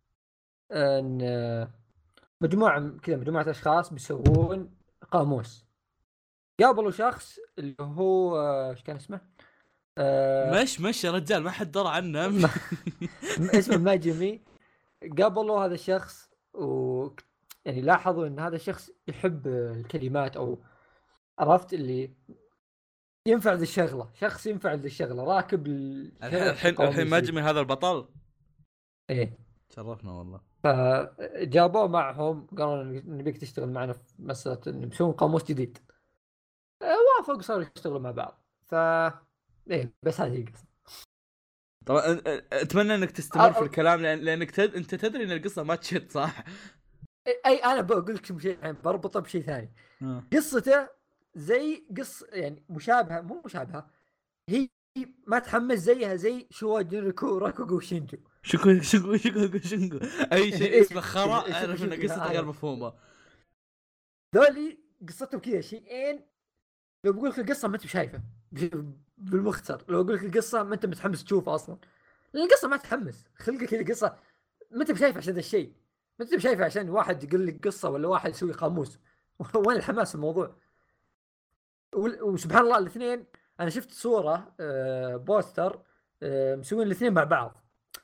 ان مجموعة اشخاص بيسوون قاموس. قابلوا شخص اللي هو ايش كان اسمه مش يا رجال ما حد درى عنه. اسمه ماجمي. قابلوا هذا الشخص يعني لاحظوا ان هذا الشخص يحب الكلمات او عرفت اللي ينفع ذي الشغله. شخص ينفع ذي الشغله راكب الحين ماجمي هذا البطل. ايه شرفنا والله. فجابوه معهم قالوا نبيك تشتغل معنا في مسألة انه بيسوون قاموس جديد. وافقوا صاروا يشتغلوا مع بعض. ايه بس هذه القصه. طبعا اتمنى انك تستمر في الكلام لانك انت تدري ان القصه ما تشد صح. اي انا بقول لك شيء يعني بربطه بشيء ثاني. قصته زي يعني مشابهه مو مشابهه. هي ما تحمس زيها زي شوجينكو راكوغو شينجو. شكو اي شيء اسمه خرا اعرف ان قصته غير مفهومه. دولي قصتهم كذا شيئين. لو بقول لك القصه ما انت شايفه بالمختصر. لو اقول لك القصه ما انت متحمس تشوفها اصلا. لان القصه ما تحمس خلقك كذا قصه ما انت شايفه عشان ذا الشيء. ما انت شايفه عشان واحد يقول لك قصه ولا واحد يسوي قاموس. وين الحماس في الموضوع؟ وسبحان الله الاثنين انا شفت صوره بوستر مسوين الاثنين مع بعض.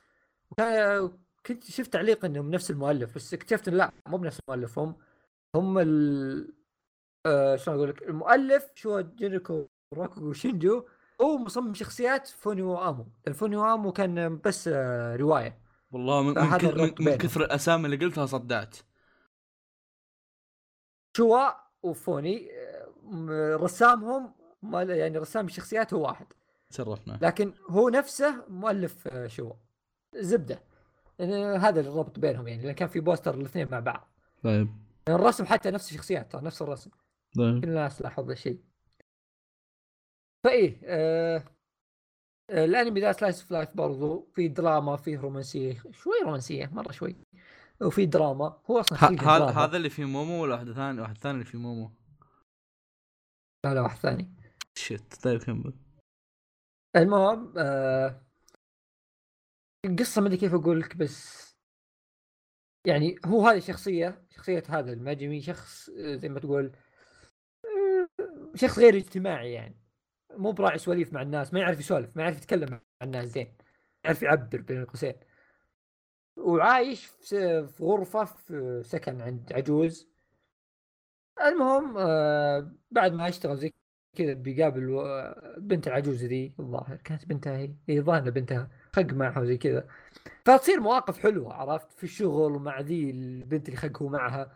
كنت شفت تعليق انهم نفس المؤلف بس اكتشفت لا مو بنفس المؤلف. هم شلون اقول لك، المؤلف شو جينيكو راكوغو شينجو، هو مصمم شخصيات فونيو امو. الفونيو امو كان بس روايه. والله من كثر الاسامي اللي قلتها صدعت. شوا وفوني رسامهم يعني رسام الشخصيات هو واحد، شرفنا. لكن هو نفسه مؤلف شوا زبده. يعني هذا الربط بينهم، يعني لان كان في بوستر الاثنين مع بعض. طيب يعني الرسم حتى نفس الشخصيات، نفس الرسم. طيب كل الناس لاحظوا الشيء. فايه الانمي ذا سلايس اوف لايف برضو في دراما، فيه رومانسيه، شوي رومانسيه مره شوي، وفي دراما. هو اصلا هذا اللي فيه مومو ولا واحد ثاني اللي فيه مومو؟ لا واحد ثاني. شيت. طيب كمل. المهم القصه ما ادري كيف اقول لك، بس يعني هو هذه شخصيه هذا الماجمي شخص زي ما تقول شخص غير اجتماعي، يعني مو براعي سواليف مع الناس، ما يعرف يسولف، ما يعرف يتكلم مع الناس زين، يعرف يعبر بين القوسين. وعايش في غرفة في سكن عند عجوز. المهم بعد ما يشتغل زي كذا بيقابل بنت العجوز ذي، الظاهر كانت بنتها، هي الظاهر بنتها، خق معها وزي كذا. فتصير مواقف حلوة عرفت في الشغل ومع ذي البنت اللي خقه معها.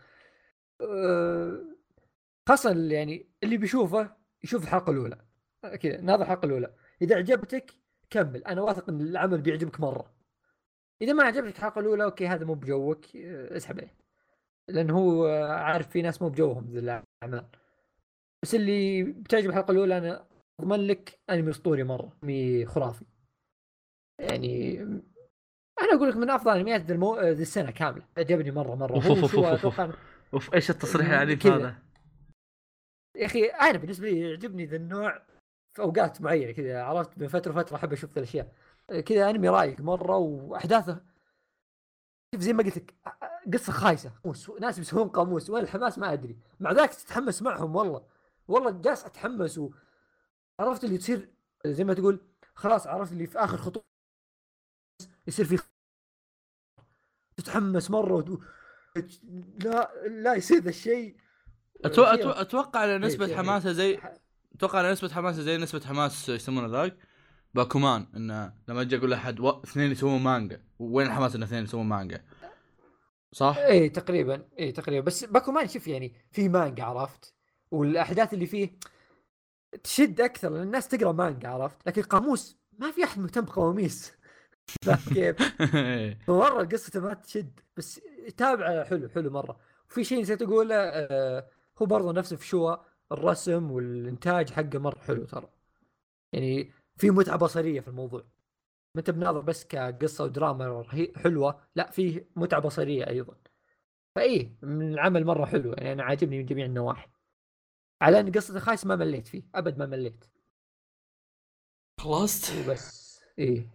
خاصة يعني اللي بيشوفه يشوف الحلقة الأولى كذا، ناظر الحلقة الأولى، إذا عجبتك كمل، أنا واثق إن العمل بيعجبك مرة. إذا ما عجبتك الحلقة الأولى أوكي هذا مو بجوك، اسحب عليه، لأن هو عارف في ناس مو بجوهم ذي الأعمال. بس اللي بتعجب الحلقة الأولى أنا أضمن لك أنمي أسطوري مرة، أنمي خرافي. يعني أنا أقول لك من أفضل أنميات ذي السنة كاملة، عجبني مرة. هو شو أتوقع اوف ايش التصريح العنيف هذا يا اخي؟ انا بالنسبه لي يعجبني ذا النوع في اوقات معينه كذا، عرفت، من فتره احب اشوف ذا الاشياء كذا. انمي رايق مره واحداثه شوف زي ما قلت لك، قصه خايسه، ناس بيسوون قاموس، وين الحماس ما ادري، مع ذلك تتحمس معهم. والله جالس اتحمس عرفت اللي تصير زي ما تقول خلاص، عرفت اللي في اخر خطوه يصير في تتحمس مره لا يصير ذا الشيء. اتوقع على نسبه حماسه زي نسبه حماس يسمونه ذاك باكومان، انه لما اجي اقول لاحد اثنين يسوون مانجا، وين الحماس ان اثنين يسوون مانجا؟ صح؟ ايه تقريبا بس باكومان شوف يعني فيه مانجا عرفت، والاحداث اللي فيه تشد اكثر لان الناس تقرا مانجا عرفت، لكن قاموس ما في احد مهتم بقواميس. كيف مره القصه ما تشد، بس تابعه حلو مره. وفي شيء نسيت اقوله هو برضه نفسه في شوا، الرسم والانتاج حقه مره حلو ترى، يعني في متعه بصريه في الموضوع، ما انت بناظر بس كقصه ودراما حلوه، لا فيه متعه بصريه ايضا. فايه من العمل مره حلو، يعني انا عاجبني من جميع النواحي، على ان قصته خايس ما مليت فيه ابد، ما مليت. خلصت بس ايه.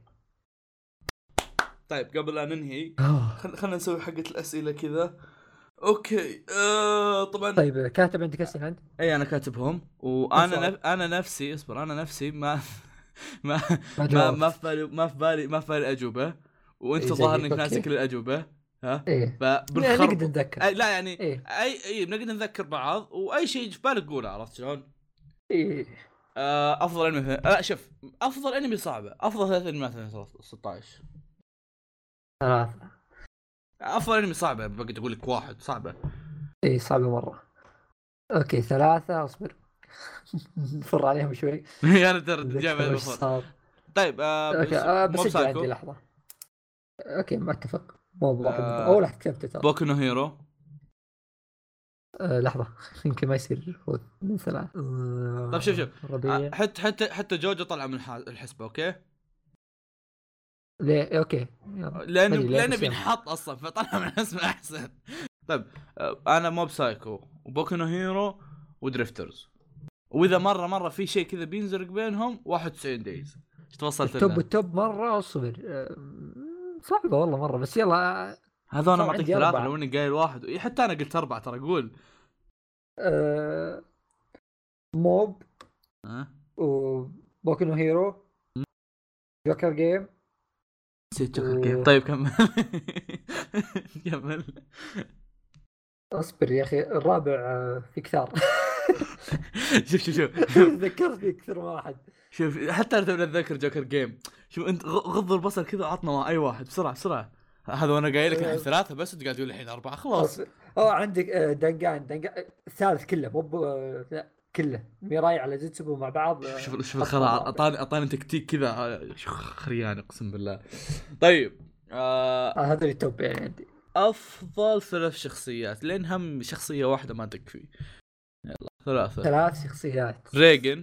طيب قبل لا ننهي خلنا نسوي حقة الأسئلة كذا. اوكي طبعا. طيب كاتب عندك اسئله انت؟ اي انا كاتبهم، وانا انا نفسي اصبر، انا نفسي ما في بالي اجوبه، وانت ظاهر انك ناسي كل الاجوبه. ها إيه. فبالخرب نقدر نتذكر. لا يعني إيه. اي بنقدر نذكر بعض، واي شيء في بالك قوله، عرفت شلون؟ ايه افضل انمي لا شوف، افضل انمي صعبه، افضل 3 انميات 2016 افضل انمي صعبه، بقيت اقول لك واحد صعبه. ايه صعبه مره. اوكي 3 اصبر نفر عليهم شوي. انا ترى جاب المفروض. طيب بس عندي لحظه. اوكي ما اتفق، مو بواحد اول واحد كتبته ترى بوكو نو هيرو. لحظه يمكن ما يصير من 3. طيب شوف حتى جوجو طلع من الحسبه. اوكي ليه؟ اوكي لانه بينحط اصلا، فطلع من الحسبه احسن. طيب انا موب سايكو وبوكو نو هيرو ودريفترز، واذا مره في شيء كذا بينزرق بينهم 91 دايز. ايش توصلت له؟ التوب مره اصبر صعبه والله مره، بس يلا هذا انا معطيك 3 لو اني قايل 1، حتى انا قلت 4 ترى. قول موب وبوكو نو هيرو جوكر جيم. نسيت جوكر جيم. طيب كمل كمل اصبر يا اخي، الرابع في كثار شوف ذكرتني اكثر واحد. شوف حتى انا تونا اتذكر جوكر جيم. شوف انت غض البصر كذا عطنا مع اي واحد بسرعه. هذا وانا قايل لك الحين 3 بس انت قاعد تقول الحين 4 خلاص. عندك دنجان الثالث كله مو لا كله ميراي على زيتسوبو مع بعض. شوف الخرا اعطاني تكتيك كذا خريان اقسم بالله. طيب هذا التوب يعني عندي. افضل 3 شخصيات لين هم شخصيه واحده ما تكفي. يلا 3 شخصيات. ريجن.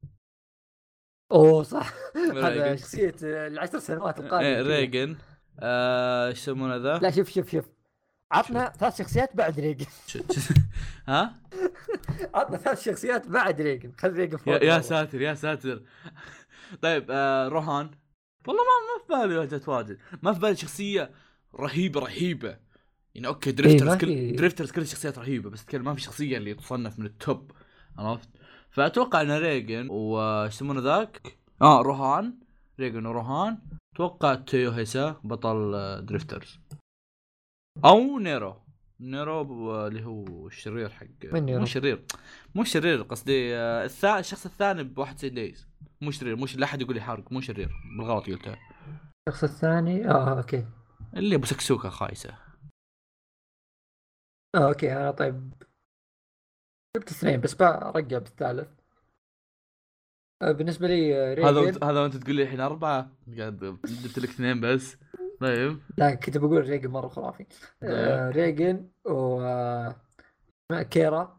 اوه صح. هذا شخصيه ال10 سنوات القادمه. ريجن ايش يسمونه ذا؟ لا شوف عطنا 3 شخصيات بعد ريجن. ها عطنا 3 شخصيات بعد ريجن. خذ ريجن فوق. يا ساتر. طيب روهان. والله ما في بالي واجد ما في بالي شخصيه رهيبه يعني. اوكي دريفترز كل الشخصيات رهيبه بس اتكلم ما في شخصيه اللي تصنف من التوب عرفت. فاتوقع ان ريجن ويسمونه ذاك روهان. ريجن وروهان. اتوقع تيو هيسا بطل دريفترز او نيرو اللي هو الشرير حق مو شرير قصدي الشخص الثاني بواحد سي دايز. مو شرير لا احد يقول لي حارق مو شرير بالغلط قلتها. الشخص الثاني اوكي اللي ابو سكسوكه خايسه. اوكي انا طيب جبت 2 بس برجع بالثالث. بالنسبه لي ريجن. هذا وانت تقول لي الحين 4 قاعد جبت لك 2 بس. طيب لا كنت بقول ريجن مره خرافي. ريجن و كيرا.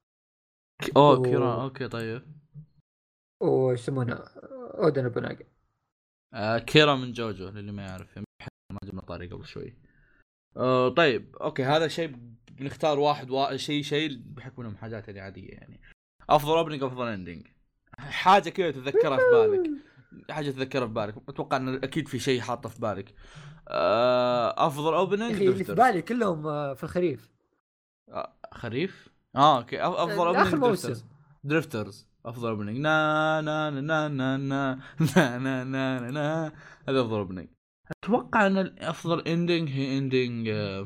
كيرا اوكي طيب. وش يسمونه اودن بوناغا. كيرا من جوجو للي ما يعرف ما جبنا طاري قبل شوي. طيب اوكي هذا شيء بنختار واحد شيء بحكم انهم حاجات يعني عاديه يعني. افضل اوبننج افضل اندنج حاجه كذا تتذكرها في بالك. اتوقع ان اكيد في شيء حاطه في بالك. افضل اوبننج اللي في بالي كلهم في الخريف. خريف اوكي افضل اوبننج دريفترز. افضل اوبننج نا نا نا نا نا نا نا نا هذا افضل اوبننج. اتوقع ان افضل اندنج هي اندنج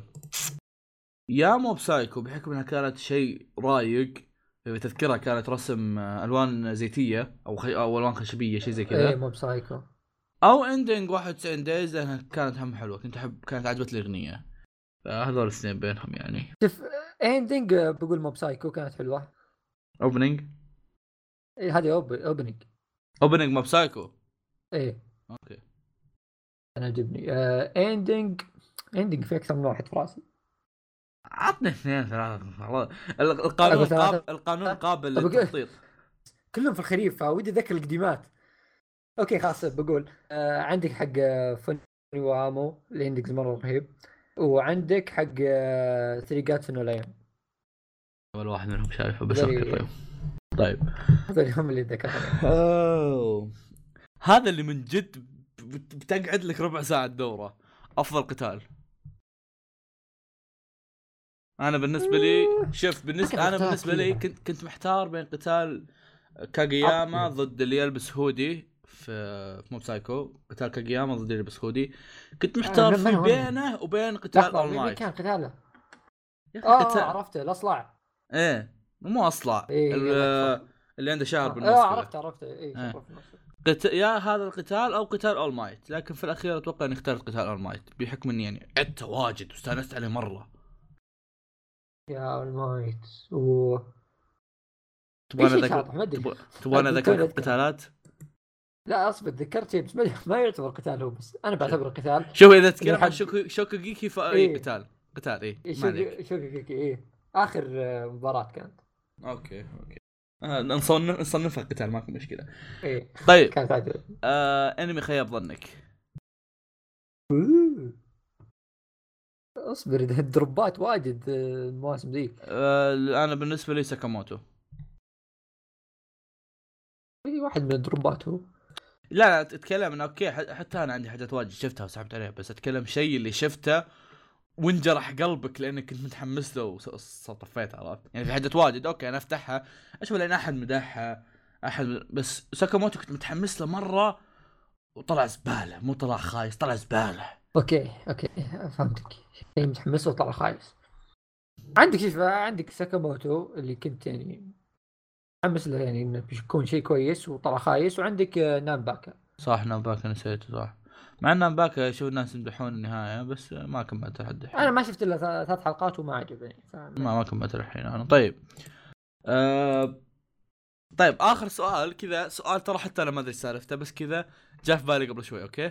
يا موب سايكو بحكم انها كانت شيء رايق. تذكرها كانت رسم الوان زيتيه او الوان خشبيه شيء زي كذا. موب سايكو. او اندنج 91 دايز لانها كانت هم حلوه كانت عجبتني الاغنيه. هذول الاثنين بينهم يعني. شوف اندنج بقول موب سايكو كانت حلوه. اوبننج هذه اوبننج موب سايكو. اوكي انا عجبني. اندنج في اكثر من واحد في راسي. عطني 2 3 القانون قابل للتخطيط. كلهم في الخريف ودي ذكر القديمات. اوكي خلاص بقول عندك حق فن وامو الاندكس مره رهيب. وعندك حق ثريغاتسو نو لايون. اول واحد منهم شايفه بس طيب هذول هم اللي ذكرهم. هذا اللي من جد بتقعد لك ربع ساعه الدوره. افضل قتال انا بالنسبه لي بالنسبه لي كنت محتار بين قتال كاغياما ضد اللي يلبس هودي في موب سايكو. قتال كاغياما ضد اللي يلبس هودي كنت محتار في بينه وبين قتال اول مايت. كان قتاله عرفته الاصلع. مو اصلع اللي عنده شعر بالنص. عرفته يا هذا القتال او قتال اول مايت. لكن في الاخير اتوقع اني اخترت قتال اول مايت بحكم اني يعني عدته واجد واستانست عليه مره. يا المايت تبغى اذكر قتالات. لا اصبر ذكرت شيء بس ما يعتبر قتال هو بس انا بعتبر قتال. شوف اذا تذكر شوكوغيكي في اي قتال شوكوغيكي اخر مباراة كانت. اوكي نصنفها قتال ماكو مشكلة. طيب كانت انمي خياب ظنك. اصبر الدروبات واجد المواسم ذي. انا بالنسبه لي ساكاموتو. في واحد من الدروبات هو. لا اتكلم انه اوكي حتى انا عندي حاجات واجد شفتها وسحبت عليها بس اتكلم شيء اللي شفته وانجرح قلبك لانك كنت متحمس له وصطفيت عرفت يعني. في حاجات واجد اوكي انا افتحها اشوف لان احد مدحها بس ساكاموتو كنت متحمس له مره وطلع زباله. مو طلع خايس طلع زباله. اوكي فهمتك. شيء متحمس وطلع خايس. عندك ساكاموتو اللي كنت يعني متحمس له يعني انه بيكون شيء كويس وطلع خايس. وعندك نامباكا. صح نامباكا نسيته صح. مع ان نامباكا شوف الناس يمدحون النهايه بس ما كملت لحد الحين. انا ما شفت الا 3 حلقات وما عجبني ما كملت الحين انا. طيب طيب اخر سؤال كذا، سؤال ترى حتى انا ما ادري سالفته بس كذا جاء في بالي قبل شوي. اوكي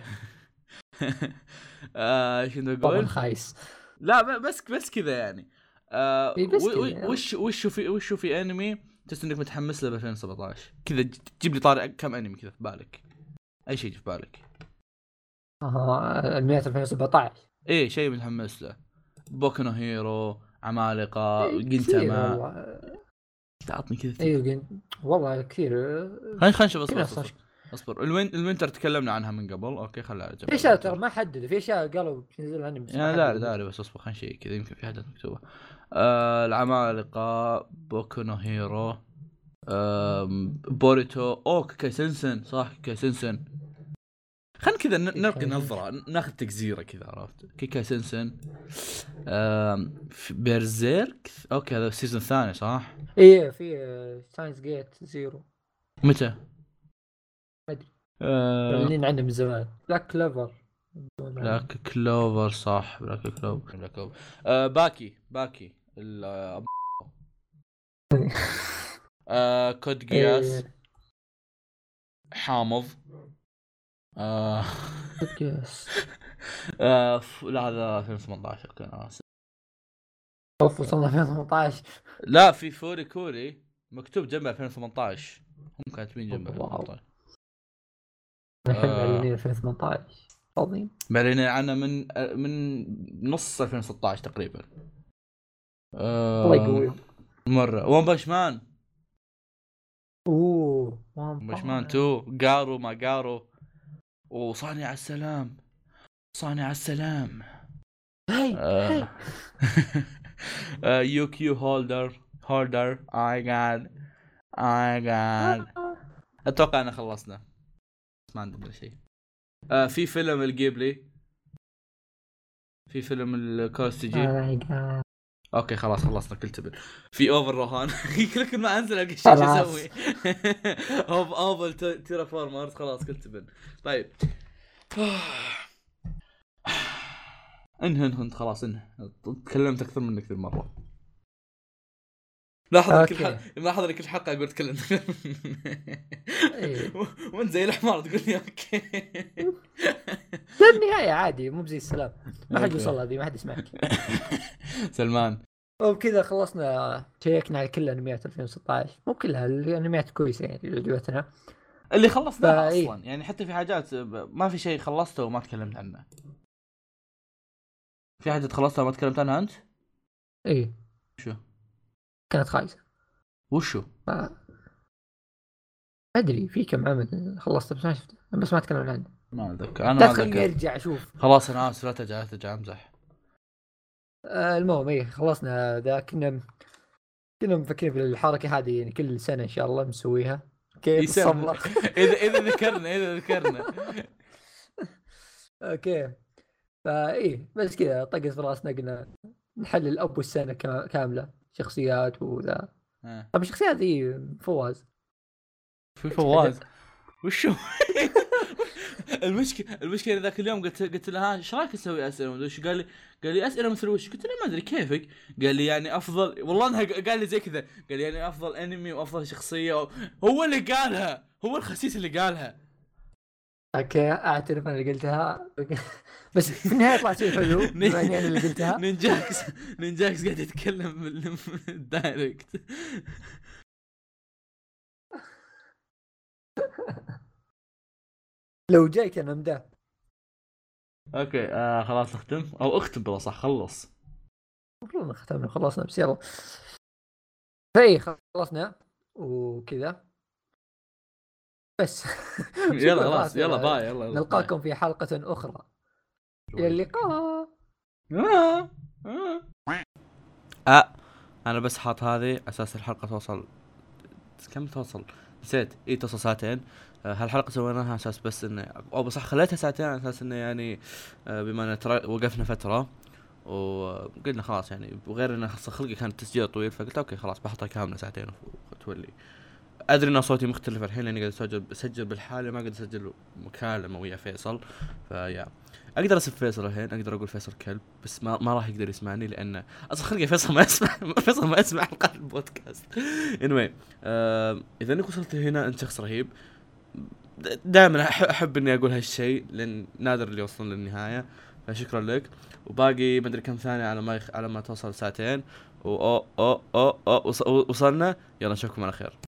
شنو اقول خايس. لا بس كذا يعني وش في انمي تحس انك متحمس له ب 2017 كذا؟ تجيب لي طارئ كم انمي كذا في بالك، اي شيء في بالك. انميات 2017 ايه شيء متحمس له. بوكو نو هيرو، عمالقه، جنتاما. تعطني كذا. ايوه والله كثير. خلينا نشوف. اصبر الوينتر تكلمنا عنها من قبل. اوكي خلينا في اشياء ترى ما حددوا، في اشياء قالوا بتنزل انمي بس انا داري بس اصبر خلينا شيء كذا يمكن في حاجات مكتوبه. العمالقه، بوكو نو هيرو، بوريتو، كاي سنسن. صح كاي سنسن. خلينا كذا نلقي نظره ناخذ تجزيره كذا عرفت. كاي سنسن. بيرزيرك. اوكي هذا السيزون الثاني صح. ايه في ساينس جيت زيرو. متى؟ ما ادري. اللي عنده من زمان. بلاك كلوفر صح. بلاك كلوفر. باكي كود جياس. حامض. لا هذا 2018. اوكي انا اسف. وصلنا 2018. لا في فوري كوري مكتوب جنبه 2018. هم كاتبين جنبه 2018. نحن معلنين 2018 عظيم. معلنين عنه من نص 2016 تقريبا. الله يقويهم مرة. وان بانش مان. وان بانش مان 2. قارو ما قارو. وصانع السلام. هاي يو كيو هولدر. اي جاد اتوقع ان خلصنا ما عندنا شيء. في فيلم الجيبلي، في فيلم الكوستيجي. اوكي خلاص خلصنا كل تبل. في اوفر روهان. كل ما انزل القى شيء اسوي. اوفر تيرافورمرز خلاص كل تبل. طيب انهن خلاص تكلمت اكثر منك ذي المره. لاحظ كل حلقه اقول تكلم. وانت زي الحمار تقول لي اوكي. النهايه عادي مو بزي السلام. ما حد يوصل هذه ما حد يسمعك. سلمان. وبكذا خلصنا شيكنا على كل انميات 2016. مو كلها الانميات كويسه يعني اللي عجبتنا اللي خلصناها اصلا يعني. حتى في حاجات ما في شيء خلصته وما تكلمت عنه. في حاجه خلصتها ما تكلمت عنها انت؟ ايه شو كانت خايسه. وشو ادري في كم عمل خلصته بس ما شفته بس ما اتكلم عنه. ما اتذكر انا. ما تخليني ارجع اشوف. خلاص انا اسف لا ترجع امزح. المهم ايه خلصنا ذا. كنا مفكرين بالحركه هذه يعني كل سنه ان شاء الله نسويها. كيف الصمله. اذا ذكرنا. اوكي فايه بس كذا طقت في راسنا قلنا نحلل ابو السنه كامله شخصيات وذا. طب الشخصيات ذي فواز. في فواز وشو؟ المشكله ذاك اليوم قلت لها ايش رايك اسوي اسئله وش قال لي اسئله مثل وش؟ قلت له ما ادري كيفك. قال لي يعني افضل والله انها قال لي زي كذا. قال لي يعني افضل انمي وافضل شخصيه هو اللي قالها. هو الخسيس اللي قالها. اوكي اعترف انا اللي قلتها بس في النهايه طلع شيء حلو. يعني انا اللي قلتها. نينجاكس قاعد يتكلم بالدايركت. لو جاي كان امداه. اوكي خلاص نختم او اختم بلا صح. خلص المفروض ختمنا خلصنا بس يلا. فاي خلصنا وكذا بس. يلا خلاص يلا باي. يلا نلقاكم في حلقة أخرى. إلى اللقاء. أنا بس حاط هذه أساس الحلقة توصل كم توصل نسيت. توصل ساعتين. هالحلقة سويناها أساس بس إنه أو بصح خليتها ساعتين على أساس إنه يعني بما إن وقفنا فترة وقلنا خلاص يعني وغير إنه خلقي كان التسجيل طويل فقلت أوكي خلاص بحطها كاملة ساعتين وتولي. ادري ان صوتي مختلف الحين لاني قاعد اسجل بالحاله، ما قاعد اسجل مكالمه ويا فيصل. فيا اقدر اسب فيصل الحين، اقدر اقول فيصل كلب، بس ما راح يقدر يسمعني لان اصلا خلقي فيصل ما يسمع حلقات البودكاست. anyway اذا انك وصلت هنا انت شخص رهيب. دائما احب اني اقول هالشيء لان نادر اللي يوصلون للنهايه، فشكرا لك. وباقي ما ادري كم ثانيه على ما توصل ساعتين. وصلنا. يلا نشوفكم على خير.